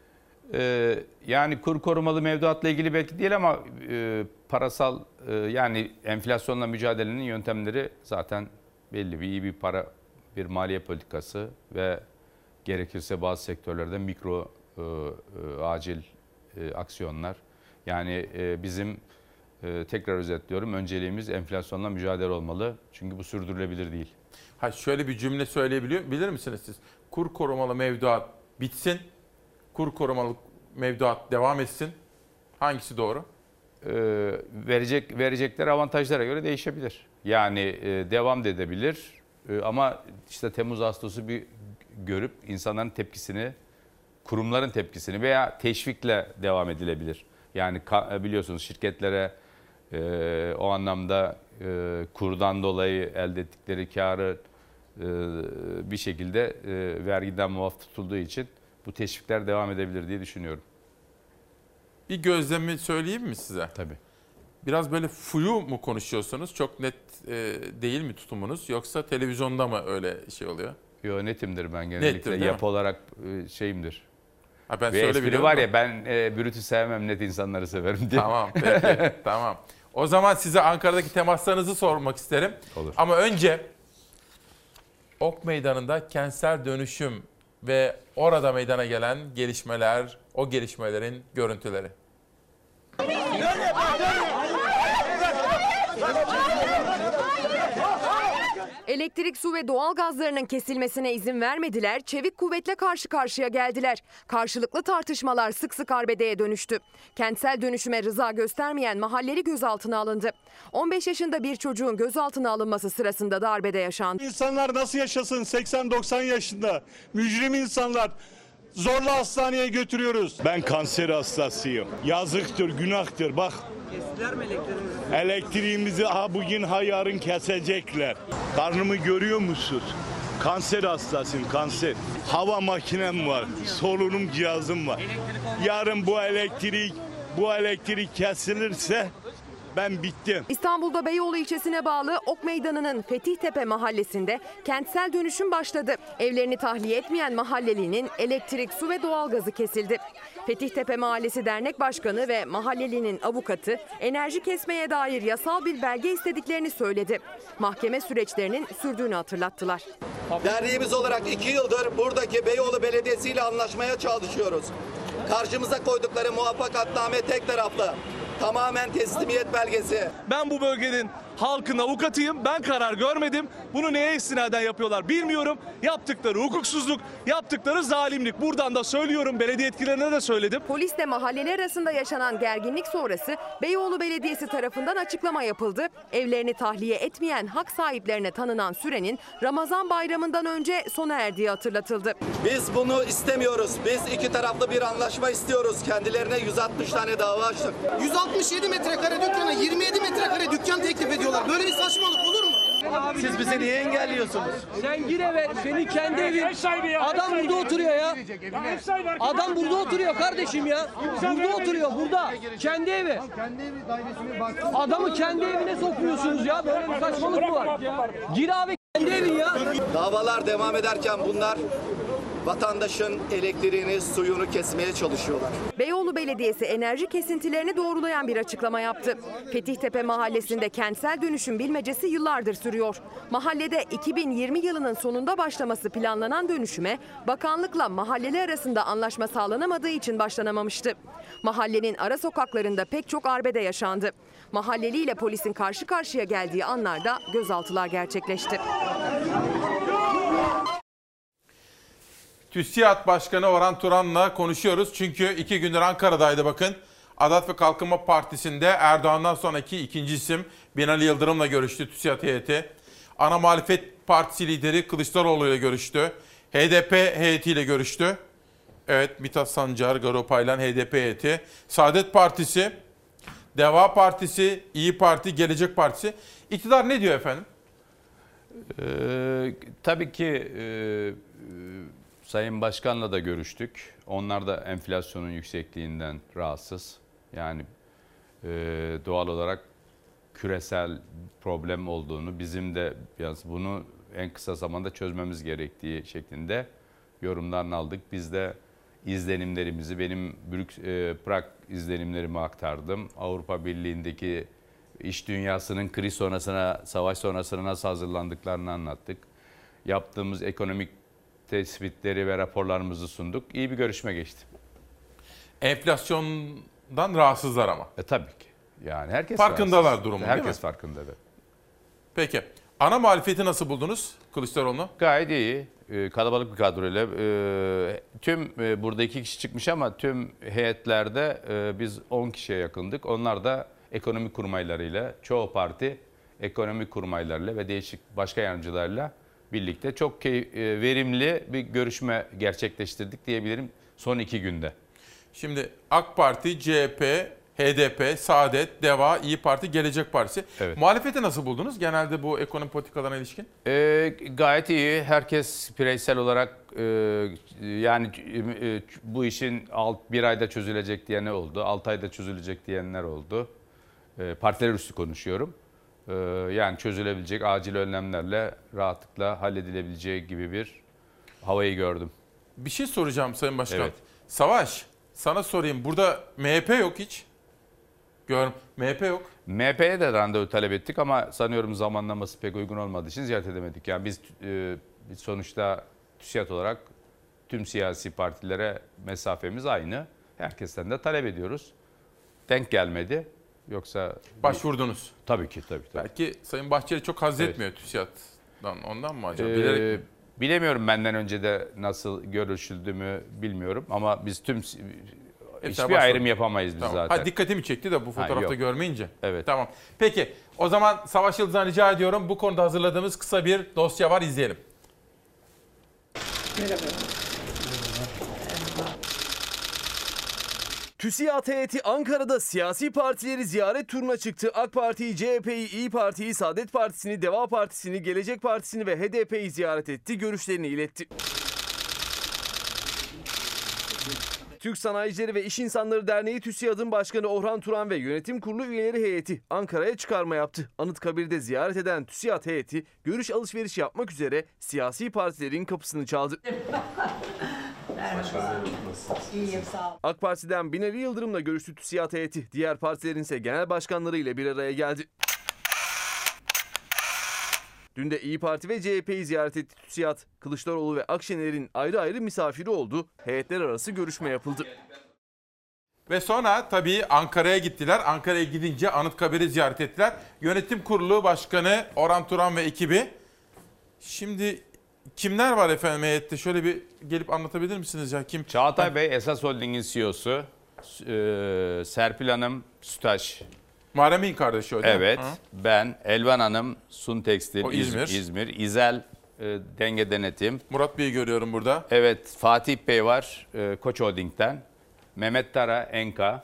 Speaker 13: Yani kur korumalı mevduatla ilgili belki değil ama parasal yani enflasyonla mücadelenin yöntemleri zaten belli. İyi bir maliye politikası ve gerekirse bazı sektörlerde mikro acil aksiyonlar. Yani bizim tekrar özetliyorum, önceliğimiz enflasyonla mücadele olmalı. Çünkü bu sürdürülebilir değil.
Speaker 1: Şöyle bir cümle söyleyebilir misiniz siz? Kur korumalı mevduat bitsin, kur mevduat devam etsin. Hangisi doğru?
Speaker 13: Verecekleri avantajlara göre değişebilir. Yani devam da edebilir. Ama işte Temmuz-Ağustos'u bir görüp insanların tepkisini, kurumların tepkisini veya teşvikle devam edilebilir. Yani biliyorsunuz şirketlere o anlamda kurdan dolayı elde ettikleri karı bir şekilde vergiden muaf tutulduğu için bu teşvikler devam edebilir diye düşünüyorum.
Speaker 1: Bir gözlemi söyleyeyim mi size?
Speaker 13: Tabii.
Speaker 1: Biraz böyle flu mu konuşuyorsunuz? Çok net değil mi tutumunuz? Yoksa televizyonda mı öyle şey oluyor?
Speaker 13: Yok, netimdir ben genellikle.
Speaker 1: Nettir,
Speaker 13: yapı olarak şeyimdir.
Speaker 1: Ben
Speaker 13: bir espri var ya, ben brütü sevmem, net insanları severim diye.
Speaker 1: Tamam peki tamam. O zaman size Ankara'daki temaslarınızı sormak isterim.
Speaker 13: Olur.
Speaker 1: Ama önce Ok Meydanı'nda kentsel dönüşüm ve orada meydana gelen gelişmeler, o gelişmelerin görüntüleri.
Speaker 2: Elektrik, su ve doğal gazlarının kesilmesine izin vermediler, çevik kuvvetle karşı karşıya geldiler. Karşılıklı tartışmalar sık sık arbedeye dönüştü. Kentsel dönüşüme rıza göstermeyen mahalleli gözaltına alındı. 15 yaşında bir çocuğun gözaltına alınması sırasında da arbede yaşandı.
Speaker 12: İnsanlar nasıl yaşasın 80-90 yaşında? Mücrim insanlar. Zorla hastaneye götürüyoruz. Ben kanser hastasıyım. Yazıktır, günahtır. Bak. Kestiler mi elektriğimizi? Elektriğimizi bugün yarın kesecekler. Karnımı görüyor musunuz? Kanser hastasıyım, kanser. Hava makinem var, solunum cihazım var. Yarın bu elektrik kesilirse ben bittim.
Speaker 2: İstanbul'da Beyoğlu ilçesine bağlı Ok Meydanı'nın Fethihtepe mahallesinde kentsel dönüşüm başladı. Evlerini tahliye etmeyen mahallelinin elektrik, su ve doğalgazı kesildi. Fethihtepe Mahallesi Dernek Başkanı ve mahallelinin avukatı enerji kesmeye dair yasal bir belge istediklerini söyledi. Mahkeme süreçlerinin sürdüğünü hatırlattılar.
Speaker 14: Derneğimiz olarak 2 yıldır buradaki Beyoğlu Belediyesi ile anlaşmaya çalışıyoruz. Karşımıza koydukları muvaffakatname tek taraflı. Tamamen teslimiyet belgesi.
Speaker 12: Ben bu bölgenin halkın avukatıyım. Ben karar görmedim. Bunu neye istinaden yapıyorlar bilmiyorum. Yaptıkları hukuksuzluk, yaptıkları zalimlik. Buradan da söylüyorum, belediye yetkililerine de söyledim.
Speaker 2: Polisle mahalleler arasında yaşanan gerginlik sonrası Beyoğlu Belediyesi tarafından açıklama yapıldı. Evlerini tahliye etmeyen hak sahiplerine tanınan sürenin Ramazan bayramından önce sona erdiği hatırlatıldı.
Speaker 14: Biz bunu istemiyoruz. Biz iki taraflı bir anlaşma istiyoruz. Kendilerine 160 tane dava açtık.
Speaker 15: 167 metrekare dükkana 27 metrekare dükkan teklif ediyorlar. Böyle bir saçmalık olur mu?
Speaker 14: Siz bizi niye engelliyorsunuz?
Speaker 15: Sen gir eve, senin kendi evin. Adam burada oturuyor ya. Adam burada oturuyor kardeşim ya. Burada oturuyor, burada. Kendi evi. Adamı kendi evine sokmuyorsunuz ya. Böyle bir saçmalık mı var? Gir abi kendi evin ya.
Speaker 14: Davalar devam ederken bunlar vatandaşın elektriğini, suyunu kesmeye çalışıyorlar.
Speaker 2: Beyoğlu Belediyesi enerji kesintilerini doğrulayan bir açıklama yaptı. Fethihtepe Mahallesi'nde kentsel dönüşüm bilmecesi yıllardır sürüyor. Mahallede 2020 yılının sonunda başlaması planlanan dönüşüme bakanlıkla mahalleler arasında anlaşma sağlanamadığı için başlanamamıştı. Mahallenin ara sokaklarında pek çok arbede yaşandı. Mahalleli ile polisin karşı karşıya geldiği anlarda gözaltılar gerçekleşti.
Speaker 1: TÜSİAD Başkanı Orhan Turan'la konuşuyoruz. Çünkü 2 gündür Ankara'daydı bakın. Adalet ve Kalkınma Partisi'nde Erdoğan'dan sonraki ikinci isim Binali Yıldırım'la görüştü TÜSİAD heyeti. Ana Muhalefet Partisi lideri Kılıçdaroğlu ile görüştü. HDP heyetiyle görüştü. Evet, Mithat Sancar, Garo Paylan, HDP heyeti. Saadet Partisi, Deva Partisi, İyi Parti, Gelecek Partisi. İktidar ne diyor efendim?
Speaker 13: Tabii ki Sayın Başkan'la da görüştük. Onlar da enflasyonun yüksekliğinden rahatsız. Yani doğal olarak küresel problem olduğunu, bizim de bunu en kısa zamanda çözmemiz gerektiği şeklinde yorumlarını aldık. Biz de izlenimlerimizi, benim Prag izlenimlerimi aktardım. Avrupa Birliği'ndeki iş dünyasının kriz sonrasına, savaş sonrasına nasıl hazırlandıklarını anlattık. Yaptığımız ekonomik tespitleri ve raporlarımızı sunduk. İyi bir görüşme geçti.
Speaker 1: Enflasyondan rahatsızlar ama.
Speaker 13: Tabii ki. Yani herkes
Speaker 1: farkındalar
Speaker 13: rahatsız.
Speaker 1: Durumu,
Speaker 13: herkes
Speaker 1: değil mi?
Speaker 13: Farkında. Evet.
Speaker 1: Peki. Ana muhalefeti nasıl buldunuz Kılıçdaroğlu'nu?
Speaker 13: Gayet iyi. Kalabalık bir kadroyla. Tüm burada 2 kişi çıkmış ama tüm heyetlerde biz 10 kişiye yakındık. Onlar da ekonomi kurmaylarıyla, çoğu parti ekonomi kurmaylarıyla ve değişik başka yardımcılarla birlikte çok verimli bir görüşme gerçekleştirdik diyebilirim son 2 günde.
Speaker 1: Şimdi AK Parti, CHP, HDP, Saadet, Deva, İyi Parti, Gelecek Partisi.
Speaker 13: Evet.
Speaker 1: Muhalefeti nasıl buldunuz genelde bu ekonomi politikalarına ilişkin?
Speaker 13: Gayet iyi. Herkes bireysel olarak yani bu işin 1 ayda çözülecek diyen ne oldu? 6 ayda çözülecek diyenler oldu. Partiler üstü konuşuyorum. Yani çözülebilecek acil önlemlerle rahatlıkla halledilebileceği gibi bir havayı gördüm.
Speaker 1: Bir şey soracağım Sayın Başkan.
Speaker 13: Evet.
Speaker 1: Savaş, sana sorayım. Burada MHP yok hiç. MHP yok.
Speaker 13: MHP'ye de randevu talep ettik ama sanıyorum zamanlaması pek uygun olmadığı için ziyaret edemedik. Yani biz sonuçta TÜSİAD olarak tüm siyasi partilere mesafemiz aynı. Herkesten de talep ediyoruz. Denk gelmedi. Yoksa
Speaker 1: başvurdunuz.
Speaker 13: Tabii ki.
Speaker 1: Belki Sayın Bahçeli çok haz etmiyor TÜSİAD'dan. Ondan mı acaba?
Speaker 13: Bilemiyorum, benden önce de nasıl görüşüldüğümü bilmiyorum ama biz hiçbir ayrım yapamayız biz zaten.
Speaker 1: Dikkatimi çekti de bu fotoğrafta görmeyince.
Speaker 13: Evet.
Speaker 1: Tamam. Peki o zaman Savaş Yıldız'dan rica ediyorum. Bu konuda hazırladığımız kısa bir dosya var, izleyelim.
Speaker 16: Merhaba.
Speaker 17: TÜSİAD heyeti Ankara'da siyasi partileri ziyaret turuna çıktı. AK Parti'yi, CHP'yi, İYİ Parti'yi, Saadet Partisi'ni, Deva Partisi'ni, Gelecek Partisi'ni ve HDP'yi ziyaret etti, görüşlerini iletti. Türk Sanayicileri ve İş İnsanları Derneği TÜSİAD'ın başkanı Orhan Turan ve yönetim kurulu üyeleri heyeti Ankara'ya çıkarma yaptı. Anıtkabir'de ziyaret eden TÜSİAD heyeti görüş alışveriş yapmak üzere siyasi partilerin kapısını çaldı.
Speaker 16: İyiyim, sağ ol.
Speaker 17: AK Parti'den Binali Yıldırım'la görüştü TÜSİAD heyeti. Diğer partilerin ise genel başkanları ile bir araya geldi. Dün de İYİ Parti ve CHP'yi ziyaret etti TÜSİAD. Kılıçdaroğlu ve Akşener'in ayrı ayrı misafiri oldu. Heyetler arası görüşme yapıldı.
Speaker 1: Ve sonra tabii Ankara'ya gittiler. Ankara'ya gidince Anıtkabir'i ziyaret ettiler. Yönetim Kurulu Başkanı Orhan Turan ve ekibi. Şimdi kimler var efendim heyette? Şöyle bir gelip anlatabilir misiniz ya? Kim?
Speaker 13: Çağatay Bey Esas Holding'in CEO'su. Serpil Hanım Sütaş.
Speaker 1: Muharrem Bey'in kardeşi o değil mi?
Speaker 13: Evet.
Speaker 1: Ha?
Speaker 13: Ben, Elvan Hanım Sun Tekstil,
Speaker 1: o
Speaker 13: İzmir. İzel Denge Denetim.
Speaker 1: Murat Bey'i görüyorum burada.
Speaker 13: Evet. Fatih Bey var Koç Holding'den. Mehmet Tara Enka.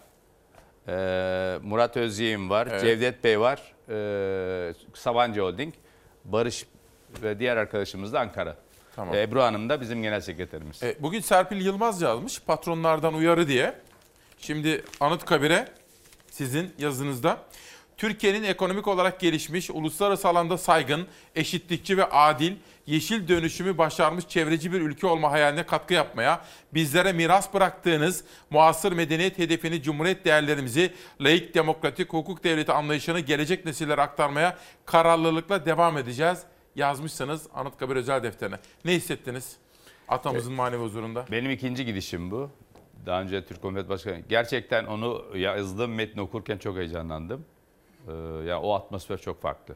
Speaker 13: Murat Özyiğim var. Evet. Cevdet Bey var. Sabancı Holding. Barış ve diğer arkadaşımız da Ankara.
Speaker 1: Tamam.
Speaker 13: Ebru Hanım da bizim genel sekreterimiz.
Speaker 1: Bugün Serpil Yılmaz yazmış patronlardan uyarı diye. Şimdi Anıtkabir'e sizin yazınızda Türkiye'nin ekonomik olarak gelişmiş, uluslararası alanda saygın, eşitlikçi ve adil, yeşil dönüşümü başarmış çevreci bir ülke olma hayaline katkı yapmaya, bizlere miras bıraktığınız muasır medeniyet hedefini, cumhuriyet değerlerimizi, laik, demokratik, hukuk devleti anlayışını gelecek nesillere aktarmaya kararlılıkla devam edeceğiz yazmışsınız Anıtkabir özel defterine. Ne hissettiniz atamızın manevi huzurunda?
Speaker 13: Benim ikinci gidişim bu. Daha önce Türk Komünist Başkanı. Gerçekten onu yazdığım metni okurken çok heyecanlandım. Ya o atmosfer çok farklı.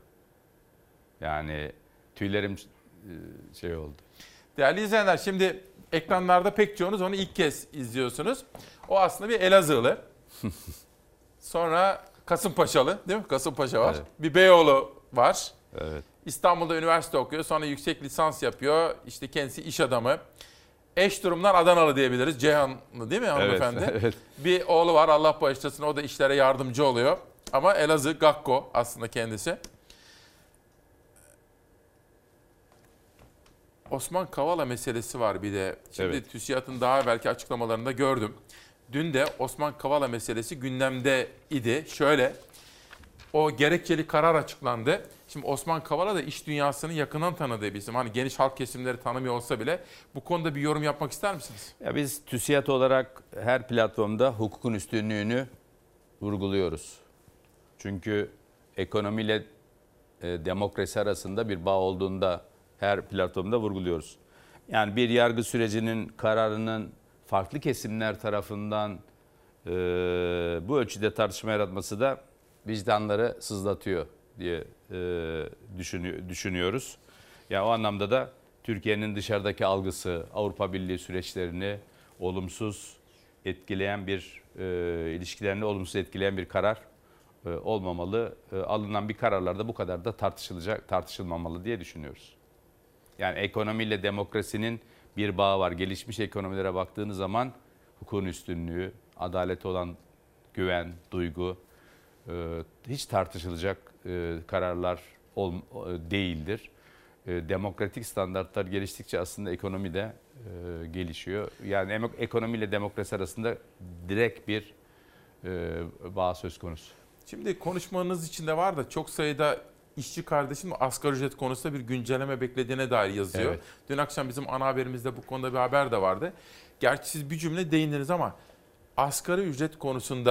Speaker 13: Yani tüylerim şey oldu.
Speaker 1: Değerli izleyenler, şimdi ekranlarda pek çoğunuz onu ilk kez izliyorsunuz. O aslında bir Elazığlı. Sonra Kasımpaşalı, değil mi? Kasımpaşa var. Evet. Bir Beyoğlu var.
Speaker 13: Evet.
Speaker 1: İstanbul'da üniversite okuyor. Sonra yüksek lisans yapıyor. İşte kendisi iş adamı. Eş durumlar Adanalı diyebiliriz. Ceyhanlı değil mi hanımefendi? Evet, evet. Bir oğlu var, Allah bağışlasın. O da işlere yardımcı oluyor. Ama Elazığ, Gakko aslında kendisi. Osman Kavala meselesi var bir de. Şimdi evet. TÜSİAD'ın daha evvelki açıklamalarında gördüm. Dün de Osman Kavala meselesi gündemde idi. Şöyle, o gerekçeli karar açıklandı. Şimdi Osman Kavala da iş dünyasının yakından tanıdığı bir isim. Hani geniş halk kesimleri tanımıyor olsa bile bu konuda bir yorum yapmak ister misiniz?
Speaker 13: Ya biz TÜSİAD olarak her platformda hukukun üstünlüğünü vurguluyoruz. Çünkü ekonomiyle demokrasi arasında bir bağ olduğunda her platformda vurguluyoruz. Yani bir yargı sürecinin kararının farklı kesimler tarafından bu ölçüde tartışma yaratması da vicdanları sızlatıyor diye düşünüyoruz. Yani o anlamda da Türkiye'nin dışarıdaki algısı, Avrupa Birliği süreçlerini olumsuz etkileyen bir, ilişkilerini olumsuz etkileyen bir karar olmamalı. Alınan bir kararlarda bu kadar da tartışılmamalı diye düşünüyoruz. Yani ekonomiyle demokrasinin bir bağı var. Gelişmiş ekonomilere baktığınız zaman hukukun üstünlüğü, adalete olan güven, duygu hiç tartışılacak kararlar değildir. Demokratik standartlar geliştikçe aslında ekonomi de gelişiyor. Yani ekonomiyle demokrasi arasında direkt bir bağ söz konusu.
Speaker 1: Şimdi konuşmanız içinde var da çok sayıda işçi kardeşim asgari ücret konusunda bir güncelleme beklediğine dair yazıyor. Evet. Dün akşam bizim ana haberimizde bu konuda bir haber de vardı. Gerçi siz bir cümle değindiniz ama asgari ücret konusunda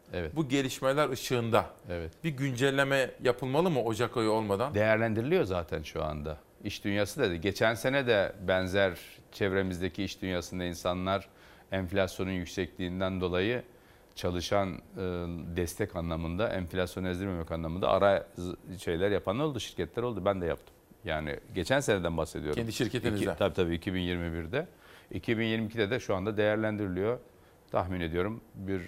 Speaker 13: Evet.
Speaker 1: Bu gelişmeler ışığında bir güncelleme yapılmalı mı Ocak ayı olmadan?
Speaker 13: Değerlendiriliyor zaten şu anda. İş dünyası da geçen sene de benzer çevremizdeki iş dünyasında insanlar enflasyonun yüksekliğinden dolayı çalışan destek anlamında, enflasyonu ezdirmemek anlamında ara şeyler yapan oldu, şirketler oldu. Ben de yaptım. Yani geçen seneden bahsediyorum.
Speaker 1: Kendi şirketinizde.
Speaker 13: Tabii 2021'de. 2022'de de şu anda değerlendiriliyor. Tahmin ediyorum bir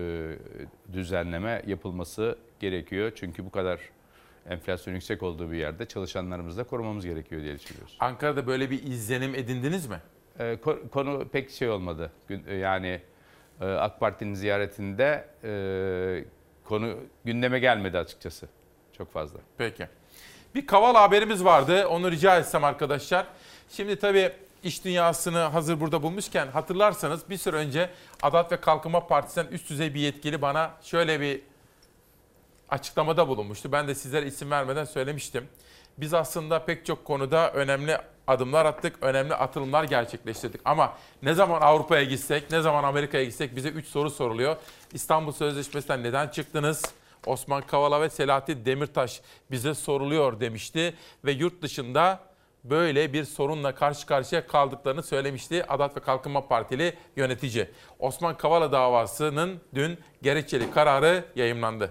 Speaker 13: düzenleme yapılması gerekiyor. Çünkü bu kadar enflasyon yüksek olduğu bir yerde çalışanlarımızı da korumamız gerekiyor diye düşünüyoruz.
Speaker 1: Ankara'da böyle bir izlenim edindiniz mi?
Speaker 13: Konu pek şey olmadı. Yani AK Parti'nin ziyaretinde konu gündeme gelmedi açıkçası. Çok fazla.
Speaker 1: Peki. Bir Kavala haberimiz vardı. Onu rica etsem arkadaşlar. Şimdi tabii iş dünyasını hazır burada bulmuşken hatırlarsanız bir süre önce Adalet ve Kalkınma Partisi'nden üst düzey bir yetkili bana şöyle bir açıklamada bulunmuştu. Ben de sizlere isim vermeden söylemiştim. Biz aslında pek çok konuda önemli adımlar attık, önemli atılımlar gerçekleştirdik. Ama ne zaman Avrupa'ya gitsek, ne zaman Amerika'ya gitsek bize 3 soru soruluyor. İstanbul Sözleşmesi'nden neden çıktınız? Osman Kavala ve Selahattin Demirtaş bize soruluyor demişti. Ve yurt dışında böyle bir sorunla karşı karşıya kaldıklarını söylemişti Adalet ve Kalkınma Partili yönetici. Osman Kavala davasının dün gerekçeli kararı yayımlandı.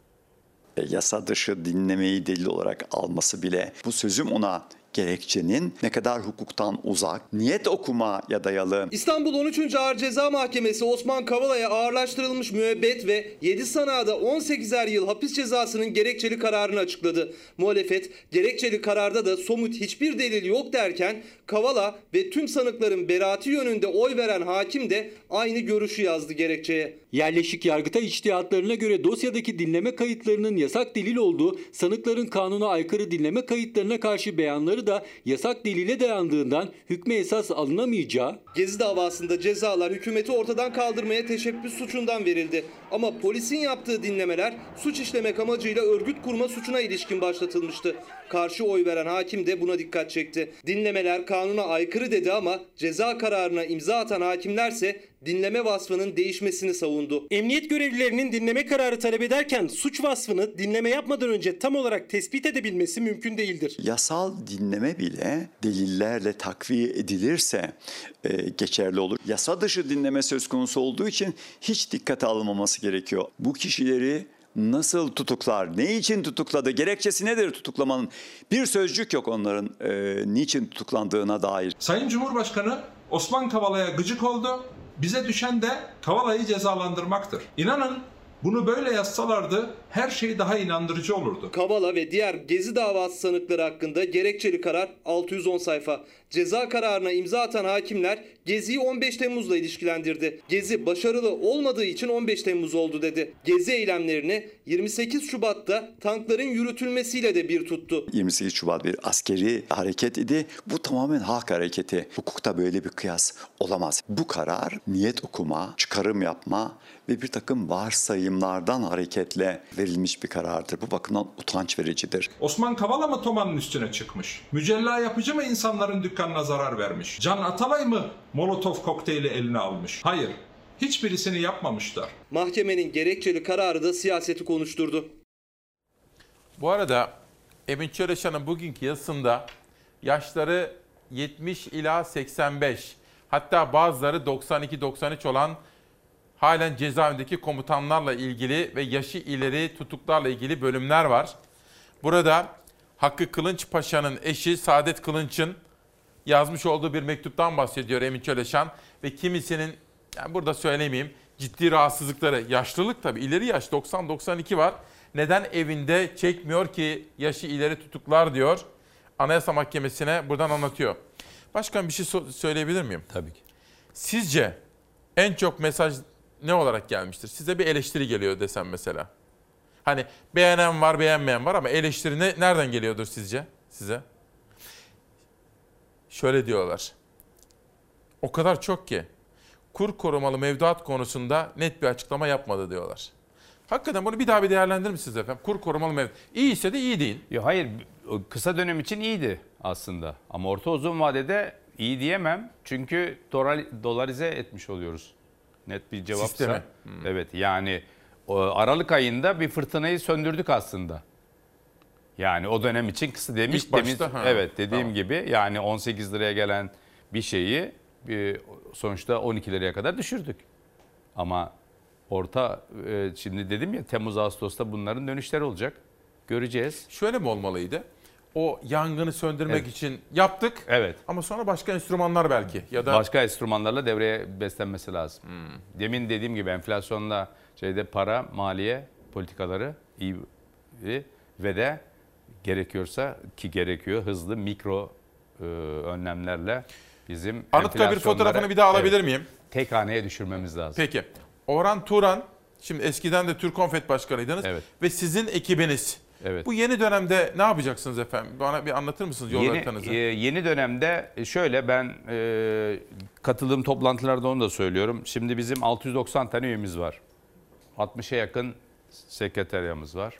Speaker 18: Yasa dışı dinlemeyi delil olarak alması bile bu sözüm ona gerekçenin ne kadar hukuktan uzak, niyet okumaya dayalı.
Speaker 19: İstanbul 13. Ağır Ceza Mahkemesi Osman Kavala'ya ağırlaştırılmış müebbet ve 7 sanığda 18'er yıl hapis cezasının gerekçeli kararını açıkladı. Muhalefet gerekçeli kararda da somut hiçbir delil yok derken Kavala ve tüm sanıkların beraati yönünde oy veren hakim de aynı görüşü yazdı gerekçeye.
Speaker 20: Yerleşik Yargıtay içtihatlarına göre dosyadaki dinleme kayıtlarının yasak delil olduğu, sanıkların kanuna aykırı dinleme kayıtlarına karşı beyanları da yasak delile dayandığından hükme esas alınamayacağı.
Speaker 19: Gezi davasında cezalar hükümeti ortadan kaldırmaya teşebbüs suçundan verildi. Ama polisin yaptığı dinlemeler suç işlemek amacıyla örgüt kurma suçuna ilişkin başlatılmıştı. Karşı oy veren hakim de buna dikkat çekti. Dinlemeler kanuna aykırı dedi ama ceza kararına imza atan hakimlerse dinleme vasfının değişmesini savundu.
Speaker 20: Emniyet görevlilerinin dinleme kararı talep ederken suç vasfını dinleme yapmadan önce tam olarak tespit edebilmesi mümkün değildir.
Speaker 18: Yasal dinleme bile delillerle takviye edilirse geçerli olur. Yasa dışı dinleme söz konusu olduğu için hiç dikkate alınmaması gerekiyor. Bu kişileri nasıl tutuklar, ne için tutukladı, gerekçesi nedir tutuklamanın? Bir sözcük yok onların niçin tutuklandığına dair.
Speaker 21: Sayın Cumhurbaşkanı Osman Kavala'ya gıcık oldu. Bize düşen de Kavala'yı cezalandırmaktır. İnanın bunu böyle yazsalardı her şey daha inandırıcı olurdu.
Speaker 19: Kavala ve diğer Gezi davası sanıkları hakkında gerekçeli karar 610 sayfa. Ceza kararına imza atan hakimler Gezi'yi 15 Temmuz'la ilişkilendirdi. Gezi başarılı olmadığı için 15 Temmuz oldu dedi. Gezi eylemlerini 28 Şubat'ta tankların yürütülmesiyle de bir tuttu.
Speaker 18: 28 Şubat bir askeri hareket idi. Bu tamamen halk hareketi. Hukukta böyle bir kıyas olamaz. Bu karar niyet okuma, çıkarım yapma ve bir takım varsayımlardan hareketle verilmiş bir karardır. Bu bakımdan utanç vericidir.
Speaker 21: Osman Kavala mı Toma'nın üstüne çıkmış? Mücella yapıcı mı insanların dükkanına zarar vermiş? Can Atalay mı Molotov kokteyli eline almış? Hayır, hiçbirisini yapmamışlar.
Speaker 19: Mahkemenin gerekçeli kararı da siyaseti konuşturdu.
Speaker 1: Bu arada Emin Çöreşan'ın bugünkü yazısında yaşları 70 ila 85, hatta bazıları 92-93 olan halen cezaevindeki komutanlarla ilgili ve yaşı ileri tutuklarla ilgili bölümler var. Burada Hakkı Kılınç Paşa'nın eşi Saadet Kılınç'ın yazmış olduğu bir mektuptan bahsediyor Emin Çöleşan. Ve kimisinin, yani burada söylemeyeyim, ciddi rahatsızlıkları, yaşlılık tabii, ileri yaş 90-92 var. Neden evinde çekmiyor ki yaşı ileri tutuklar diyor. Anayasa Mahkemesi'ne buradan anlatıyor. Başkan bir şey söyleyebilir miyim?
Speaker 3: Tabii ki.
Speaker 1: Sizce en çok mesaj ne olarak gelmiştir? Size bir eleştiri geliyor desem mesela. Hani beğenen var, beğenmeyen var ama eleştiri nereden geliyordur sizce size? Şöyle diyorlar. O kadar çok ki kur korumalı mevduat konusunda net bir açıklama yapmadı diyorlar. Hakikaten bunu bir daha bir değerlendirir misiniz efendim? Kur korumalı mevduat. İyi ise de iyi değil.
Speaker 13: Ya hayır, kısa dönem için iyiydi aslında. Ama orta uzun vadede iyi diyemem. Çünkü dolarize etmiş oluyoruz. Net bir cevapsa. Evet, yani Aralık ayında bir fırtınayı söndürdük aslında. Yani o dönem için kısa demiş.
Speaker 1: İlk başta,
Speaker 13: evet, dediğim gibi yani 18 liraya gelen bir şeyi sonuçta 12 liraya kadar düşürdük. Ama şimdi dedim ya, Temmuz-Ağustos'ta bunların dönüşleri olacak. Göreceğiz.
Speaker 1: Şöyle mi olmalıydı? O yangını söndürmek için yaptık.
Speaker 13: Evet.
Speaker 1: Ama sonra başka enstrümanlar belki ya da
Speaker 13: başka enstrümanlarla devreye beslenmesi lazım. Demin dediğim gibi enflasyonla para, maliye politikaları iyi ve de gerekiyorsa ki gerekiyor hızlı mikro önlemlerle bizim
Speaker 1: Anıtkabir fotoğrafını bir daha alabilir miyim?
Speaker 13: Tek haneye düşürmemiz lazım.
Speaker 1: Peki. Orhan Turan, şimdi eskiden de Türkonfet Başkanıydınız ve sizin ekibiniz.
Speaker 13: Evet.
Speaker 1: Bu yeni dönemde ne yapacaksınız efendim? Bana bir anlatır mısınız yol haritanızı?
Speaker 13: Yeni dönemde şöyle, ben katıldığım toplantılarda onu da söylüyorum. Şimdi bizim 690 tane üyemiz var. 60'a yakın sekreteryamız var.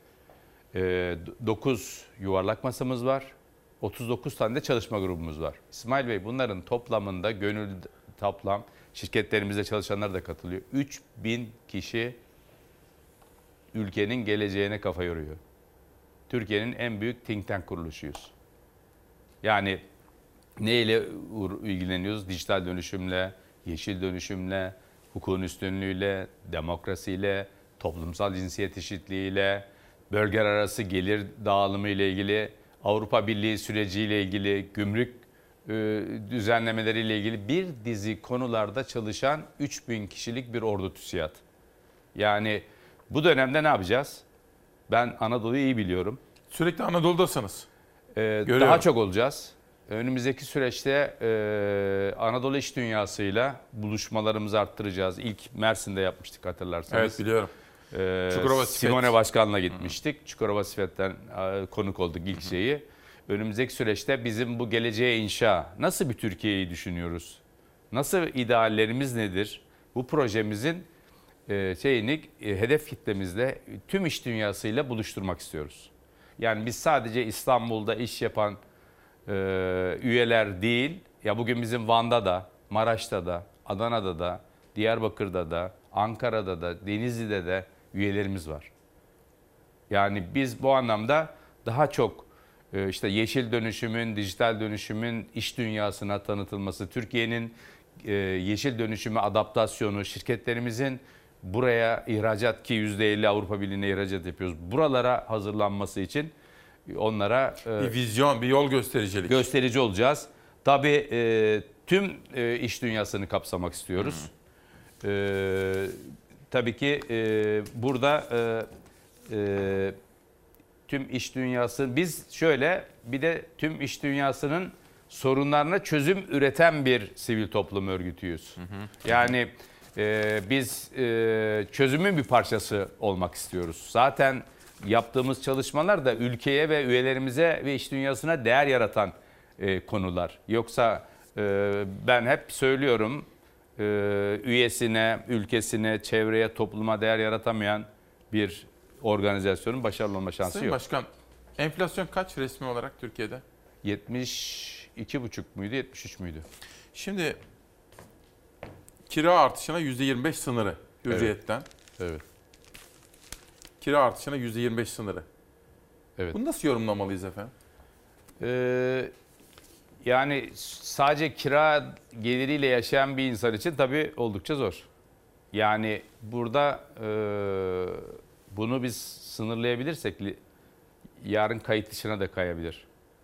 Speaker 13: 9 yuvarlak masamız var. 39 tane de çalışma grubumuz var. İsmail Bey, bunların toplamında toplam şirketlerimizde çalışanlar da katılıyor. 3000 kişi ülkenin geleceğine kafa yoruyor. Türkiye'nin en büyük think tank kuruluşuyuz. Yani neyle ilgileniyoruz? Dijital dönüşümle, yeşil dönüşümle, hukukun üstünlüğüyle, demokrasiyle, toplumsal cinsiyet eşitliğiyle, bölgeler arası gelir dağılımı ile ilgili, Avrupa Birliği süreciyle ilgili, gümrük düzenlemeleriyle ilgili bir dizi konularda çalışan 3000 kişilik bir ordu TÜSİAD. Yani bu dönemde ne yapacağız? Ben Anadolu'yu iyi biliyorum.
Speaker 1: Sürekli Anadolu'dasınız.
Speaker 13: Daha çok olacağız. Önümüzdeki süreçte Anadolu iş dünyasıyla buluşmalarımızı arttıracağız. İlk Mersin'de yapmıştık, hatırlarsanız.
Speaker 1: Evet, biliyorum. Çukurova Sifet.
Speaker 13: Simone Başkan'la gitmiştik. Çukurova Sifet'ten konuk olduk ilk şeyi. Önümüzdeki süreçte bizim bu geleceğe inşa, nasıl bir Türkiye'yi düşünüyoruz? Nasıl ideallerimiz nedir? Bu projemizin hedef kitlemizle tüm iş dünyasıyla buluşturmak istiyoruz. Yani biz sadece İstanbul'da iş yapan üyeler değil, ya bugün bizim Van'da da, Maraş'ta da, Adana'da da, Diyarbakır'da da, Ankara'da da, Denizli'de de üyelerimiz var. Yani biz bu anlamda daha çok yeşil dönüşümün, dijital dönüşümün iş dünyasına tanıtılması, Türkiye'nin yeşil dönüşümü adaptasyonu, şirketlerimizin buraya ihracat, ki %50 Avrupa Birliği'ne ihracat yapıyoruz, buralara hazırlanması için onlara
Speaker 1: bir vizyon, bir yol göstericilik.
Speaker 13: Gösterici olacağız. Tabii tüm iş dünyasını kapsamak istiyoruz. Tabii ki burada tüm iş dünyası, biz bir de tüm iş dünyasının sorunlarına çözüm üreten bir sivil toplum örgütüyüz. Yani biz çözümün bir parçası olmak istiyoruz. Zaten yaptığımız çalışmalar da ülkeye ve üyelerimize ve iş dünyasına değer yaratan konular. Yoksa ben hep söylüyorum, üyesine, ülkesine, çevreye, topluma değer yaratamayan bir organizasyonun başarılı olma şansı
Speaker 1: Sayın
Speaker 13: yok.
Speaker 1: Başkan, enflasyon kaç resmi olarak Türkiye'de?
Speaker 13: 72,5 muydu, 73 müydü?
Speaker 1: Şimdi kira artışına %25 sınırı hürriyetten.
Speaker 13: Evet.
Speaker 1: Kira artışına %25 sınırı.
Speaker 13: Evet.
Speaker 1: Bunu nasıl yorumlamalıyız efendim?
Speaker 13: Yani sadece kira geliriyle yaşayan bir insan için tabii oldukça zor. Yani burada bunu biz sınırlayabilirsek yarın kayıt dışına da kayabilir.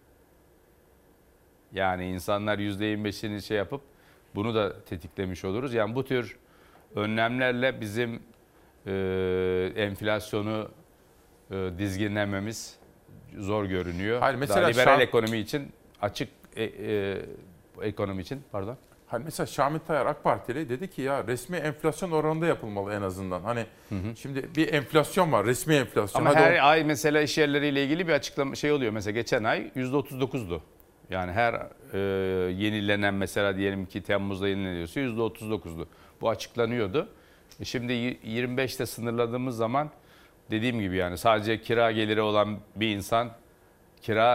Speaker 13: Yani insanlar %25'ini yapıp bunu da tetiklemiş oluruz. Yani bu tür önlemlerle bizim enflasyonu dizginlememiz zor görünüyor.
Speaker 1: Hayır, mesela
Speaker 13: liberal ekonomi için, açık ekonomi için, pardon.
Speaker 1: Hani mesela Şamil Tayyar AK Partili dedi ki ya resmi enflasyon oranında yapılmalı en azından. Hani şimdi bir enflasyon var, resmi enflasyon.
Speaker 13: Ama her ay mesela iş yerleriyle ilgili bir açıklama oluyor. Mesela geçen ay %39'du. Yani her yenilenen, mesela diyelim ki Temmuz'da yenileniyorsa %39'du. Bu açıklanıyordu. Şimdi 25'te sınırladığımız zaman, dediğim gibi yani sadece kira geliri olan bir insan kira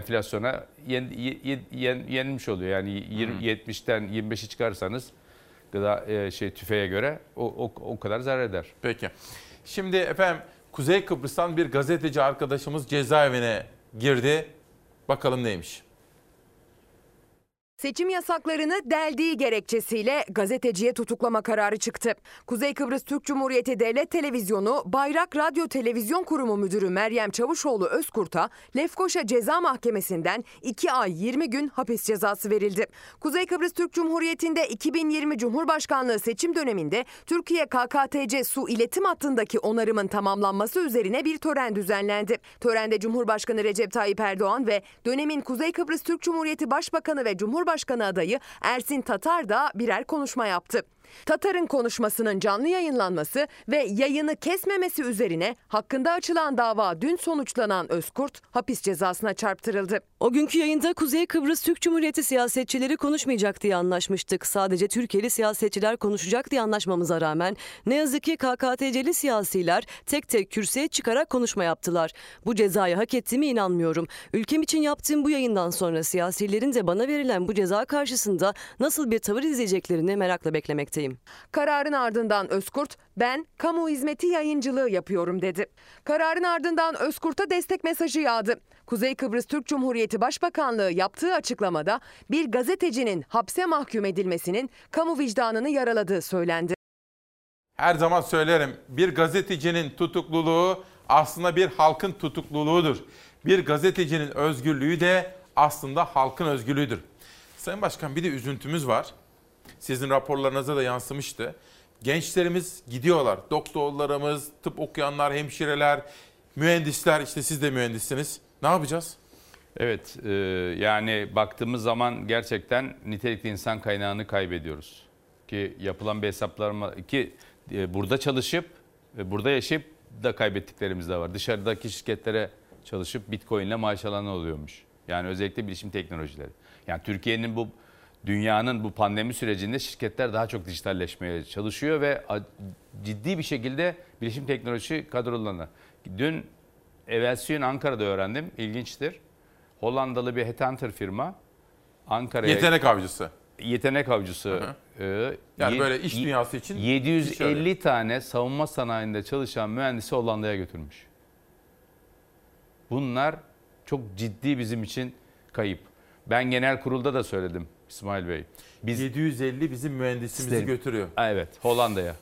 Speaker 13: enflasyona yenilmiş oluyor. Yani 70'ten 25'i çıkarsanız tüfeğe göre o kadar zarar eder.
Speaker 1: Peki. Şimdi efendim Kuzey Kıbrıs'tan bir gazeteci arkadaşımız cezaevine girdi. Bakalım neymiş?
Speaker 2: Seçim yasaklarını deldiği gerekçesiyle gazeteciye tutuklama kararı çıktı. Kuzey Kıbrıs Türk Cumhuriyeti Devlet Televizyonu Bayrak Radyo Televizyon Kurumu Müdürü Meryem Çavuşoğlu Özkurt'a Lefkoşa Ceza Mahkemesi'nden 2 ay 20 gün hapis cezası verildi. Kuzey Kıbrıs Türk Cumhuriyeti'nde 2020 Cumhurbaşkanlığı seçim döneminde Türkiye KKTC su iletim hattındaki onarımın tamamlanması üzerine bir tören düzenlendi. Törende Cumhurbaşkanı Recep Tayyip Erdoğan ve dönemin Kuzey Kıbrıs Türk Cumhuriyeti Başbakanı ve Cumhurbaşkanı adayı Ersin Tatar da birer konuşma yaptı. Tatar'ın konuşmasının canlı yayınlanması ve yayını kesmemesi üzerine hakkında açılan dava dün sonuçlanan Özkurt hapis cezasına çarptırıldı.
Speaker 4: O günkü yayında Kuzey Kıbrıs Türk Cumhuriyeti siyasetçileri konuşmayacak diye anlaşmıştık. Sadece Türkiye'li siyasetçiler konuşacak diye anlaşmamıza rağmen ne yazık ki KKTC'li siyasiler tek tek kürsüye çıkarak konuşma yaptılar. Bu cezayı hak ettiğime inanmıyorum. Ülkem için yaptığım bu yayından sonra siyasilerin de bana verilen bu ceza karşısında nasıl bir tavır izleyeceklerini merakla beklemekteyim.
Speaker 2: Kararın ardından Özkurt, ben kamu hizmeti yayıncılığı yapıyorum dedi. Kararın ardından Özkurt'a destek mesajı yağdı. Kuzey Kıbrıs Türk Cumhuriyeti Başbakanlığı yaptığı açıklamada bir gazetecinin hapse mahkum edilmesinin kamu vicdanını yaraladığı söylendi.
Speaker 1: Her zaman söylerim, bir gazetecinin tutukluluğu aslında bir halkın tutukluluğudur. Bir gazetecinin özgürlüğü de aslında halkın özgürlüğüdür. Sayın Başkan, bir de üzüntümüz var. Sizin raporlarınıza da yansımıştı. Gençlerimiz gidiyorlar. Doktorlarımız, tıp okuyanlar, hemşireler, mühendisler, işte siz de mühendissiniz. Ne yapacağız?
Speaker 13: Evet, yani baktığımız zaman gerçekten nitelikli insan kaynağını kaybediyoruz. Ki yapılan bir hesaplarma ki burada çalışıp, burada yaşayıp da kaybettiklerimiz de var. Dışarıdaki şirketlere çalışıp Bitcoin'le maaş alan oluyormuş. Yani özellikle bilişim teknolojileri. Yani Türkiye'nin dünyanın bu pandemi sürecinde şirketler daha çok dijitalleşmeye çalışıyor ve ciddi bir şekilde bilişim teknolojisi kadrolarına. Dün evvelsi gün Ankara'da öğrendim. İlginçtir. Hollandalı bir headhunter firma Ankara'ya... Yetenek avcısı.
Speaker 1: Yani böyle iş dünyası için...
Speaker 13: 750 tane savunma sanayinde çalışan mühendisi Hollanda'ya götürmüş. Bunlar çok ciddi bizim için kayıp. Ben genel kurulda da söyledim İsmail Bey.
Speaker 1: 750 bizim mühendisimizi götürüyor.
Speaker 13: Evet, Hollanda'ya.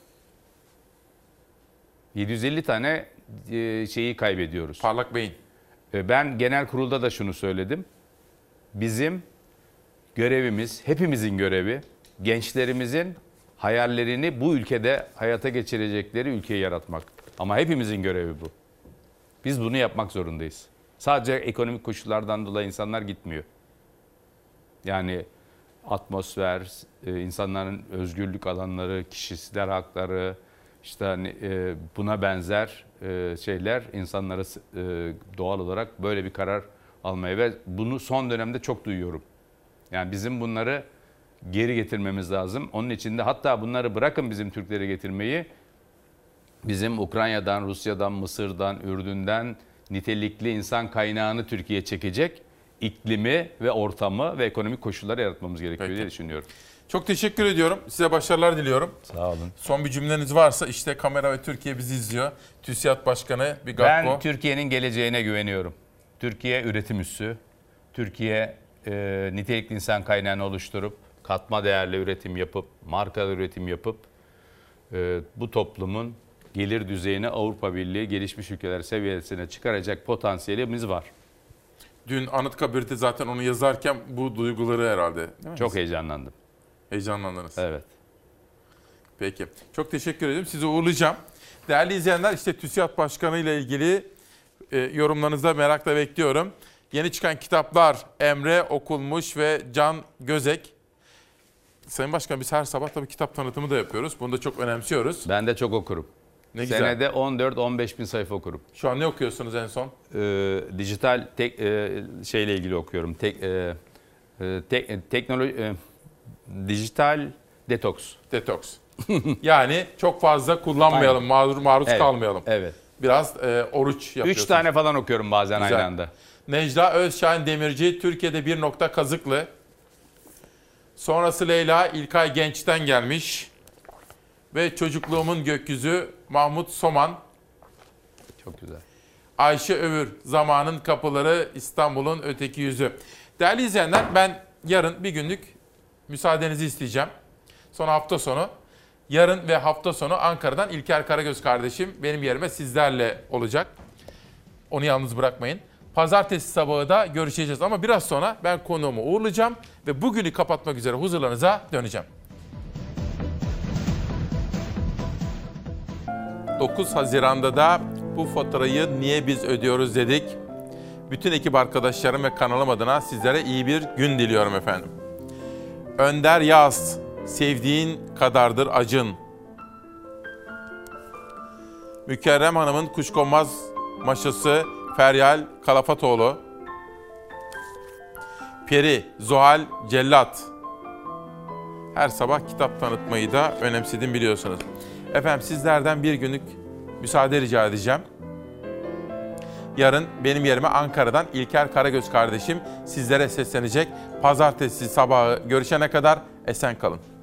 Speaker 13: 750 tane şeyi kaybediyoruz.
Speaker 1: Parlak beyin.
Speaker 13: Ben genel kurulda da şunu söyledim. Bizim görevimiz, hepimizin görevi, gençlerimizin hayallerini bu ülkede hayata geçirecekleri ülkeyi yaratmak. Ama hepimizin görevi bu. Biz bunu yapmak zorundayız. Sadece ekonomik koşullardan dolayı insanlar gitmiyor. Yani atmosfer, insanların özgürlük alanları, kişisel hakları, işte hani buna benzer şeyler insanlara doğal olarak böyle bir karar almaya ve bunu son dönemde çok duyuyorum. Yani bizim bunları geri getirmemiz lazım. Onun için de hatta bunları bırakın bizim Türkleri getirmeyi, bizim Ukrayna'dan, Rusya'dan, Mısır'dan, Ürdün'den nitelikli insan kaynağını Türkiye'ye çekecek iklimi ve ortamı ve ekonomik koşulları yaratmamız gerekiyor diye düşünüyorum.
Speaker 1: Çok teşekkür ediyorum. Size başarılar diliyorum.
Speaker 13: Sağ olun.
Speaker 1: Son bir cümleniz varsa, işte kamera ve Türkiye bizi izliyor. TÜSİAD Başkanı Bigakko.
Speaker 13: Ben Türkiye'nin geleceğine güveniyorum. Türkiye üretim üssü. Türkiye nitelikli insan kaynağını oluşturup, katma değerli üretim yapıp, markalı üretim yapıp bu toplumun gelir düzeyini Avrupa Birliği gelişmiş ülkeler seviyesine çıkaracak potansiyelimiz var.
Speaker 1: Dün Anıtkabir'de zaten onu yazarken bu duyguları herhalde.
Speaker 13: Çok heyecanlandım.
Speaker 1: Heyecanlandınız.
Speaker 13: Evet.
Speaker 1: Peki. Çok teşekkür ederim. Sizi uğurlayacağım. Değerli izleyenler, işte TÜSİAD Başkanı ile ilgili yorumlarınızı da merakla bekliyorum. Yeni çıkan kitaplar Emre Okulmuş ve Can Gözek. Sayın Başkan, biz her sabah tabii kitap tanıtımı da yapıyoruz. Bunu da çok önemsiyoruz.
Speaker 13: Ben de çok okurum.
Speaker 1: Ne güzel.
Speaker 13: Senede 14-15 bin sayfa okurum.
Speaker 1: Şu an ne okuyorsunuz en son?
Speaker 13: Dijital şeyle ilgili okuyorum. Teknoloji, dijital detoks.
Speaker 1: Detoks. Yani çok fazla kullanmayalım, maruz kalmayalım.
Speaker 13: Evet.
Speaker 1: Biraz oruç yapıyorsunuz.
Speaker 13: 3 tane falan okuyorum bazen
Speaker 1: güzel.
Speaker 13: Aynı anda.
Speaker 1: Necla Özşahin Demirci, Türkiye'de bir nokta kazıklı. Sonrası Leyla İlkay Genç'ten gelmiş. Ve çocukluğumun gökyüzü Mahmut Soman.
Speaker 13: Çok güzel.
Speaker 1: Ayşe Övür, zamanın kapıları, İstanbul'un öteki yüzü. Değerli izleyenler, ben yarın bir günlük müsaadenizi isteyeceğim. Sonra hafta sonu, yarın ve hafta sonu Ankara'dan İlker Karagöz kardeşim benim yerime sizlerle olacak. Onu yalnız bırakmayın. Pazartesi sabahı da görüşeceğiz ama biraz sonra ben konuğumu uğurlayacağım ve bugünü kapatmak üzere huzurlarınıza döneceğim. 9 Haziran'da da bu faturayı niye biz ödüyoruz dedik. Bütün ekip arkadaşlarım ve kanalım adına sizlere iyi bir gün diliyorum efendim. Önder Yaz, sevdiğin kadardır acın. Mükerrem Hanım'ın kuşkonmaz maşası Feryal Kalafatoğlu. Peri, Zuhal Cellat. Her sabah kitap tanıtmayı da önemsedim biliyorsunuz. Efendim sizlerden bir günlük müsaade rica edeceğim. Yarın benim yerime Ankara'dan İlker Karagöz kardeşim sizlere seslenecek. Pazartesi sabahı görüşene kadar esen kalın.